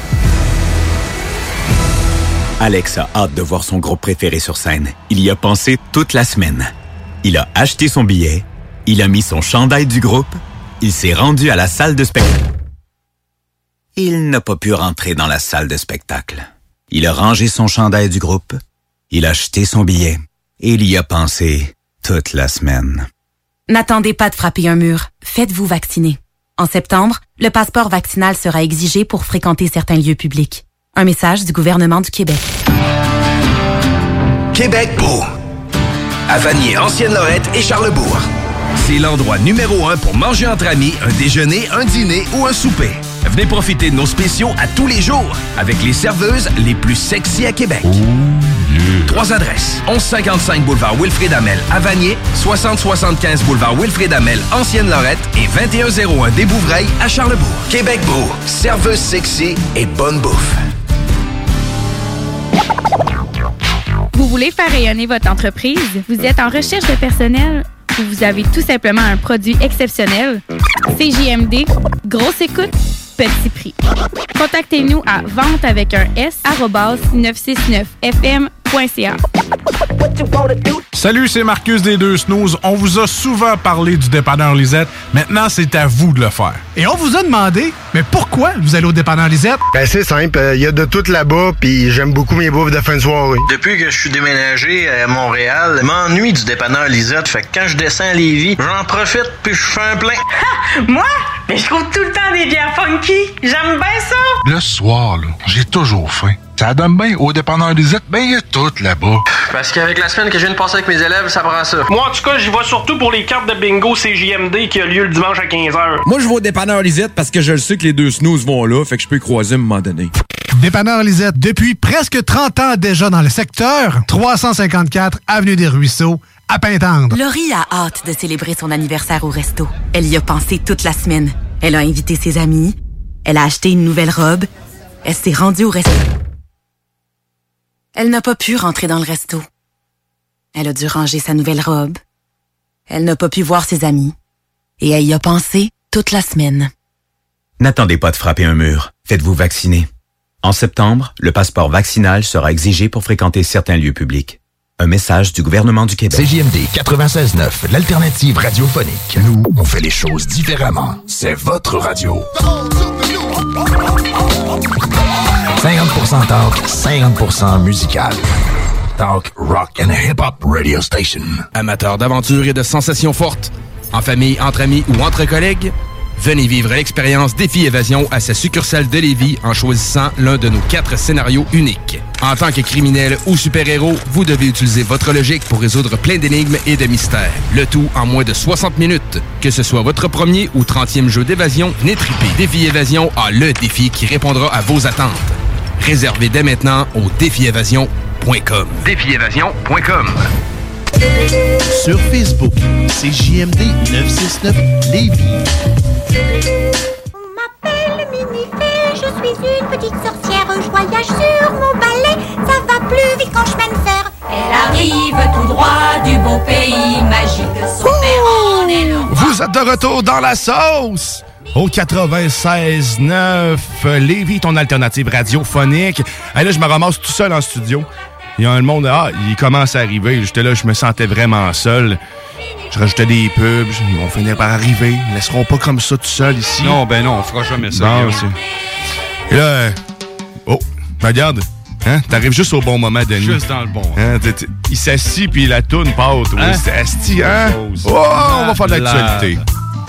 S21: Alex a hâte de voir son groupe préféré sur scène. Il y a pensé toute la semaine. Il a acheté son billet, il a mis son chandail du groupe, il s'est rendu à la salle de spectacle. Il n'a pas pu rentrer dans la salle de spectacle. Il a rangé son chandail du groupe, il a acheté son billet et il y a pensé toute la semaine.
S23: N'attendez pas de frapper un mur. Faites-vous vacciner. En septembre, le passeport vaccinal sera exigé pour fréquenter certains lieux publics. Un message du gouvernement du Québec.
S31: Québec beau. À Vanier, Ancienne-Lorette et Charlesbourg. C'est l'endroit numéro un pour manger entre amis, un déjeuner, un dîner ou un souper. Venez profiter de nos spéciaux à tous les jours avec les serveuses les plus sexy à Québec. Oh yeah. Trois adresses. onze cinquante-cinq boulevard Wilfrid Hamel à Vanier, soixante soixante-quinze boulevard Wilfrid Hamel, Ancienne-Lorette et vingt et un zéro un des Bouvrailles à Charlebourg. Québec Brou, serveuse sexy et bonne bouffe.
S1: Vous voulez faire rayonner votre entreprise? Vous êtes en recherche de personnel? Ou vous avez tout simplement un produit exceptionnel? C J M D, grosse écoute, petit prix. Contactez-nous à vente avec un S arobase neuf cent soixante-neuf F M point C A.
S8: Salut, c'est Marcus des Deux Snooze. On vous a souvent parlé du dépanneur Lisette. Maintenant, c'est à vous de le faire.
S14: Et on vous a demandé, mais pourquoi vous allez au dépanneur Lisette?
S9: Ben c'est simple, il y a de tout là-bas, puis j'aime beaucoup mes bouffes de fin de soirée.
S16: Depuis que je suis déménagé à Montréal, je m'ennuie du dépanneur Lisette. Fait que quand je descends à Lévis, j'en profite puis je fais un plein.
S17: Ha! Moi? Mais je trouve tout le temps des bières funky. J'aime bien ça.
S18: Le soir, là, j'ai toujours faim. Ça donne bien. Au dépanneur Lisette, ben il y a tout là-bas.
S25: Parce qu'avec la semaine que je viens de passer avec mes élèves, ça prend ça.
S19: Moi, en tout cas, j'y vais surtout pour les cartes de bingo C J M D qui a lieu le dimanche à quinze heures.
S33: Moi, je vais au dépanneur Lisette parce que je le sais que les deux snooze vont là, fait que je peux croiser à un moment donné.
S14: Dépanneur Lisette, depuis presque trente ans déjà dans le secteur, trois cent cinquante-quatre Avenue des Ruisseaux, à Pintendre.
S23: Laurie a hâte de célébrer son anniversaire au resto. Elle y a pensé toute la semaine. Elle a invité ses amis. Elle a acheté une nouvelle robe. Elle s'est rendue au resto. Elle n'a pas pu rentrer dans le resto. Elle a dû ranger sa nouvelle robe. Elle n'a pas pu voir ses amis. Et elle y a pensé toute la semaine.
S21: N'attendez pas de frapper un mur. Faites-vous vacciner. En septembre, le passeport vaccinal sera exigé pour fréquenter certains lieux publics. Un message du gouvernement du Québec.
S2: C J M D quatre-vingt-seize neuf, l'alternative radiophonique. Nous, on fait les choses différemment. C'est votre radio. cinquante pour cent talk, cinquante pour cent musical. Talk, rock and hip-hop radio station.
S31: Amateurs d'aventure et de sensations fortes, en famille, entre amis ou entre collègues, venez vivre l'expérience Défi Évasion à sa succursale de Lévis en choisissant l'un de nos quatre scénarios uniques. En tant que criminel ou super-héros, vous devez utiliser votre logique pour résoudre plein d'énigmes et de mystères. Le tout en moins de soixante minutes. Que ce soit votre premier ou trentième jeu d'évasion, venez triper. Défi Évasion a le défi qui répondra à vos attentes. Réservez dès maintenant au défi évasion point com. défi évasion point com.
S3: Sur Facebook, c'est J M D neuf cent soixante-neuf Lévis.
S4: On m'appelle Minifée, je suis une petite sorcière. Je voyage sur mon balai, ça va plus vite qu'en chemin de fer. Elle arrive tout droit du beau pays magique. Son père en est le roi.
S5: Vous êtes de retour dans la sauce! Au quatre-vingt-seize neuf, Lévis, ton alternative radiophonique. Hey, là, je me ramasse tout seul en studio. Il y a un monde, ah, il commence à arriver. J'étais là, je me sentais vraiment seul. Je rajoutais des pubs, ils vont finir par arriver. Ils ne laisseront pas comme ça tout seul ici.
S6: Non, ben non, on fera jamais ça.
S5: Bon, et là, euh, oh, ben regarde, hein, t'arrives juste au bon moment, Denis.
S6: Juste dans le bon.
S5: Hein, t'es, t'es, il s'assit puis la toune part.
S6: Hein?
S5: C'est asti, hein? Oh, on va faire de l'actualité.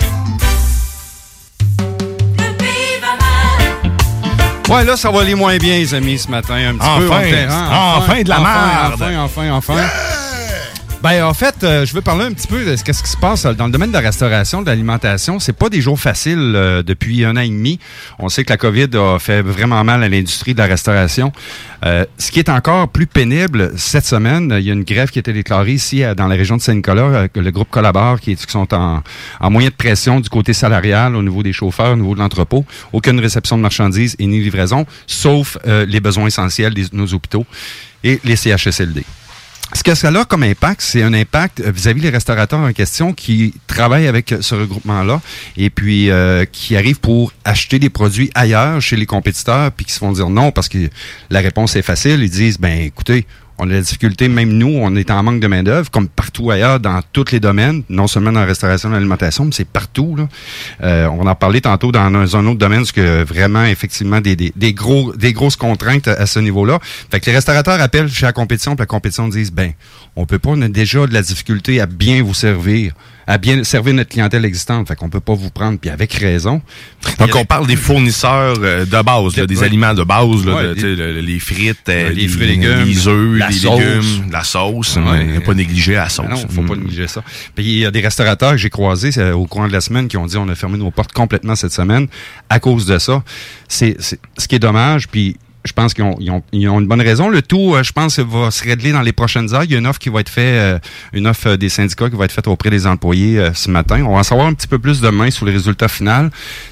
S6: Ouais, là, ça va aller moins bien, les amis, ce matin. Un petit
S5: enfin,
S6: peu. Enfin,
S5: hein, enfin, enfin de la
S6: enfin,
S5: merde.
S6: Enfin, enfin, enfin. Yeah! Ben, en fait, euh, je veux parler un petit peu de ce, ce qui se passe dans le domaine de la restauration, de l'alimentation. C'est pas des jours faciles euh, depuis un an et demi. On sait que la COVID a fait vraiment mal à l'industrie de la restauration. Euh, ce qui est encore plus pénible, cette semaine, il y a une grève qui a été déclarée ici, dans la région de Saint-Nicolas. Euh, le groupe Collabore, qui, qui sont en, en moyen de pression du côté salarial, au niveau des chauffeurs, au niveau de l'entrepôt. Aucune réception de marchandises et ni livraison, sauf euh, les besoins essentiels de nos hôpitaux et les C H S L D. Ce que ça a comme impact, c'est un impact vis-à-vis des restaurateurs en question qui travaillent avec ce regroupement-là et puis euh, qui arrivent pour acheter des produits ailleurs chez les compétiteurs puis qui se font dire non parce que la réponse est facile. Ils disent, ben écoutez, on a la difficulté, même nous, on est en manque de main-d'œuvre, comme partout ailleurs, dans tous les domaines, non seulement dans la restauration et l'alimentation, mais c'est partout, là. Euh, on va en parler tantôt dans un, un autre domaine, parce que vraiment, effectivement, des, des, des, gros, des grosses contraintes à, à ce niveau-là. Fait que les restaurateurs appellent chez la compétition, puis la compétition disent, ben, on peut pas, on a déjà de la difficulté à bien vous servir. à bien servir notre clientèle existante. Fait qu'on peut pas vous prendre, puis avec raison.
S5: Donc, on parle des fournisseurs euh, de base, là, des ouais. aliments de base, là,
S6: ouais,
S5: de, les, le, les frites, euh,
S6: ouais, les,
S5: les
S6: fruits et légumes,
S5: les œufs,
S6: la
S5: les
S6: sauce.
S5: légumes, la sauce.
S6: Ouais.
S5: Ouais, pas négliger la sauce.
S6: Non, faut mmh. pas négliger ça. Puis il y a des restaurateurs que j'ai croisés euh, au courant de la semaine qui ont dit on a fermé nos portes complètement cette semaine à cause de ça. C'est, c'est ce qui est dommage, puis je pense qu'ils ont, ils ont, ils ont une bonne raison. Le tout, euh, je pense, va se régler dans les prochaines heures. Il y a une offre qui va être faite, euh, une offre euh, des syndicats qui va être faite auprès des employés euh, ce matin. On va en savoir un petit peu plus demain sur les résultats finaux.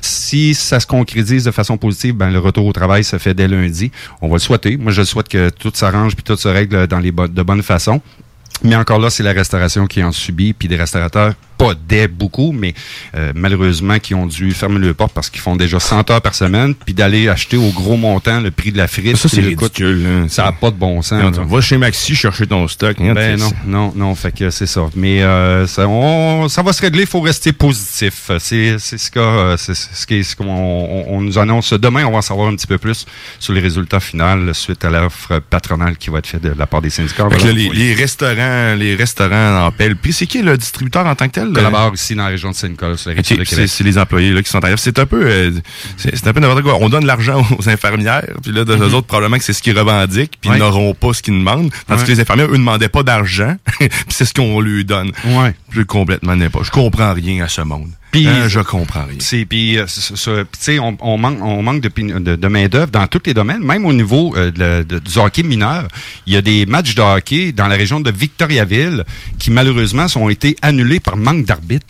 S6: Si ça se concrétise de façon positive, ben le retour au travail se fait dès lundi. On va le souhaiter. Moi, je souhaite que tout s'arrange puis tout se règle dans les bo- de bonne façon. Mais encore là, c'est la restauration qui en subit, puis des restaurateurs, pas des beaucoup, mais euh, malheureusement, qui ont dû fermer le porte parce qu'ils font déjà cent heures par semaine, puis d'aller acheter au gros montant le prix de la frite.
S5: Ça, c'est ridicule. Hein,
S6: ça n'a pas de bon sens.
S5: Non, va chez Maxi chercher ton stock. Hein,
S6: ben non, non, non, fait que c'est ça. Mais euh, ça, on, ça va se régler, il faut rester positif. C'est, c'est ce que, c'est ce qui, ce qu'on on, on nous annonce. Demain, on va en savoir un petit peu plus sur les résultats finaux suite à l'offre patronale qui va être faite de la part des syndicats.
S5: Fait que là, les, les restaurants, les restaurants en pellent. Puis c'est qui le distributeur en tant que tel?
S6: Collabore ici dans la région de Saint-Nicolas.
S5: Okay, c'est, c'est les employés là qui sont arrivés. C'est un peu, euh, c'est, c'est un peu n'importe quoi. On donne l'argent aux infirmières, puis là, de mm-hmm. eux autres, probablement que c'est ce qu'ils revendiquent, puis ouais. ils n'auront pas ce qu'ils demandent. Tandis ouais. que les infirmières, eux, ne demandaient pas d'argent, puis c'est ce qu'on lui donne.
S6: Ouais.
S5: Je complètement n'importe. Je comprends rien à ce monde. Puis hein, je comprends rien.
S6: C'est puis euh, tu sais on, on manque on manque de, de, de main d'œuvre dans tous les domaines, même au niveau euh, de, de, du hockey mineur. Il y a des matchs de hockey dans la région de Victoriaville qui malheureusement ont été annulés par manque d'arbitres.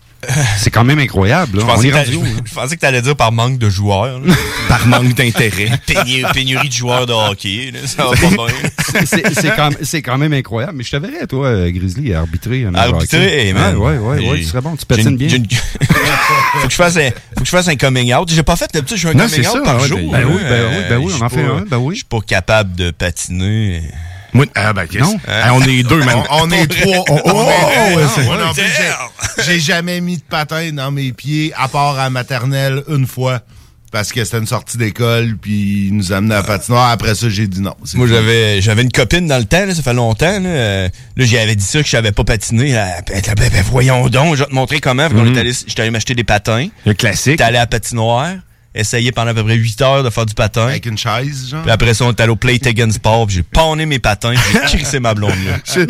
S6: C'est quand même incroyable. Là.
S7: Je, pensais on est je pensais que tu allais dire par manque de joueurs.
S5: Par manque d'intérêt.
S7: Pénurie, pénurie de joueurs de hockey. Là, ça va pas bien.
S6: c'est, c'est, c'est, quand, c'est quand même incroyable. Mais je te verrais, toi, Grizzly, arbitrer. Un
S7: arbitrer, man.
S6: Ouais, ouais, ouais, ouais, tu serais bon. Tu patines bien. Une...
S7: faut, que je fasse un, faut que je fasse un coming out. J'ai pas fait d'habitude, je fais un non, coming out ça, par ouais, jour.
S6: Ben, ben, oui, ben, oui, ben oui, on en fait un. Ben oui.
S7: Je suis pas capable de patiner.
S5: Moi, ah ben qu'est-ce? Non. Ah, on est deux, man.
S10: On, on est trois. On, on, on est deux. Oh, ouais, plus, j'ai, j'ai jamais mis de patin dans mes pieds, à part à maternelle une fois. Parce que c'était une sortie d'école, puis ils nous amenaient à la patinoire. Après ça, j'ai dit non.
S7: Moi, j'avais j'avais une copine dans le temps, là, ça fait longtemps. Là, euh, là j'y avais dit ça, que je savais pas patiner. Là, ben, ben, ben, voyons donc, je vais te montrer comment. Mm-hmm. Est allé, j'étais allé m'acheter des patins.
S5: Le classique.
S7: J'étais allé à la patinoire. Essayé pendant à peu près huit heures de faire du patin.
S10: Avec une chaise, genre.
S7: Puis après ça, on est allé au Play Again Sport, puis j'ai panné mes patins, puis j'ai crissé ma blonde, là.
S5: Je,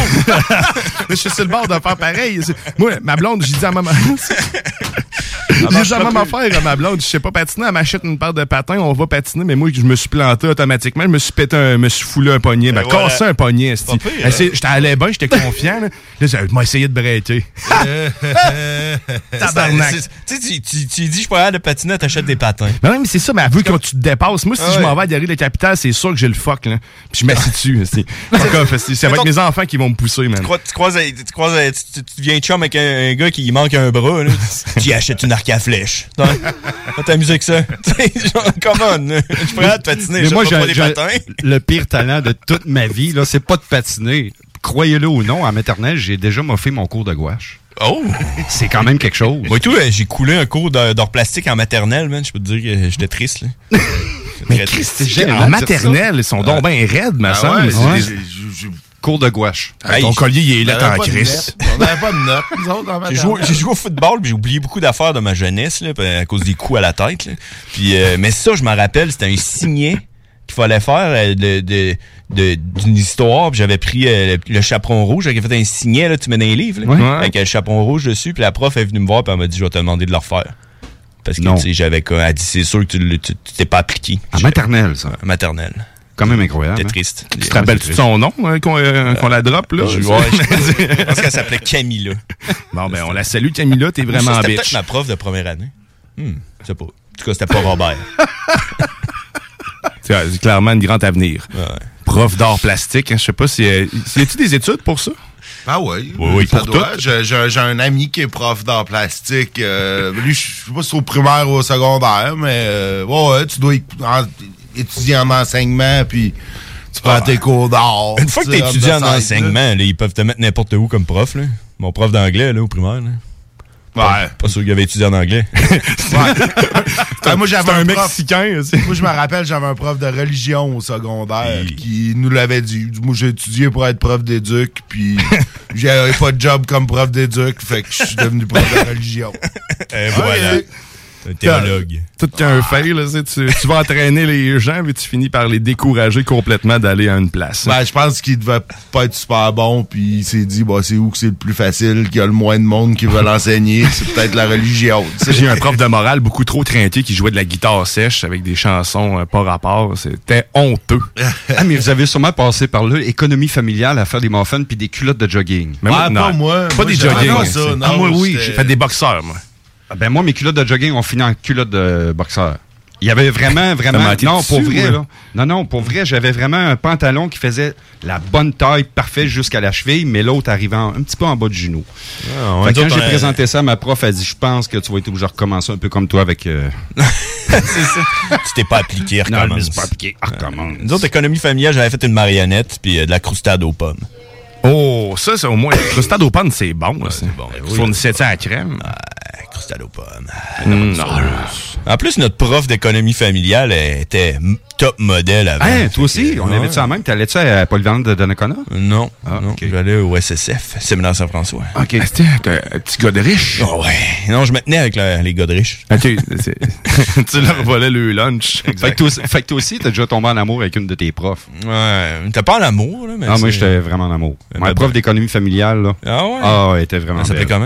S5: je suis sur le bord de faire pareil. Moi, ma blonde, j'ai dit à maman. J'ai dit à maman faire à ma blonde, je sais pas patiner, elle m'achète une paire de patins, on va patiner, mais moi, je me suis planté automatiquement, je me suis pété un, me suis foulé un poignet, ben, ben voilà. Cassé un poignet, c'ti. Pire, hein? J'étais allé bien, j'étais confiant, là. Là, je m'ai essayé de breaker.
S7: Tabarnak. Tu sais, tu, tu, tu dis, je suis pas capable de patiner, t'achètes des patins.
S5: Ben oui, mais c'est ça, mais elle veut que tu te dépasses. Moi, si ah ouais. je m'en vais à Galerie de Capitale, c'est sûr que j'ai le fuck, là. Puis je m'assis dessus, c'est. C'est avec mes enfants qui vont me pousser, man.
S7: Tu croises, tu croises, tu, croises, tu, tu viens chum avec un, un gars qui manque un bras, là. Tu y achètes une arc à flèche. Va t'amuser avec ça. Come on, je suis prêt à te patiner.
S6: Mais moi, j'ai, pas des patins. Le pire talent de toute ma vie, là, c'est pas de patiner. Croyez-le ou non, à maternelle, j'ai déjà moffé mon cours de gouache.
S7: Oh!
S6: C'est quand même quelque chose.
S7: Moi, tout, j'ai coulé un cours d'art plastique en maternelle, man. Je peux te dire que j'étais triste, là.
S5: Mais Christ, en maternelle, ils sont donc bien raides, ma soeur.
S6: Cours de gouache.
S5: Hey, ton collier, il est là en crise.
S10: On n'avait pas de notes, nous autres, en
S7: j'ai joué, j'ai joué au football, puis j'ai oublié beaucoup d'affaires de ma jeunesse, là, à cause des coups à la tête, là. Puis, euh, mais ça, je m'en rappelle, c'était un signet qu'il fallait faire euh, de, de, de, d'une histoire. Puis j'avais pris euh, le, le chaperon rouge, j'avais fait un signet, là, tu mets dans les livres, là, ouais. avec le chaperon rouge dessus. Puis la prof est venue me voir, puis elle m'a dit, je vais te demander de le refaire. Parce que, tu sais, j'avais quoi, elle dit, c'est sûr que tu, tu, tu t'es pas appliqué.
S6: En maternelle, ça.
S7: En maternelle.
S6: Quand même incroyable.
S7: C'était triste.
S5: Tu te rappelles-tu de son nom, hein, qu'on, euh, qu'on la drop, là?
S7: Je, ouais, je pense qu'elle s'appelait Camilla.
S5: Bon, ben, on la salue, Camilla, t'es vraiment bitch.
S7: C'était peut-être ma prof de première année. Hmm, je sais pas. En tout cas, c'était pas Robert.
S5: C'est clairement un grand avenir.
S7: Ouais.
S5: Prof d'art plastique, hein, je sais pas si... Euh, y a-tu des études pour ça?
S10: Ah oui,
S5: oui, oui
S10: ça
S5: pour
S10: doit. J'ai, j'ai, j'ai un ami qui est prof d'art plastique. Euh, lui, je sais pas si c'est au primaire ou au secondaire, mais euh, ouais, tu dois en, étudier en enseignement, puis tu prends ah, tes cours d'art.
S7: Une fois que tu étudies en enseignement, là, ils peuvent te mettre n'importe où comme prof. Là. Mon prof d'anglais là, au primaire. Là.
S10: Ouais.
S7: Pas sûr qu'il avait étudié en anglais.
S10: Ouais, moi, j'avais
S5: un,
S10: un, prof,
S5: Mexicain aussi.
S10: Moi, je me rappelle, j'avais un prof de religion au secondaire oui. qui nous l'avait dit. Moi, j'ai étudié pour être prof d'éduc, puis j'avais pas de job comme prof d'éduc, fait que je suis devenu prof de religion.
S7: Et voilà. Ouais. Un théologue.
S5: Tout qu'un fail, là, tu, tu vas entraîner les gens, puis tu finis par les décourager complètement d'aller à une place.
S10: Ben, je pense qu'il devait pas être super bon, puis il s'est dit, bah, c'est où que c'est le plus facile, qu'il y a le moins de monde qui veut l'enseigner, c'est peut-être la religion.
S5: J'ai eu un prof de morale beaucoup trop trinqué qui jouait de la guitare sèche avec des chansons euh, pas rapport. C'était honteux.
S6: Ah, mais vous avez sûrement passé par là, économie familiale, à faire des muffins puis des culottes de jogging.
S5: Mais moi,
S10: ah,
S5: non,
S10: pas moi.
S5: Pas
S10: moi,
S5: des jogging.
S10: Ah, ça, non,
S5: ah, moi, oui, j'ai fait des boxeurs, moi.
S6: Ben moi, mes culottes de jogging ont fini en culottes de boxeur. Il y avait vraiment, vraiment... Non, pour
S5: dessus,
S6: vrai,
S5: ouais.
S6: là. Non, non, pour vrai, j'avais vraiment un pantalon qui faisait la bonne taille parfaite jusqu'à la cheville, mais l'autre arrivant un petit peu en bas du genou. Ah, fait que quand j'ai a... présenté ça à ma prof, elle dit, je pense que tu vas être obligé de recommencer un peu comme toi avec... Euh...
S7: c'est ça. Tu t'es pas appliqué, recommence.
S6: Non, je me pas appliqué, recommence.
S7: Nous autres, économie familiale, j'avais fait une marionnette puis euh, de la croustade aux pommes.
S5: Oh, ça, c'est au moins... La croustade aux pommes, c'est bon. Ouais, c'est bon.
S7: Oui,
S5: fournissait-tu à la crème?
S7: Ouais, croustade aux pommes.
S5: Mmh, non.
S7: En plus, notre prof d'économie familiale était top modèle avant.
S6: Hein, toi aussi? On avait-tu en même? T'allais-tu à Polyvalente de Donnacona?
S7: Non. Ah, non. Okay. J'allais au S S F, Séminaire Saint-François.
S5: OK. C'était un petit gars de riche?
S7: Oh, ouais. Non, je me tenais avec la, les gars de riches.
S5: OK. Tu leur volais le lunch.
S6: Fait que, toi, fait que toi aussi, t'as déjà tombé en amour avec une de tes profs.
S7: Ouais. T'as pas en amour, là? Mais
S6: ah, moi, j'étais vraiment en amour. Ma prof d'économie familiale, là.
S7: Ah ouais?
S6: Ah, elle était vraiment.
S7: Elle s'appelait comment?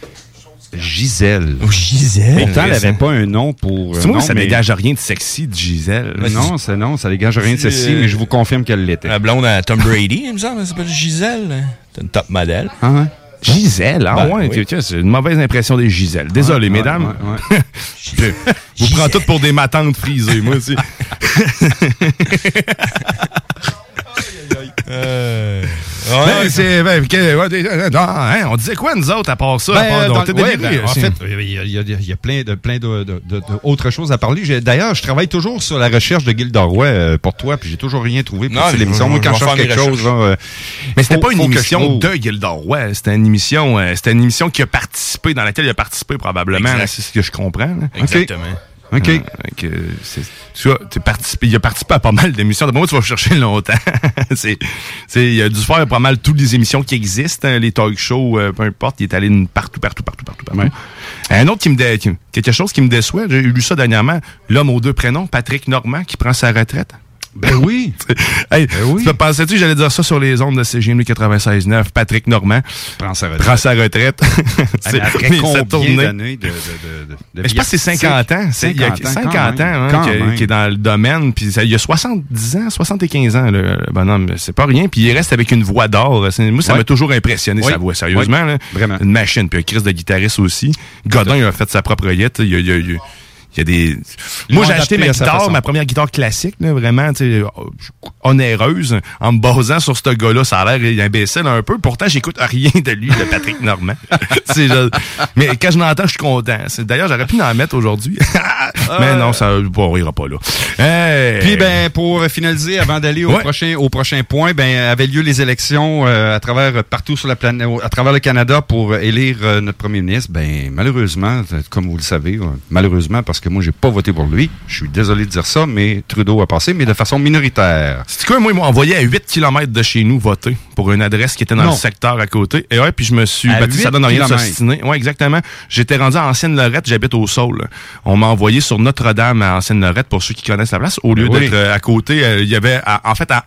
S6: Gisèle.
S7: Oh, Gisèle.
S6: Pourtant, elle n'avait pas un nom pour.
S5: C'est moi,
S6: non,
S5: ça
S6: mais...
S5: dégage rien de sexy de Gisèle.
S6: Mais non, ça, non, ça dégage rien de sexy, mais je vous confirme qu'elle l'était.
S7: La blonde à Tom Brady, il me semble, elle s'appelle Gisèle. C'est une top modèle.
S6: Ah ouais?
S5: Gisèle, ah
S7: ben,
S5: ouais, oui. Tiens, c'est une mauvaise impression des Gisèle. Désolé,
S6: ouais,
S5: mesdames.
S6: Ouais, ouais.
S5: je vous prends toutes pour des matantes frisées, moi aussi. euh... Ouais, ben, c'est, ben, okay, ouais, hein, on disait quoi, nous autres, à part ça?
S6: Ben,
S5: à part,
S6: dans,
S5: on
S6: ouais,
S5: délivré,
S6: ben, en fait, il y a, y, a, y a plein de plein de, de, de, de autres choses à parler. J'ai, d'ailleurs, je travaille toujours sur la recherche de Gilda Roy euh, pour toi, puis j'ai toujours rien trouvé pour non, l'émission. Moi, quand je cherche quelque chose... Là, euh,
S5: mais c'était faut, pas une émission de Gilda Roy, c'était une émission euh, c'était une émission qui a participé, dans laquelle il a participé probablement, là, c'est ce que je comprends. Là.
S7: Exactement.
S5: OK. Euh, que c'est, tu vois, t'es participé, il a participé à pas mal d'émissions. De moi, tu vas chercher longtemps. c'est, c'est, il a dû faire pas mal toutes les émissions qui existent, hein, les talk shows, euh, peu importe. Il est allé partout, partout, partout, partout, partout. Ouais. Un autre qui me dé, qui, quelque chose qui me déçoit, j'ai lu ça dernièrement, l'homme aux deux prénoms, Patrick Normand, qui prend sa retraite.
S6: Ben oui.
S5: Hey, ben oui. Tu pensais-tu que j'allais dire ça sur les ondes de C G M D quatre-vingt-seize neuf? Patrick Normand
S6: prend sa retraite.
S5: Prend sa retraite.
S6: c'est, après combien d'années de, de, de, de, de
S5: je pense que c'est cinquante ans. C'est, il y a cinquante ans hein, qui, qui est dans le domaine. Puis ça, il y a soixante-dix ans, soixante-quinze ans. Le bonhomme, c'est pas rien. Puis il reste avec une voix d'or. C'est, moi, ça ouais. m'a toujours impressionné, ouais. sa voix. Sérieusement.
S6: Ouais.
S5: Là,
S6: vraiment.
S5: Une machine. Puis un Chris de guitariste aussi. Godin il a fait sa propre yette. Il y a... Il y a, il y a Il y a des. Ils Moi, j'ai acheté ma guitare, ma première guitare classique, là, vraiment, tu sais, onéreuse, en me basant sur ce gars-là. Ça a l'air imbécile un peu. Pourtant, j'écoute rien de lui, de Patrick Normand. c'est genre... Mais quand je l'entends, je suis content. C'est... D'ailleurs, j'aurais pu en mettre aujourd'hui. Mais non, ça, bon, on rira pas là. Hey.
S6: Puis, ben, pour finaliser, avant d'aller au ouais. prochain, au prochain point, ben, avaient lieu les élections euh, à travers partout sur la planète, à travers le Canada pour élire euh, notre premier ministre. Ben, malheureusement, comme vous le savez, euh, malheureusement, parce que moi, j'ai pas voté pour lui. Je suis désolé de dire ça, mais Trudeau a passé, mais de façon minoritaire.
S5: C'est quoi, moi, ils m'ont envoyé à huit kilomètres de chez nous voter pour une adresse qui était dans non. le secteur à côté. Et ouais, puis je me suis battu, ça donne rien de s'ostiner. Ouais, exactement. J'étais rendu à Ancienne-Lorette, j'habite au Saule. On m'a envoyé sur Notre-Dame à Ancienne-Lorette, pour ceux qui connaissent la place, au lieu oui. d'être euh, à côté. Il euh, y avait, à, en fait, à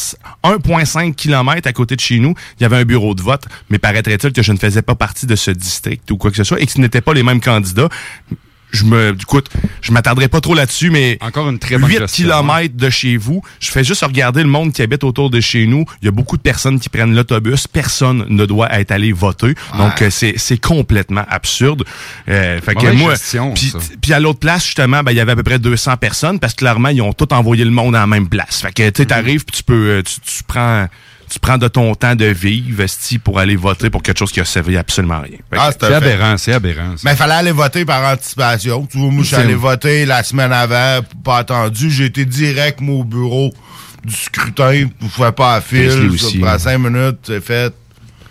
S5: un virgule cinq kilomètres à côté de chez nous, il y avait un bureau de vote, mais paraîtrait-il que je ne faisais pas partie de ce district ou quoi que ce soit, et que ce n'étaient pas les mêmes candidats. Je me, écoute, je m'attarderai pas trop là-dessus, mais
S6: encore une très bonne
S5: huit kilomètres de chez vous, je fais juste regarder le monde qui habite autour de chez nous. Il y a beaucoup de personnes qui prennent l'autobus. Personne ne doit être allé voter. Ah. Donc, euh, c'est, c'est complètement absurde. Euh, fait que moi, puis à l'autre place, justement, ben, il y avait à peu près deux cents personnes parce que clairement, ils ont tous envoyé le monde à la même place. Fait que, tu sais, t'arrives puis tu peux, tu, tu prends... Tu prends de ton temps de vivre, esti, pour aller voter pour quelque chose qui a servi absolument rien.
S6: Ah, c'est, c'est aberrant, c'est aberrant.
S10: Mais il fallait aller voter par anticipation. Tu vois, moi, je suis allé voter la semaine avant, pas attendu. J'ai été direct, moi, au bureau du scrutin. Je ne pouvais pas à fil. Ça prend cinq minutes, c'est fait.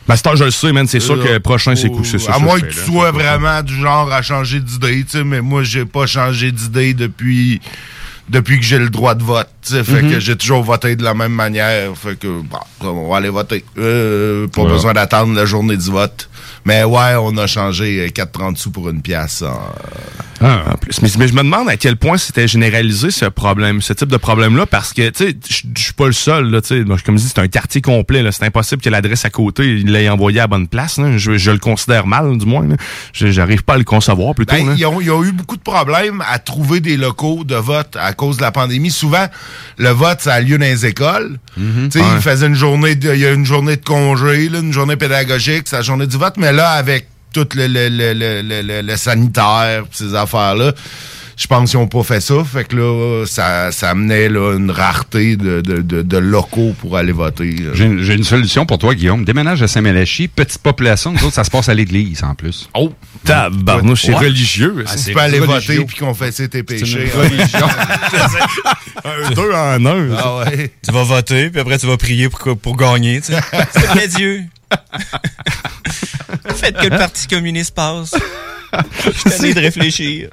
S5: Ben, c'est je le sais, man. C'est sûr que le prochain, c'est coup, c'est ça.
S10: À moins que tu sois vraiment du genre à changer d'idée, tu sais, mais moi, j'ai pas changé d'idée depuis... depuis que j'ai le droit de vote. T'sais, fait
S5: Mm-hmm.
S10: que j'ai toujours voté de la même manière. Fait que, bon, on va aller voter. Euh, pas
S5: Ouais.
S10: besoin d'attendre la journée du vote. Mais ouais, on a changé quatre trente sous pour une pièce. En,
S5: Ah, en plus. Mais, mais je me demande à quel point c'était généralisé ce problème, ce type de problème-là, parce que, tu sais, je je suis pas le seul, là, tu sais. Comme je dis, c'est un quartier complet, là. C'est impossible que l'adresse à côté, il l'ait envoyé à la bonne place, là. Je, je le considère mal, du moins, là. Je- J'arrive pas à le concevoir, plutôt,
S10: Ben,
S5: là.
S10: ils ont, ils ont eu beaucoup de problèmes à trouver des locaux de vote à cause de la pandémie. Souvent, le vote, ça a lieu dans les écoles. Tu sais,
S5: Ouais.
S10: ils faisaient une journée, de, il y a une journée de congé, là, une journée pédagogique, c'est la journée du vote. Mais là, avec tout le, le, le, le, le, le, le sanitaire, pis ces affaires-là, je pense qu'ils n'ont pas fait ça. Fait que là, ça, ça amenait là, une rareté de, de, de, de locaux pour aller voter. là.
S6: J'ai une, j'ai une solution pour toi, Guillaume. Déménage à Saint-Mélachi, petite population. Nous autres, ça se passe à l'église, en plus.
S5: Oh, tabarnouche, c'est religieux.
S6: Ah,
S10: tu
S6: c'est
S10: peux aller
S6: religieux.
S10: voter puis confesser tes péchés.
S6: une religion.
S5: Un deux en un.
S10: Ah ouais.
S7: Tu vas voter, puis après, tu vas prier pour, pour gagner, tu sais. S'il te plaît, Dieu. Faites que le Parti communiste passe. Je suis tanné de réfléchir.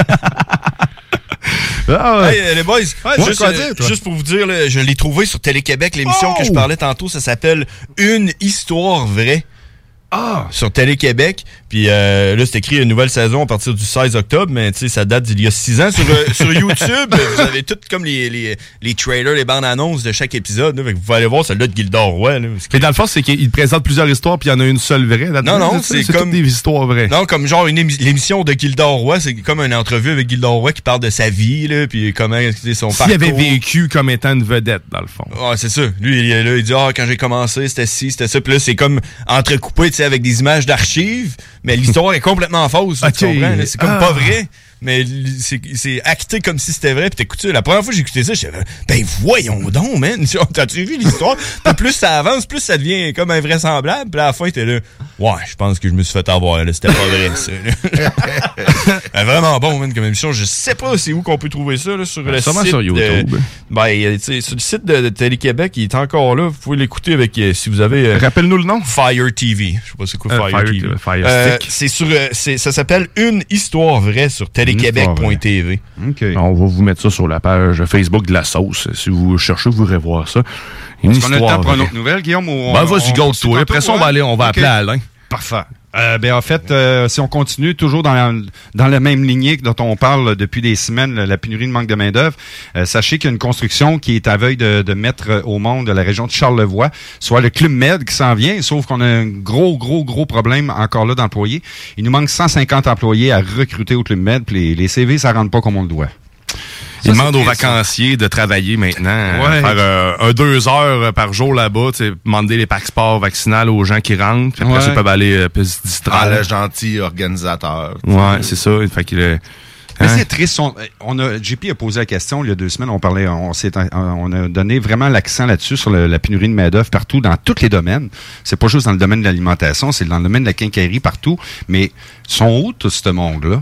S5: Ah ouais.
S7: Hey, euh, les boys,
S5: Ouais,
S7: juste,
S5: quoi
S7: euh,
S5: dire, toi?
S7: juste pour vous dire, là, je l'ai trouvé sur Télé-Québec, l'émission
S5: Oh!
S7: que je parlais tantôt, ça s'appelle Une histoire vraie.
S5: Ah!
S7: Sur Télé-Québec. Puis euh, là, c'est écrit une nouvelle saison à partir du seize octobre, mais tu sais, ça date d'il y a six ans. Sur, euh, sur YouTube, vous avez tout comme les, les, les trailers, les bandes annonces de chaque épisode. Là, fait que vous pouvez aller voir celle-là de Gildor Roy. Là, parce que-
S5: Mais dans le fond, c'est qu'il présente plusieurs histoires, puis il y en a une seule vraie. là-dedans.
S7: Non, non,
S5: c'est
S7: c'est comme-
S5: toutes des histoires vraies.
S7: Non, comme genre une émi- l'émission de Gildor Roy, c'est comme une entrevue avec Gildor Roy qui parle de sa vie, là, puis comment c'est son
S5: S'il
S7: parcours.
S5: avait vécu comme étant une vedette, dans le fond.
S7: Ouais, c'est ça. Lui, il, est là, il dit, ah, quand j'ai commencé, c'était ci, c'était ça. Puis là, c'est comme entrecoupé, tu sais, avec des images d'archives, mais l'histoire est complètement fausse.
S5: Ok.
S7: Tu comprends? là? C'est comme
S5: Ah.
S7: pas vrai. Mais l- c'est c'est acté comme si c'était vrai. Puis t'écoutes ça. La première fois que j'ai écouté ça, j'étais ben voyons donc, man. T'as-tu vu l'histoire? Puis plus ça avance, plus ça devient comme invraisemblable. Puis à la fin, t'es là, ouais, je pense que je me suis fait avoir. là. C'était pas vrai, ça. là. Ben, vraiment bon, man, comme émission. Je sais pas c'est où qu'on peut trouver ça, là, sur
S5: Ben,
S7: le
S5: sûrement
S7: site.
S5: sur YouTube.
S7: de- ben, tu sais, sur le site de, de Télé-Québec, il est encore là. Vous pouvez l'écouter avec, euh, si vous avez... euh,
S5: Rappelle-nous le nom.
S7: Fire T V. Je sais pas c'est quoi
S5: Euh,
S7: Fire,
S5: Fire
S7: T V.
S5: T V, Fire
S7: Euh,
S5: Stick.
S7: c'est sur, euh, c'est- ça s'appelle Une histoire vraie sur téléquébec point T V.
S6: OK.
S5: On va vous mettre ça sur la page Facebook de la sauce. Si vous cherchez, vous irez voir ça. Une
S6: Est-ce qu'on a le
S5: histoire
S6: temps pour une
S5: vraie.
S6: autre nouvelle, Guillaume? Ou
S5: Ben,
S6: on-
S5: vas-y,
S6: on-
S5: go,
S6: on-
S5: toi. Après ça, on
S6: ouais?
S5: va aller, on va
S6: OK.
S5: appeler Alain.
S6: Parfait. Euh, ben, en fait, euh, si on continue toujours dans la, dans la même lignée dont on parle depuis des semaines, la pénurie de manque de main-d'œuvre, euh, sachez qu'il y a une construction qui est à veille de, de mettre au monde de la région de Charlevoix, soit le Club Med qui s'en vient, sauf qu'on a un gros, gros, gros problème encore là d'employés. Il nous manque cent cinquante employés à recruter au Club Med, puis les, les C V, ça rentre pas comme on le doit.
S5: Il
S6: Ça,
S5: demande
S6: c'est
S5: aux
S6: triste, ça.
S5: vacanciers de travailler maintenant,
S6: Ouais.
S5: faire euh, un deux heures par jour là-bas, tu sais, demander les passeports vaccinales aux gens qui rentrent, puis après
S6: Ouais.
S5: ça, ils peuvent aller euh, puis se distraire.
S10: Ah, le gentil organisateur.
S5: Ouais, c'est ça. Fait qu'il est-
S6: Mais
S5: Hein?
S6: c'est triste. On, on a, J P a posé la question il y a deux semaines. On parlait, on, s'est, on a donné vraiment l'accent là-dessus sur le- la pénurie de main-d'œuvre partout, dans tous les domaines. C'est pas juste dans le domaine de l'alimentation, c'est dans le domaine de la quincaillerie partout. Mais sont où tout ce monde-là?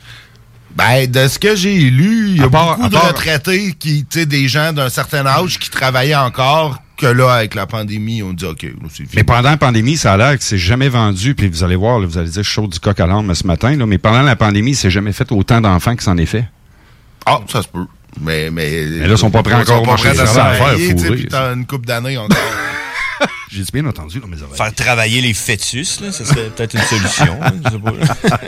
S10: Ben, de ce que j'ai lu, il y a
S6: À part-
S10: beaucoup
S6: à
S10: de
S6: part-
S10: retraités qui, tu sais, des gens d'un certain âge qui travaillaient encore, que là, avec la pandémie, on dit, OK, là, c'est fini.
S6: Mais pendant la pandémie, ça a l'air que c'est jamais vendu. Puis vous allez voir, là, vous allez dire, je suis chaud du coq à l'âne ce matin. Là, mais pendant la pandémie, c'est jamais fait autant d'enfants que c'en est fait.
S10: Ah, ça se peut. Mais, mais,
S6: Mais là, ils sont pas prêts encore au
S10: Ils sont pas
S6: marché
S10: prêts à
S6: du
S10: se
S6: travail.
S10: travailler, tu sais,
S5: fourré,
S10: puis t'as une couple d'années encore.
S6: J'ai bien entendu dans mes oreilles.
S7: Faire travailler les fœtus, là, ça serait peut-être une solution. hein, je sais pas.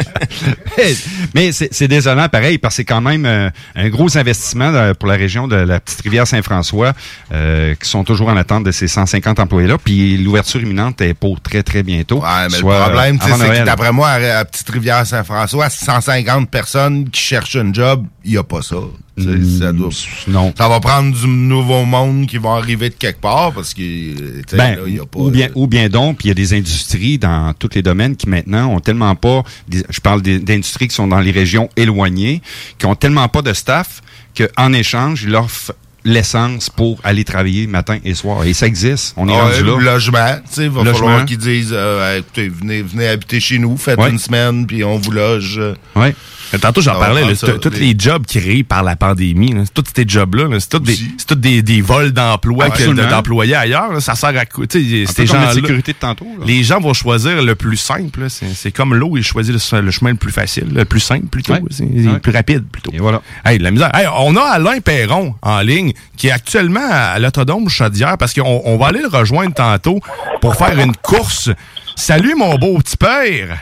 S6: Mais c'est c'est désolant, pareil, parce que c'est quand même euh, un gros investissement euh, pour la région de la petite rivière Saint-François, euh, qui sont toujours en attente de ces cent cinquante employés-là. Puis l'ouverture imminente est pour très, très bientôt.
S10: Ouais, mais
S6: soit,
S10: le problème, tu sais,
S6: avant
S10: c'est que
S6: Noël.
S10: d'après moi, à, à Petite Rivière Saint-François, cent cinquante personnes qui cherchent un job, il n'y a pas ça. Tu sais,
S6: Mm,
S10: ça, doit-
S6: non.
S10: ça va prendre du nouveau monde qui va arriver de quelque part parce que tu sais,
S6: Ben,
S10: là, il y a pas.
S6: ou bien, ou bien donc, puis il y a des industries dans tous les domaines qui maintenant ont tellement pas, des- je parle des- d'industries qui sont dans les régions éloignées, qui ont tellement pas de staff qu'en échange, ils leur offrent l'essence pour aller travailler matin et soir. Et ça existe. On est
S10: Ah,
S6: rendu
S10: ouais,
S6: là.
S10: logement, tu sais, il va
S6: Logement.
S10: falloir qu'ils disent, euh, écoutez, venez, venez habiter chez nous, faites
S6: Ouais.
S10: une semaine, puis on vous loge.
S6: Ouais.
S5: Tantôt, j'en
S10: Ça
S5: parlais,
S10: va
S5: là,
S10: prendre ça,
S5: tous
S10: les-
S5: les jobs créés par la pandémie, là, c'est tous ces jobs-là, là, c'est tous des, c'est tous des, des vols d'emploi
S6: Ah,
S5: que
S6: absolument.
S5: de- d'employés ailleurs. Là, ça sert à quoi? Tu sais,
S6: Un
S5: ces
S6: peu comme la
S5: gens-là,
S6: sécurité de tantôt. là.
S5: les gens vont choisir le plus simple. là. C'est c'est comme l'eau, ils choisissent le, le chemin le plus facile, le plus simple plutôt.
S6: Ouais.
S5: C'est
S6: Ouais.
S5: le plus rapide plutôt.
S6: Et voilà.
S5: Hey, de la misère. Hey, on a Alain Perron en ligne qui est actuellement à l'Autodrome Chaudière parce qu'on on va aller le rejoindre tantôt pour faire une course. Salut mon beau petit père!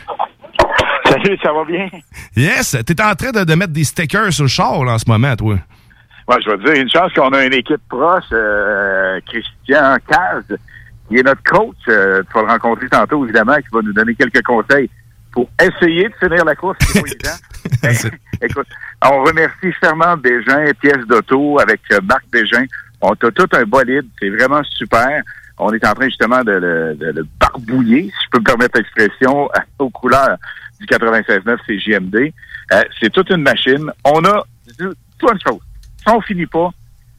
S11: Salut, ça va bien?
S5: Yes! T'es en train de, de mettre des stickers sur le char là, en ce moment, toi.
S11: Ouais, je vais te dire, une chance qu'on a une équipe proche, euh, Christian Caz, qui est notre coach. Euh, tu vas le rencontrer tantôt, évidemment, qui va nous donner quelques conseils pour essayer de finir la course. C'est pas évident. Écoute, on remercie Fernand Bégin, pièce d'auto avec euh, Marc Bégin. On a tout un bolide. C'est vraiment super. On est en train justement de le, de le barbouiller, si je peux me permettre l'expression, aux couleurs du quatre-vingt-seize neuf C J M D. Euh, c'est toute une machine. On a plein de choses. Si on finit pas,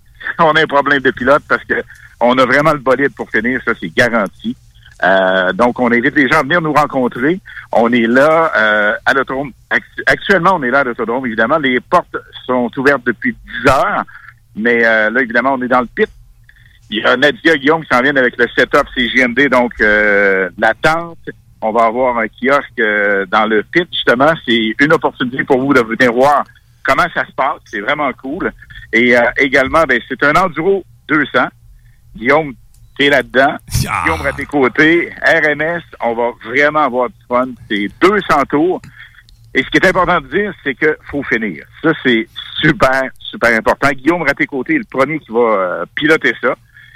S11: on a un problème de pilote parce que on a vraiment le bolide pour finir, ça c'est garanti. Euh, donc on invite les gens à venir nous rencontrer. On est là euh, à l'autodrome. Actu- actuellement, on est là à l'autodrome, évidemment. Les portes sont ouvertes depuis dix heures, mais euh, là, évidemment, on est dans le pit. Il y a Nadia Guillaume qui s'en vient avec le setup C J M D, donc euh, la tente. On va avoir un kiosque euh, dans le pit, justement. C'est une opportunité pour vous de venir voir comment ça se passe. C'est vraiment cool. Et euh, également, ben, c'est un Enduro deux cents. Guillaume, t'es là-dedans.
S5: Ah.
S11: Guillaume à tes côtés. R M S, on va vraiment avoir du fun. C'est deux cents tours. Et ce qui est important de dire, c'est que faut finir. Ça, c'est super, super important. Guillaume à tes côtés est le premier qui va euh, piloter ça.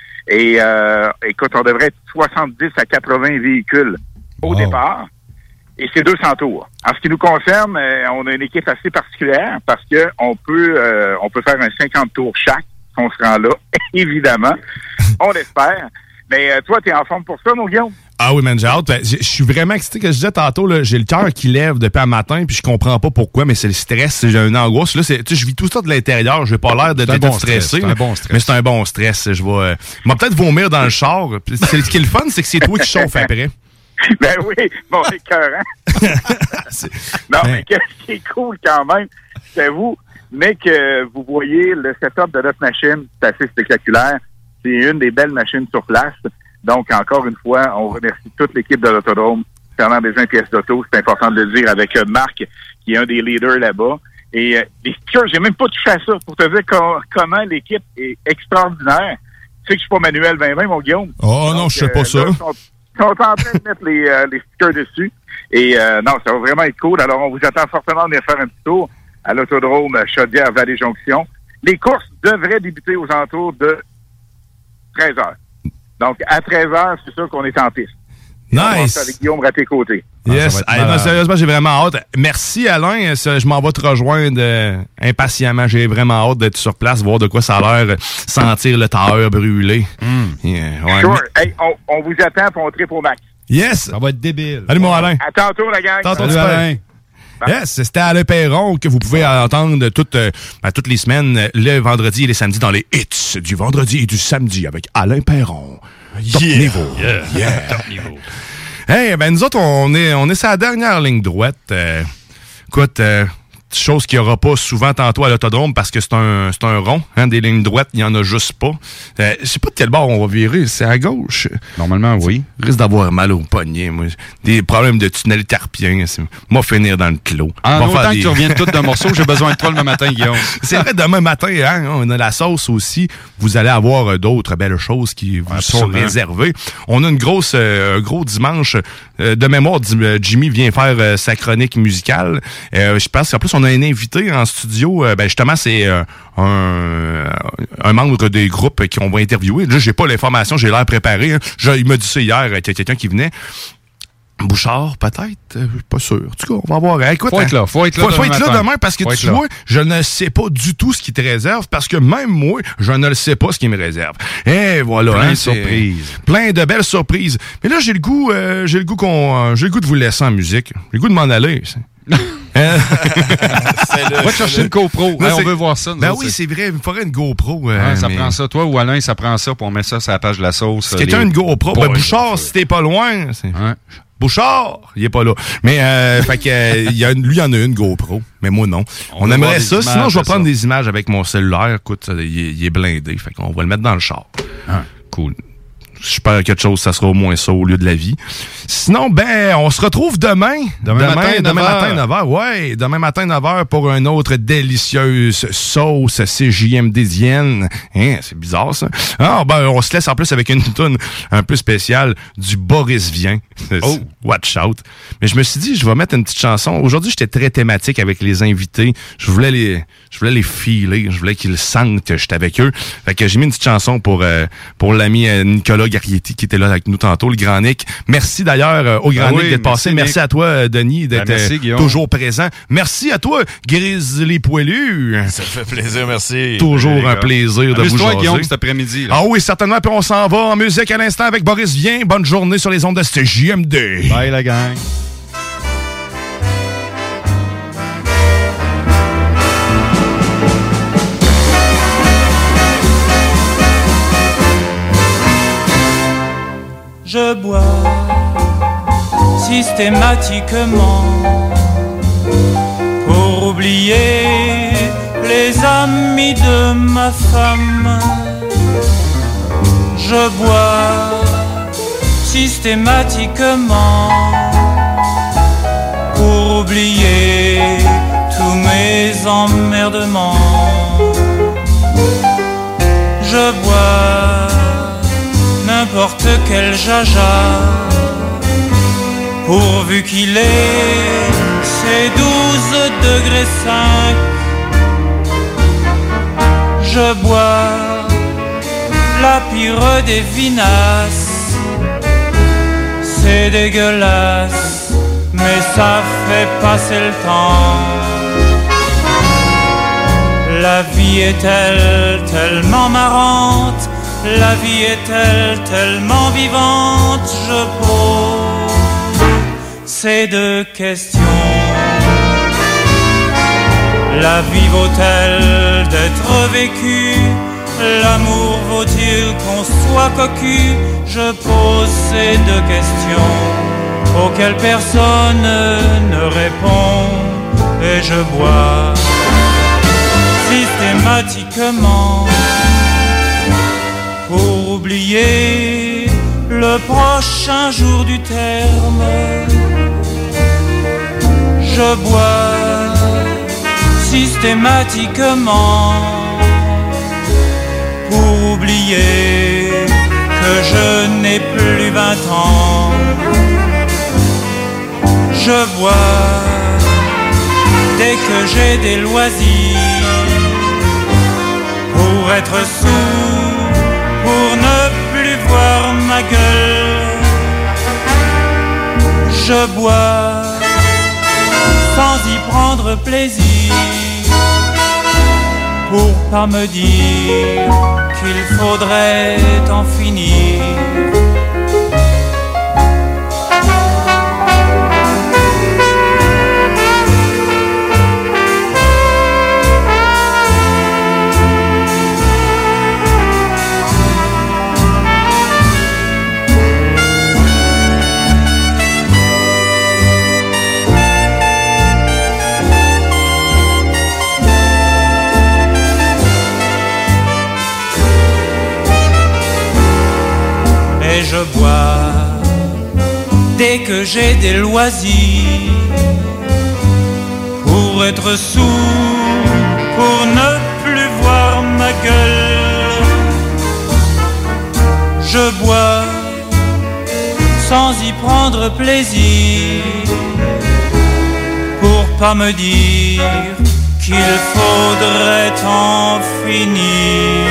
S11: Et euh, écoute, on devrait être soixante-dix à quatre-vingts véhicules au départ. Et c'est deux cents tours. En ce qui nous concerne, euh, on a une équipe assez particulière parce que on peut euh, on peut faire un cinquante tours chaque si on se rend là, évidemment. On l'espère. Mais euh, toi, t'es en forme pour ça, mon Guillaume?
S5: Ah oui, man, j'ai hâte. Je je suis vraiment excité. Que je disais tantôt, là, j'ai le cœur qui lève depuis un matin, puis je comprends pas pourquoi, mais c'est le stress, j'ai une angoisse. Là, c'est, tu sais, je vis tout ça de l'intérieur. J'ai pas l'air de,
S6: C'est un
S5: d'être
S6: bon
S5: stressé.
S6: stress, c'est un bon stress.
S5: Mais c'est un bon stress. Je vais, euh, je vais peut-être vomir dans le char. Puis c'est, ce qui est le fun, c'est que c'est toi qui chauffe après.
S11: Ben oui, bon, c'est écœurant. Non, mais ce qui est cool quand même, c'est vous, mais que vous voyez le setup de notre machine, c'est assez spectaculaire. C'est une des belles machines sur place. Donc, encore une fois, on remercie toute l'équipe de l'Autodrome. Fernand Bégin, pièce d'auto, c'est important de le dire, avec euh, Marc, qui est un des leaders là-bas. Et euh, les stickers, j'ai même pas touché à ça pour te dire co- comment l'équipe est extraordinaire. Tu sais que je suis pas Manuel vingt vingt, mon Guillaume.
S5: Oh non, je sais pas ça.
S11: Là, ils sont, ils sont en train de mettre les, euh, les stickers dessus. Et euh, non, ça va vraiment être cool. Alors, on vous attend fortement de venir faire un petit tour à l'Autodrome Chaudière-Vallée-Jonction. Les courses devraient débuter aux alentours de treize heures. Donc, à treize heures, c'est sûr qu'on est en piste. On va
S5: Nice.
S11: faire avec Guillaume à tes côtés.
S5: Yes.
S11: Ah,
S5: Hey, non, sérieusement, j'ai vraiment hâte. Merci, Alain. Ça, Je m'en vais te rejoindre euh, impatiemment. J'ai vraiment hâte d'être sur place, voir de quoi ça a l'air, sentir le tailleur brûlé. Yeah, ouais.
S11: Sure. Hey, on, on vous attend pour on tripe au max.
S5: Yes.
S6: Ça va être débile.
S5: Salut, mon Alain.
S11: À tantôt, la gang.
S5: Tantôt,
S11: Salut,
S5: tu peux.
S11: Alain.
S5: Yes, c'était Alain Perron que vous pouvez entendre toutes, euh, ben, toutes les semaines, le vendredi et les samedis dans les hits du vendredi et du samedi avec Alain Perron. Top
S6: Yeah.
S5: niveau.
S6: Yeah.
S5: Yeah.
S6: Top niveau.
S5: Hey, ben nous autres, on est, on est sur la dernière ligne droite. Euh, écoute, euh, chose qu'il n'y aura pas souvent tantôt à l'autodrome parce que c'est un, c'est un rond. Hein, des lignes droites, il n'y en a juste pas. Euh, je sais pas de quel bord on va virer. C'est à gauche.
S6: Normalement, oui.
S5: Risque d'avoir mal au poignet, moi. Des problèmes de tunnel carpien. C'est- Moi, finir dans le clos.
S6: En
S5: Va
S6: autant
S5: faire
S6: que
S5: des-
S6: tu reviennes tout d'un morceau, j'ai besoin de toi le matin, Guillaume.
S5: C'est vrai, demain matin, hein, on a la sauce aussi. Vous allez avoir euh, d'autres belles choses qui vous sont
S6: Absolument.
S5: réservées. On a une grosse, euh, un gros dimanche. Euh, de mémoire, Dim- euh, Jimmy vient faire euh, sa chronique musicale. Euh, je pense qu'en plus, on a un invité en studio. Euh, ben justement, c'est euh, un, un membre des groupes qui on va interviewer. Là, j'ai pas l'information, j'ai l'air préparé. Hein. Je- il m'a dit ça hier, euh, qu'il y a quelqu'un qui venait. Bouchard, peut-être, euh, pas sûr. En tout cas, on va voir. Hey, écoute,
S6: Faut être là, faut être là
S5: Faut, faut
S6: demain
S5: être là
S6: matin.
S5: demain parce que
S6: Faut
S5: tu
S6: être là.
S5: vois, je ne sais pas du tout ce qui te réserve parce que même moi, je ne le sais pas ce qui me réserve. Et voilà,
S6: Plein
S5: hein,
S6: de
S5: c'est-
S6: surprises.
S5: plein de belles surprises. Mais là, j'ai le goût, euh, j'ai le goût qu'on, euh, j'ai le goût de vous laisser en musique. J'ai le goût de m'en aller. Hein?
S6: Va te chercher une GoPro.
S5: Non,
S6: Hey, on
S5: c'est-
S6: veut voir ça. nous
S5: Ben
S6: autres,
S5: oui,
S6: c'est-
S5: c'est vrai, il me faudrait une GoPro. euh,
S6: Ouais, ça
S5: mais-
S6: prend ça. Toi ou Alain, ça prend ça pour on met ça sur la page de la sauce.
S5: Si quelqu'un a
S6: les-
S5: une GoPro,
S6: Ouais,
S5: ben Bouchard, si t'es pas loin. c'est- Bouchard, il est pas là. Mais, euh, fait que, euh, il y a, lui, il en a une GoPro, mais moi, non. On, On aimerait ça. Sinon, je vais prendre ça. des images avec mon cellulaire. Écoute, il est, il est blindé. Fait qu'on va le mettre dans le char. Ah. Cool. J'espère quelque chose, ça sera au moins ça au lieu de la vie. Sinon, ben, on se retrouve demain. Demain, demain matin, demain matin, neuf heures. Ouais, demain matin, neuf heures pour une autre délicieuse sauce C J M D-ienne. Hein, c'est bizarre, ça. Ah, ben, on se laisse en plus avec une toune un peu spéciale du Boris Vian. Oh, watch out. Mais je me suis dit, je vais mettre une petite chanson. Aujourd'hui, j'étais très thématique avec les invités. Je voulais les, je voulais les filer. Je voulais qu'ils sentent que j'étais avec eux. Fait que j'ai mis une petite chanson pour, euh, pour l'ami euh, Nicolas Garietti qui était là avec nous tantôt, le Grand Nick. Merci d'ailleurs euh, au Grand ah Nick oui, d'être passé. Nick. Merci à toi, euh, Denis, d'être ben merci, euh, toujours présent. Merci à toi, Grizzly Poilu.
S7: Ça fait plaisir, merci.
S5: Toujours un plaisir de vous jaser.
S6: Guillaume, cet après-midi. Là.
S5: Ah oui, certainement. Puis on s'en va en musique à l'instant avec Boris Vian. Bonne journée sur les ondes de C J M D.
S6: Bye la gang.
S1: Je bois systématiquement pour oublier les amis de ma femme. Je bois systématiquement pour oublier tous mes emmerdements. Je bois n'importe quel jaja, pourvu qu'il ait ses douze degrés cinq. Je bois la pire des vinasses, c'est dégueulasse, mais ça fait passer le temps. La vie est-elle tellement marrante, la vie est-elle tellement vivante, je pose ces deux questions. La vie vaut-elle d'être vécue? L'amour vaut-il qu'on soit cocu? Je pose ces deux questions auxquelles personne ne répond. Et je bois systématiquement pour oublier le prochain jour du terme. Je bois systématiquement pour oublier que je n'ai plus vingt ans. Je bois dès que j'ai des loisirs pour être sourd, pour ne plus voir ma gueule. Je bois sans y prendre plaisir, pour pas me dire qu'il faudrait en finir. Je bois dès que j'ai des loisirs, pour être sourd, pour ne plus voir ma gueule. Je bois sans y prendre plaisir, pour pas me dire qu'il faudrait en finir.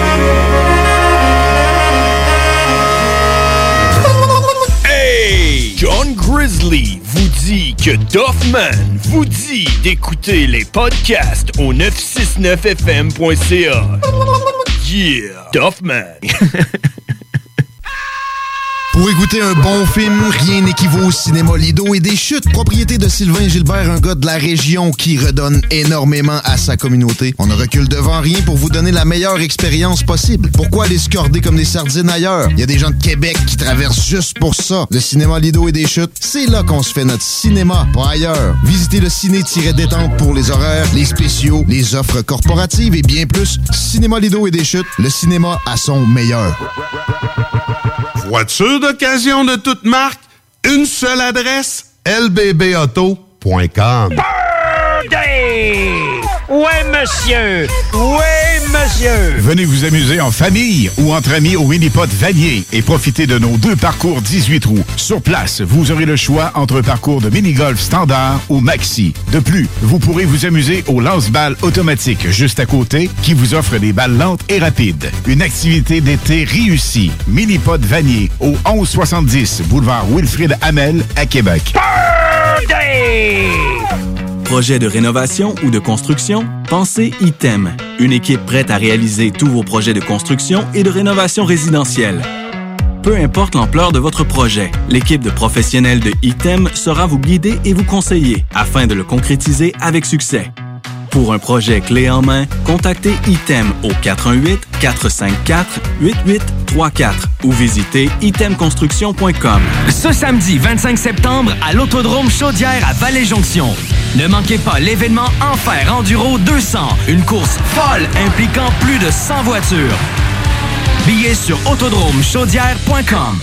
S12: John Grizzly vous dit que Duffman vous dit d'écouter les podcasts au neuf cent soixante-neuf F M point C A. Yeah, Duffman.
S8: Pour écouter un bon film, rien n'équivaut au cinéma Lido et des Chutes, propriété de Sylvain Gilbert, un gars de la région qui redonne énormément à sa communauté. On ne recule devant rien pour vous donner la meilleure expérience possible. Pourquoi aller se corder comme des sardines ailleurs? Il y a des gens de Québec qui traversent juste pour ça. Le cinéma Lido et des Chutes, c'est là qu'on se fait notre cinéma, pas ailleurs. Visitez le ciné-détente pour les horaires, les spéciaux, les offres corporatives et bien plus. Cinéma Lido et des Chutes, le cinéma à son meilleur.
S9: Voiture d'occasion de toute marque, une seule adresse, l b b auto point com.
S13: Birthday! Ouais, monsieur! Ouais, monsieur!
S15: Venez vous amuser en famille ou entre amis au Minipod Vanier et profitez de nos deux parcours dix-huit trous. Sur place, vous aurez le choix entre un parcours de mini-golf standard ou maxi. De plus, vous pourrez vous amuser au lance-balles automatique juste à côté qui vous offre des balles lentes et rapides. Une activité d'été réussie. Minipod Vanier au onze soixante-dix boulevard Wilfrid Hamel à Québec.
S13: Birthday!
S20: Projet de rénovation ou de construction? Pensez Item. Une équipe prête à réaliser tous vos projets de construction et de rénovation résidentielle. Peu importe l'ampleur de votre projet, l'équipe de professionnels de Item saura vous guider et vous conseiller afin de le concrétiser avec succès. Pour un projet clé en main, contactez Item au quatre un huit, quatre cinq quatre, huit huit trois quatre ou visitez item construction point com.
S22: Ce samedi vingt-cinq septembre à l'Autodrome Chaudière à Vallée-Jonction. Ne manquez pas l'événement Enfer Enduro deux cents, une course folle impliquant plus de cent voitures. Billets sur autodrome chaudière point com.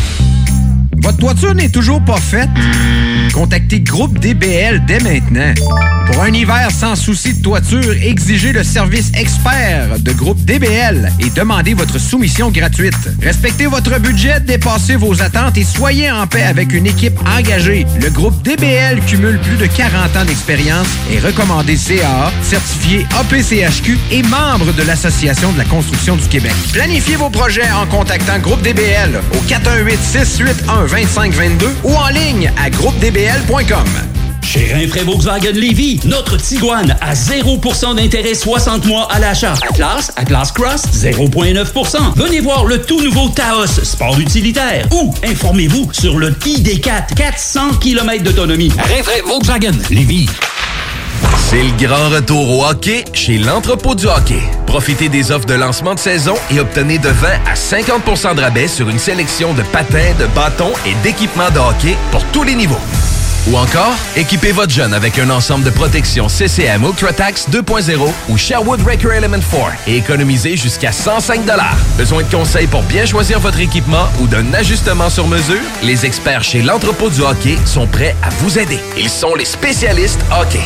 S33: Votre toiture n'est toujours pas faite? Contactez Groupe D B L dès maintenant. Pour un hiver sans souci de toiture, exigez le service expert de Groupe D B L et demandez votre soumission gratuite. Respectez votre budget, dépassez vos attentes et soyez en paix avec une équipe engagée. Le Groupe D B L cumule plus de quarante ans d'expérience, est recommandé C A A, certifié A P C H Q et membre de l'Association de la construction du Québec. Planifiez vos projets en contactant Groupe D B L au quatre un huit, six huit un, deux cinq deux deux ou en ligne à groupe d b l point com.
S24: Chez Rinfraie Volkswagen Lévy, notre Tiguan à zéro pour cent d'intérêt soixante mois à l'achat. Atlas, Atlas Cross, zéro virgule neuf pour cent. Venez voir le tout nouveau Taos, sport utilitaire. Ou informez-vous sur le I D quatre, quatre cents kilomètres d'autonomie. Rinfraie Volkswagen Lévy.
S31: C'est le grand retour au hockey chez l'Entrepôt du hockey. Profitez des offres de lancement de saison et obtenez de vingt à cinquante pour cent de rabais sur une sélection de patins, de bâtons et d'équipements de hockey pour tous les niveaux. Ou encore, équipez votre jeune avec un ensemble de protection C C M UltraTax deux point zéro ou Sherwood Record Element quatre et économisez jusqu'à cent cinq dollars. Besoin de conseils pour bien choisir votre équipement ou d'un ajustement sur mesure? Les experts chez l'Entrepôt du hockey sont prêts à vous aider. Ils sont les spécialistes hockey.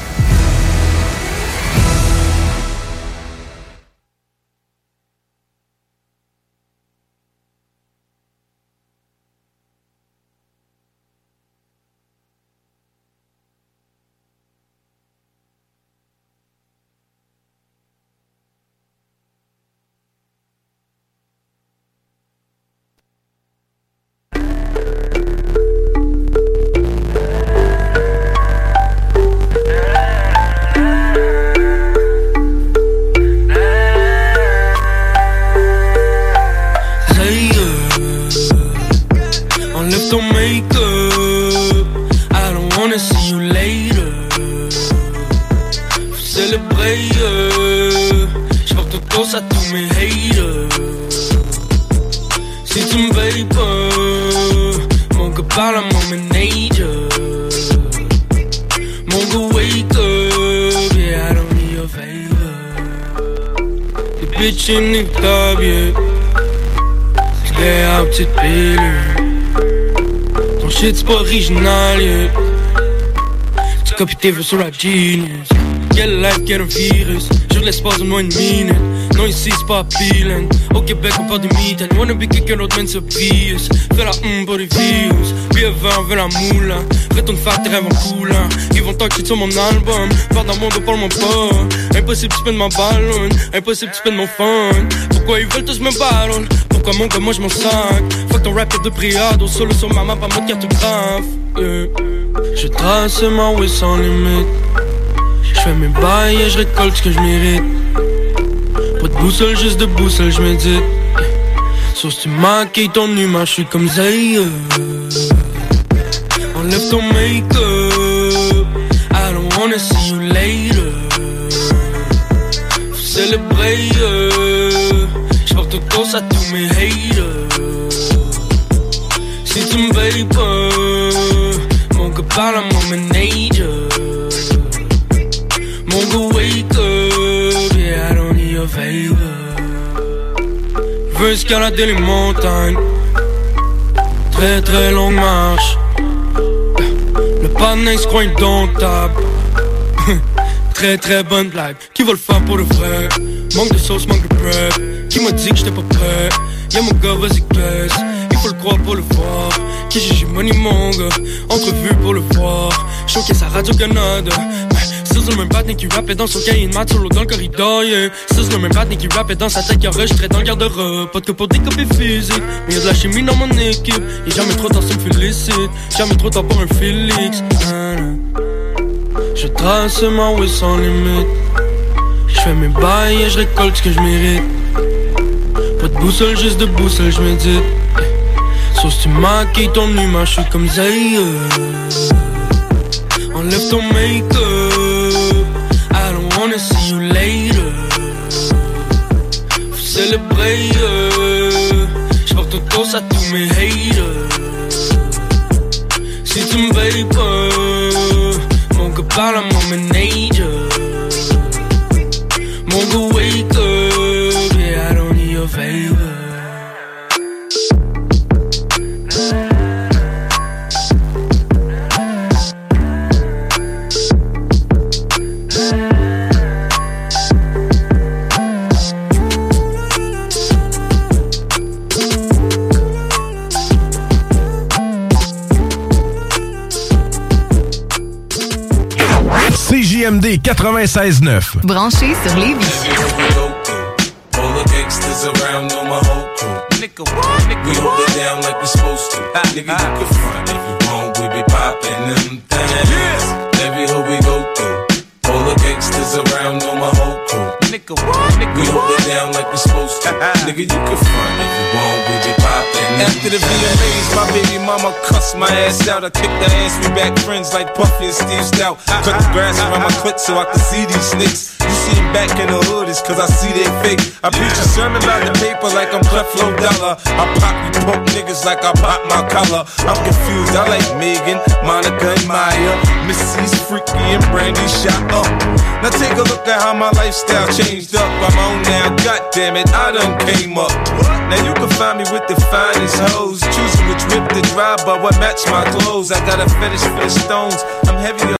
S26: In the club, yeah. Stay out to ton shit c'est pas original, yeah. Tu copies tes vœux sur la genius. Quelle life, quel virus. Sur l'espace de moins une minute. Non ici c'est pas appealing. Au Québec on parle de mitaine. Wanna be quelqu'un d'autre mène ce prius. Fais la hum pour les views. Puis avant veut la moula. Retourne faire tes rêves en coulant. Ils vont talk shit sur mon album. Faire dans mon dos, parle-moi pas. Impossible tu spends ma ballon. Impossible tu spends mon fun. Pourquoi ils veulent tous me battle? Pourquoi mon gars moi j'm'en sac? Fuck ton rap de priado. Solo sur ma map pas mode cartographe, yeah. Je trace ma way sans limite. J'fais mes bails et j'récolte ce que j'mérite. Pas de boussole, juste de boussole, j'médite. Sauf si tu maquilles ton humain, j'suis comme Zay. Enlève ton make-up, I don't wanna see you later. Faut célébrer, euh, j'porte cause à tous mes haters. Si tu me veilles pas, mon gars parle à mon manager. Mon gars wake up, yeah, I don't need a favor. Veux escalader les montagnes, très très longue marche. Le panneau se croit indomptable. Très très bonne blague, qui va le faire pour le vrai? Manque de sauce, manque de prep. Qui m'a dit que j'étais pas prêt? Y'a mon gars, vas-y baisse. Il faut le croire pour le voir. Qui j'ai money mon gars, entrevue pour le voir. Choqué sa Radio-Canada. C'est le même patin qui rappait dans son cahier de maths solo dans le corridor, yeah. C'est le même patin qui rappait dans sa tête qui enregistrait dans le garde-robe. Pas de que pour des copies physiques, mais y'a de la chimie dans mon équipe. Y'a jamais trop de temps, ça me félicite. Jamais trop de temps pour un Félix. Je trace ma way sans limite. J'fais mes bails et j'récolte ce que j'mérite. Pas de boussole, juste de boussole, j'médite. Sauf si tu maquilles ton humain, j'suis comme Zay. Enlève ton make-up, I don't wanna see you later. Faut célébrer, euh, j'porte cause à tous mes haters. Si tu me veilles pas, mon gars parle à mon manager. Mon gars wake up, yeah, I don't need a favor.
S2: C J M D quatre-vingt-seize neuf.
S14: Branché sur Lévis.
S16: All the gangsters around know my whole crew. Nigga, what? Nigga, we hold it down like we supposed to. Ah, nigga, ah. You can front if you wrong, we be poppin' them things. Yeah. Every hood we go through. All the gangsters around know my whole crew. Nigga, what? Nigga, we hold it down like we supposed to. Nigga, you can front if you wrong, we be poppin' them. After the V M As, my baby mama cussed my ass out. I kicked the ass, we back friends like Puffy and Steve Stout. Cut the grass around my clit so I can see these snakes. You see them back in the hood, it's cause I see they fake. I preach a sermon about the paper like I'm Creflo Dollar. I pop you punk niggas like I pop my collar. I'm confused, I like Megan, Monica, and Maya. Missy's freaky and Brandy shot up. Now take a look at how my lifestyle changed up. I'm on now, goddammit, I done came up. Now you can find me with the finest hoes, choosing which whip to drive, but what match my clothes. I got a fetish for the stones, I'm heavy